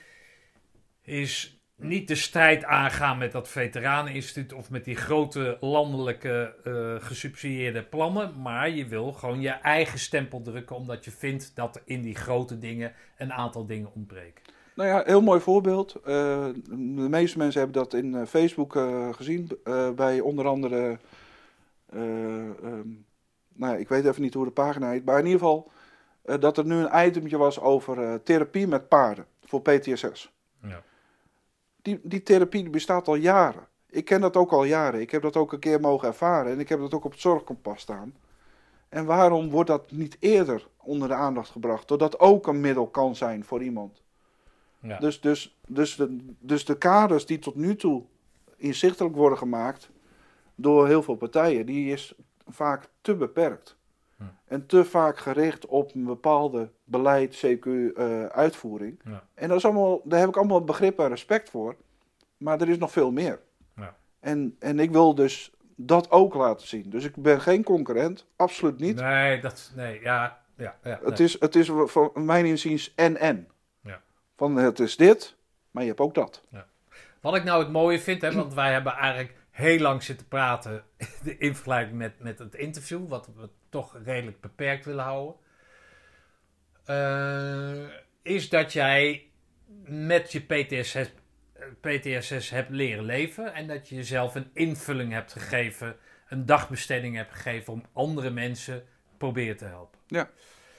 is niet de strijd aangaan met dat veteraneninstituut of met die grote landelijke uh, gesubsidieerde plannen. Maar je wil gewoon je eigen stempel drukken, omdat je vindt dat er in die grote dingen een aantal dingen ontbreken. Nou ja, heel mooi voorbeeld. Uh, de meeste mensen hebben dat in uh, Facebook uh, gezien. Uh, bij onder andere, uh, um, nou ja, ik weet even niet hoe de pagina heet. Maar in ieder geval uh, dat er nu een itemtje was over uh, therapie met paarden voor P T S S. Ja. Die, die therapie bestaat al jaren. Ik ken dat ook al jaren. Ik heb dat ook een keer mogen ervaren. En ik heb dat ook op het zorgkompas staan. En waarom wordt dat niet eerder onder de aandacht gebracht? Doordat ook een middel kan zijn voor iemand. Ja. Dus, dus, dus, de, dus de kaders die tot nu toe inzichtelijk worden gemaakt door heel veel partijen, die is vaak te beperkt. Hm. En te vaak gericht op een bepaalde beleid, C Q U-uitvoering. Uh, Ja. en dat is allemaal, daar heb ik allemaal begrip en respect voor. Maar er is nog veel meer. Ja. En, en ik wil dus dat ook laten zien. Dus ik ben geen concurrent, absoluut niet. Nee, dat, nee, ja, ja, ja Het, nee. is, het is van mijn inziens en-en. Ja. Van het is dit, maar je hebt ook dat. Wat ik nou het mooie vind, hè, want wij hebben eigenlijk heel lang zitten praten in vergelijking met, met het interview, wat we toch redelijk beperkt willen houden, uh, is dat jij met je P T S S, P T S S hebt leren leven en dat je jezelf een invulling hebt gegeven, een dagbesteding hebt gegeven om andere mensen proberen te helpen. Ja.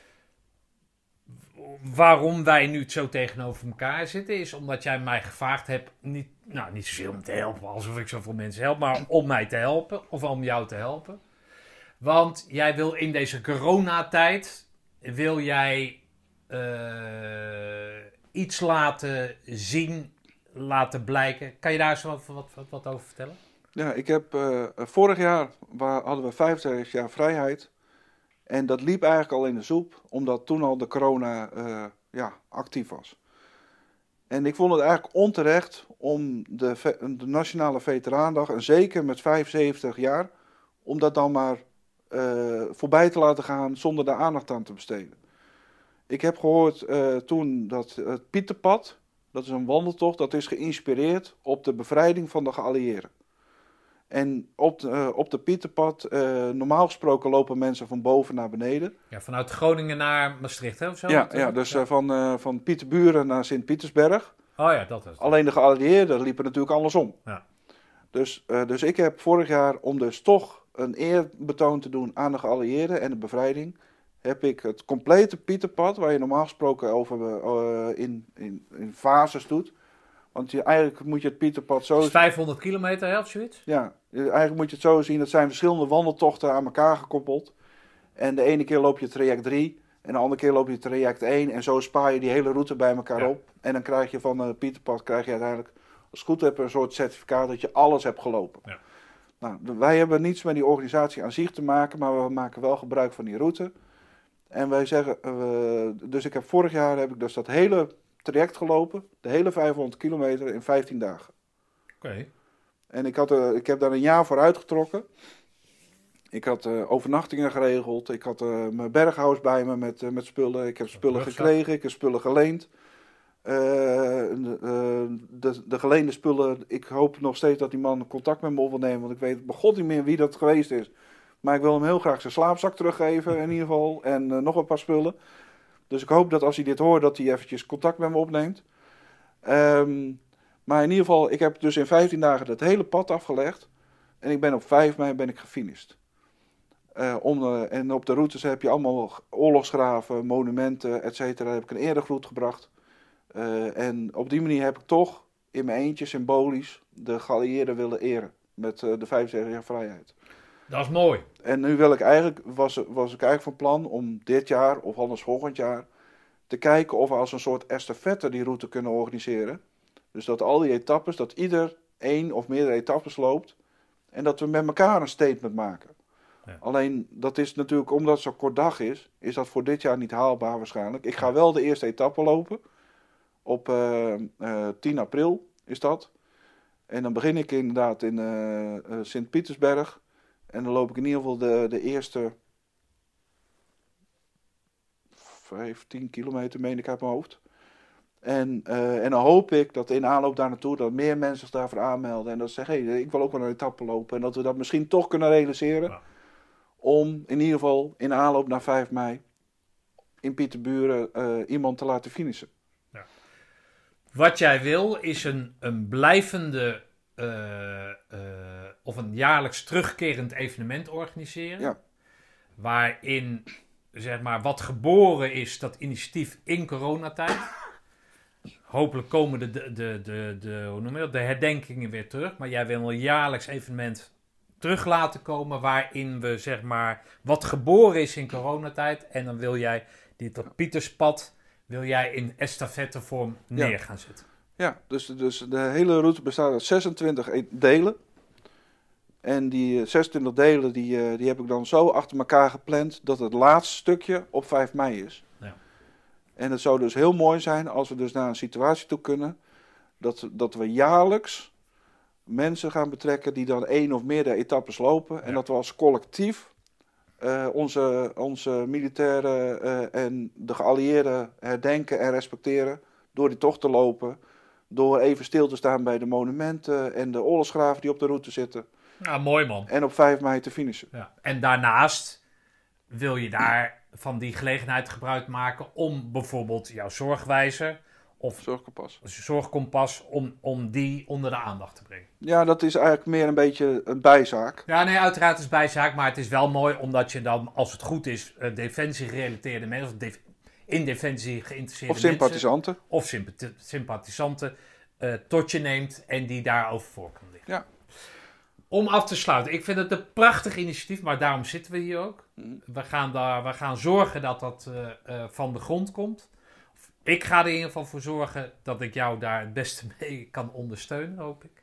Waarom wij nu zo tegenover elkaar zitten, is omdat jij mij gevraagd hebt, niet, nou niet zozeer om te helpen, alsof ik zoveel mensen help, maar om mij te helpen, of om jou te helpen. Want jij wil in deze coronatijd, wil jij uh, iets laten zien, laten blijken. Kan je daar eens wat, wat, wat, wat over vertellen? Ja, ik heb uh, vorig jaar waar, hadden we vijfendertig jaar vrijheid. En dat liep eigenlijk al in de soep, omdat toen al de corona uh, ja, actief was. En ik vond het eigenlijk onterecht om de, de Nationale Veteraandag, en zeker met vijfenzeventig jaar, om dat dan maar uh, voorbij te laten gaan zonder daar aandacht aan te besteden. Ik heb gehoord uh, toen dat het Pieterpad, dat is een wandeltocht, dat is geïnspireerd op de bevrijding van de geallieerden. En op de, uh, op de Pieterpad, uh, normaal gesproken lopen mensen van boven naar beneden. Ja, vanuit Groningen naar Maastricht, hè? Of zo? Ja, ja, dus ja. Uh, van, uh, van Pieterburen naar Sint-Pietersberg. Oh ja, dat is het. Alleen de geallieerden liepen natuurlijk andersom. Ja. Dus, uh, dus ik heb vorig jaar, om dus toch een eerbetoon te doen aan de geallieerden en de bevrijding, heb ik het complete Pieterpad, waar je normaal gesproken over uh, in, in, in fases doet, Want je, eigenlijk moet je het Pieterpad zo... Dat is vijfhonderd kilometer, hè, of zoiets? Ja, eigenlijk moet je het zo zien. Dat zijn verschillende wandeltochten aan elkaar gekoppeld. En de ene keer loop je traject drie. En de andere keer loop je traject één. En zo spaar je die hele route bij elkaar Ja. op. En dan krijg je van het Pieterpad krijg je uiteindelijk... Als het goed hebt, een soort certificaat dat je alles hebt gelopen. Ja. Nou, wij hebben niets met die organisatie aan zich te maken. Maar we maken wel gebruik van die route. En wij zeggen... Uh, dus ik heb vorig jaar heb ik dus dat hele traject gelopen. De hele vijfhonderd kilometer in vijftien dagen. Oké. Okay. En ik, had, uh, ik heb daar een jaar voor uitgetrokken. Ik had uh, overnachtingen geregeld. Ik had uh, mijn berghuis bij me met, uh, met spullen. Ik heb spullen gekregen. Ik heb spullen geleend. Uh, de, de, de geleende spullen. Ik hoop nog steeds dat die man contact met me op wil nemen. Want ik weet begon niet meer wie dat geweest is. Maar ik wil hem heel graag zijn slaapzak teruggeven in ieder geval. En uh, nog een paar spullen. Dus ik hoop dat als hij dit hoort dat hij eventjes contact met me opneemt. Um, maar in ieder geval, ik heb dus in vijftien dagen het hele pad afgelegd. En ik ben op vijf mei ben ik gefinished. Uh, om, uh, en op de routes heb je allemaal oorlogsgraven, monumenten, et cetera. Heb ik een eerdergroet gebracht. Uh, en op die manier heb ik toch in mijn eentje symbolisch de geallieerden willen eren. Met uh, de vijfenzeventig jaar vrijheid. Dat is mooi. En nu wil ik eigenlijk, was, was ik eigenlijk van plan om dit jaar of anders volgend jaar te kijken of we als een soort estafette die route kunnen organiseren. Dus dat al die etappes, dat ieder één of meerdere etappes loopt. En dat we met elkaar een statement maken. Ja. Alleen, dat is natuurlijk, omdat het zo'n kort dag is, is dat voor dit jaar niet haalbaar waarschijnlijk. Ik ga wel de eerste etappe lopen. Op uh, uh, tien april is dat. En dan begin ik inderdaad in uh, uh, Sint-Pietersberg. En dan loop ik in ieder geval de, de eerste vijftien kilometer, meen ik uit mijn hoofd. En, uh, en dan hoop ik dat in aanloop daar naartoe dat meer mensen zich daarvoor aanmelden. En dat ze zeggen, hey, ik wil ook wel een etappe lopen. En dat we dat misschien toch kunnen realiseren. Ja. Om in ieder geval in aanloop naar vijf mei in Pieterburen uh, iemand te laten finishen. Ja. Wat jij wil is een, een blijvende uh, uh, of een jaarlijks terugkerend evenement organiseren. Ja. Waarin, zeg maar, wat geboren is, dat initiatief in coronatijd. Hopelijk komen de, de, de, de, de, hoe noem je dat, de herdenkingen weer terug. Maar jij wil een jaarlijks evenement terug laten komen waarin we, zeg maar, wat geboren is in coronatijd. En dan wil jij dit dat Pieterspad wil jij in estafettevorm neer ja. gaan zetten. Ja, dus, dus de hele route bestaat uit zesentwintig delen. En die zesentwintig delen die, die heb ik dan zo achter elkaar gepland dat het laatste stukje op vijf mei is. Ja. En het zou dus heel mooi zijn als we dus naar een situatie toe kunnen dat, dat we jaarlijks mensen gaan betrekken die dan één of meerdere etappes lopen. Ja. En dat we als collectief uh, onze, onze militairen uh, en de geallieerden herdenken en respecteren door die tocht te lopen. Door even stil te staan bij de monumenten en de oorlogsgraven die op de route zitten. Ja, mooi man. En op vijf mei te finishen. Ja. En daarnaast wil je daar van die gelegenheid gebruik maken om bijvoorbeeld jouw zorgwijzer of zorgkompas, zorgkompas om, om die onder de aandacht te brengen. Ja, dat is eigenlijk meer een beetje een bijzaak. Ja, nee, uiteraard is het bijzaak, maar het is wel mooi omdat je dan, als het goed is, uh, defensie-gerelateerde mensen, of def- in defensie geïnteresseerde of sympathisanten. mensen, of sympath- sympathisanten uh, tot je neemt en die daarover voor kan liggen. Ja. Om af te sluiten, ik vind het een prachtig initiatief, maar daarom zitten we hier ook. Mm. We gaan, daar, we gaan zorgen dat dat uh, uh, van de grond komt. Ik ga er in ieder geval voor zorgen dat ik jou daar het beste mee kan ondersteunen, hoop ik.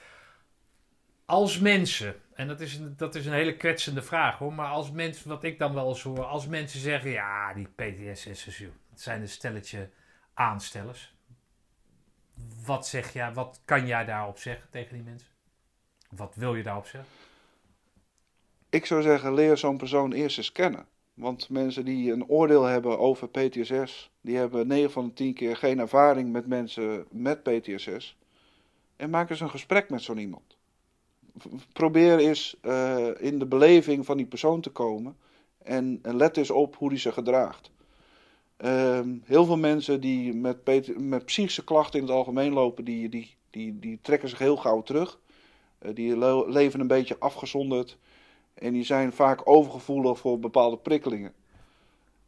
Als mensen, en dat is, een, dat is een hele kwetsende vraag hoor, maar als mensen, wat ik dan wel eens hoor, als mensen zeggen, ja, die P T S S S U, dat zijn een stelletje aanstellers. Wat zeg jij, wat kan jij daarop zeggen tegen die mensen? Wat wil je daarop zeggen? Ik zou zeggen, leer zo'n persoon eerst eens kennen. Want mensen die een oordeel hebben over P T S S, die hebben negen van de tien keer geen ervaring met mensen met P T S S. En maak eens een gesprek met zo'n iemand. Probeer eens uh, in de beleving van die persoon te komen. En, en let eens op hoe die zich gedraagt. Uh, heel veel mensen die met, met psychische klachten in het algemeen lopen, die, die, die, die trekken zich heel gauw terug. Uh, die le- leven een beetje afgezonderd. En die zijn vaak overgevoelig voor bepaalde prikkelingen.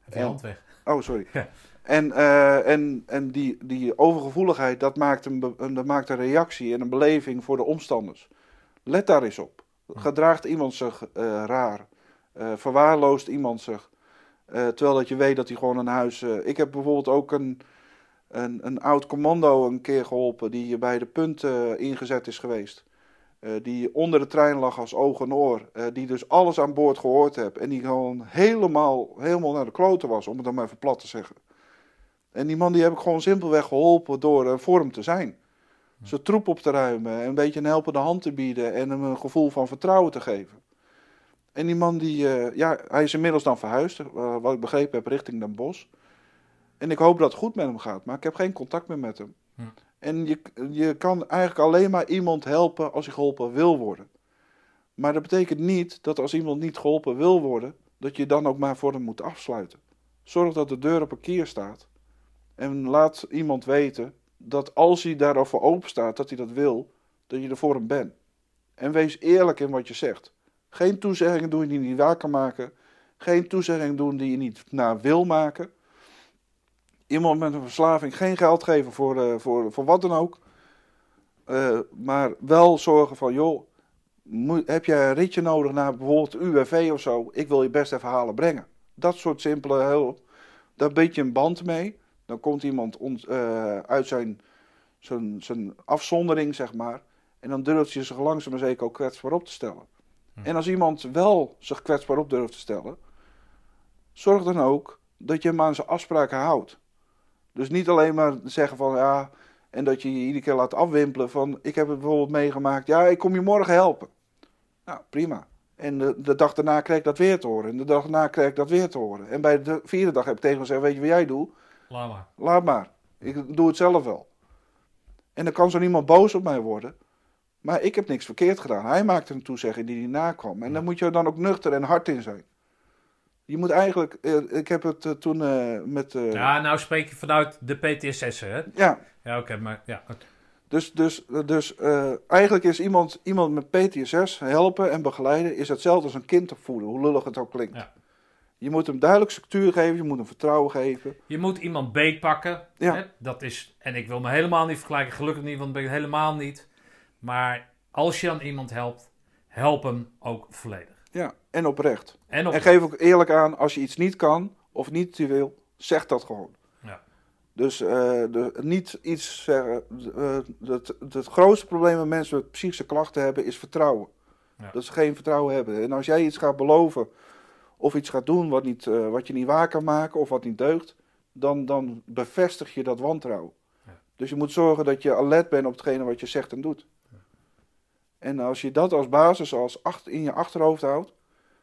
Even je hand weg. Oh, sorry. Ja. En, uh, en, en die, die overgevoeligheid, dat maakt, een, dat maakt een reactie en een beleving voor de omstanders. Let daar eens op. Gedraagt iemand zich uh, raar? Uh, verwaarloost iemand zich? Uh, terwijl dat je weet dat hij gewoon een huis... Uh, ik heb bijvoorbeeld ook een, een, een oud commando een keer geholpen die bij de punt uh, ingezet is geweest. Uh, die onder de trein lag als oog en oor. Uh, die dus alles aan boord gehoord heeft. En die gewoon helemaal, helemaal naar de kloten was, om het dan maar even plat te zeggen. En die man die heb ik gewoon simpelweg geholpen door uh, voor hem te zijn. Zijn troep op te ruimen, een beetje een helpende hand te bieden en hem een gevoel van vertrouwen te geven. En die man, die, uh, ja, hij is inmiddels dan verhuisd, uh, wat ik begrepen heb, richting Den Bosch. En ik hoop dat het goed met hem gaat, maar ik heb geen contact meer met hem. Hm. En je, je kan eigenlijk alleen maar iemand helpen als hij geholpen wil worden. Maar dat betekent niet dat als iemand niet geholpen wil worden, dat je dan ook maar voor hem moet afsluiten. Zorg dat de deur op een kier staat. En laat iemand weten dat als hij daarvoor open staat, dat hij dat wil, dat je er voor hem bent. En wees eerlijk in wat je zegt. Geen toezeggingen doen die je niet waar kan maken. Geen toezeggingen doen die je niet naar wil maken. Iemand met een verslaving geen geld geven voor, uh, voor, voor wat dan ook. Uh, maar wel zorgen van, joh, moet, heb je een ritje nodig naar bijvoorbeeld U W V of zo? Ik wil je best even halen brengen. Dat soort simpele hulp. Daar bied je een band mee. Dan komt iemand ont, uh, uit zijn, zijn, zijn afzondering, zeg maar. En dan durft je zich langzaam maar zeker ook kwetsbaar op te stellen. Hm. En als iemand wel zich kwetsbaar op durft te stellen, zorg dan ook dat je hem aan zijn afspraken houdt. Dus niet alleen maar zeggen van ja, en dat je je iedere keer laat afwimpelen van ik heb het bijvoorbeeld meegemaakt, ja, ik kom je morgen helpen. Nou, prima. En de, de dag daarna krijg ik dat weer te horen. En de dag daarna krijg ik dat weer te horen. En bij de vierde dag heb ik tegen hem gezegd, weet je wat jij doet? Laat maar. Laat maar. Ik doe het zelf wel. En dan kan zo niemand boos op mij worden. Maar ik heb niks verkeerd gedaan. Hij maakte een toezegging die hij nakwam. En daar moet je dan ook nuchter en hard in zijn. Je moet eigenlijk... Uh, ik heb het uh, toen uh, met... Uh, ja, nou spreek je vanuit de P T S S, hè? Ja. Ja, oké, okay, maar... Ja, okay. Dus, dus, dus uh, eigenlijk is iemand, iemand met P T S S helpen en begeleiden... is hetzelfde als een kind opvoeden, hoe lullig het ook klinkt. Ja. Je moet hem duidelijk structuur geven, je moet hem vertrouwen geven. Je moet iemand beetpakken. Ja. Hè? Dat is, en ik wil me helemaal niet vergelijken, gelukkig niet, want dat ben ik helemaal niet. Maar als je dan iemand helpt, help hem ook volledig. Ja, en oprecht. En, oprecht. En geef ook eerlijk aan, als je iets niet kan of niet wil, zeg dat gewoon. Ja. Dus uh, de, niet iets zeggen. Uh, het, het grootste probleem dat mensen met psychische klachten hebben, is vertrouwen. Ja. Dat ze geen vertrouwen hebben. En als jij iets gaat beloven of iets gaat doen wat, niet, uh, wat je niet waar kan maken of wat niet deugt, dan, dan bevestig je dat wantrouwen. Ja. Dus je moet zorgen dat je alert bent op hetgene wat je zegt en doet. Ja. En als je dat als basis als achter, in je achterhoofd houdt,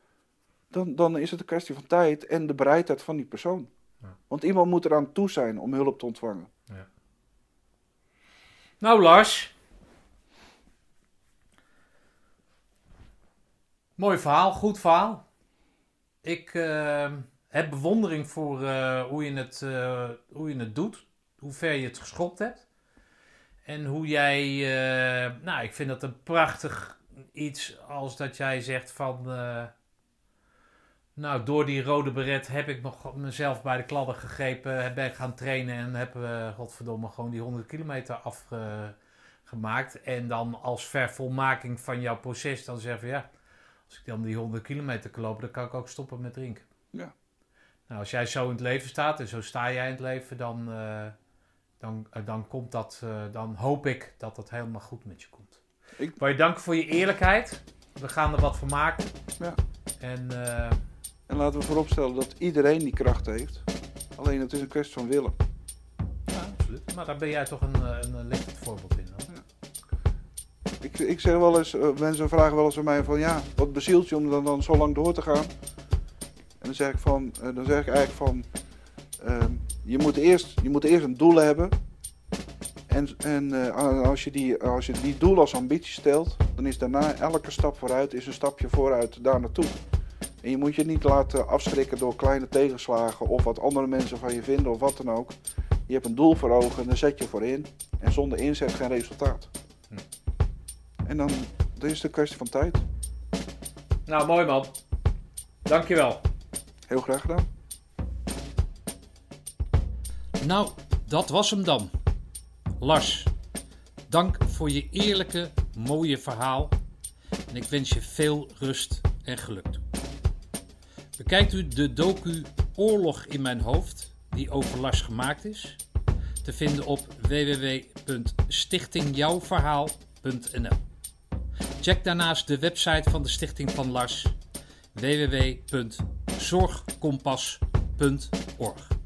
dan, dan is het een kwestie van tijd en de bereidheid van die persoon. Ja. Want iemand moet eraan toe zijn om hulp te ontvangen. Ja. Nou Lars, mooi verhaal, goed verhaal. Ik uh, heb bewondering voor uh, hoe, je het, uh, hoe je het doet. Hoe ver je het geschopt hebt. En hoe jij... Uh, nou, ik vind dat een prachtig iets als dat jij zegt van... Uh, nou, door die rode beret heb ik nog mezelf bij de kladden gegrepen. Ben ik gaan trainen en heb, uh, godverdomme, gewoon die honderd kilometer afgemaakt. Uh, en dan als vervolmaking van jouw proces dan zeggen van ja... Als ik dan die honderd kilometer kan lopen, dan kan ik ook stoppen met drinken. Ja. Nou, als jij zo in het leven staat en zo sta jij in het leven, dan, uh, dan, uh, dan komt dat, uh, dan hoop ik dat dat helemaal goed met je komt. Ik wil je danken voor je eerlijkheid. We gaan er wat van maken. Ja. En, uh, en laten we vooropstellen dat iedereen die kracht heeft. Alleen het is een kwestie van willen. Ja, absoluut. Maar daar ben jij toch een, een, een lichtend voorbeeld in. Dan. Ja. Ik, ik zeg wel eens, uh, mensen vragen wel eens aan mij van ja, wat bezielt je om dan, dan zo lang door te gaan? En dan zeg ik, van, uh, dan zeg ik eigenlijk van, uh, je, moet eerst, je moet eerst een doel hebben. En, en uh, als, je die, als je die doel als ambitie stelt, dan is daarna elke stap vooruit is een stapje vooruit daar naartoe. En je moet je niet laten afschrikken door kleine tegenslagen of wat andere mensen van je vinden of wat dan ook. Je hebt een doel voor ogen en daar zet je voor in. En zonder inzet geen resultaat. Hm. En dan, dan is het een kwestie van tijd. Nou, mooi man. Dankjewel. Heel graag gedaan. Nou, dat was hem dan. Lars, dank voor je eerlijke, mooie verhaal. En ik wens je veel rust en geluk toe. Bekijkt u de docu Oorlog in mijn hoofd, die over Lars gemaakt is, te vinden op w w w punt stichting jouw verhaal punt n l. Check daarnaast de website van de Stichting van Lars, w w w punt zorgkompas punt org.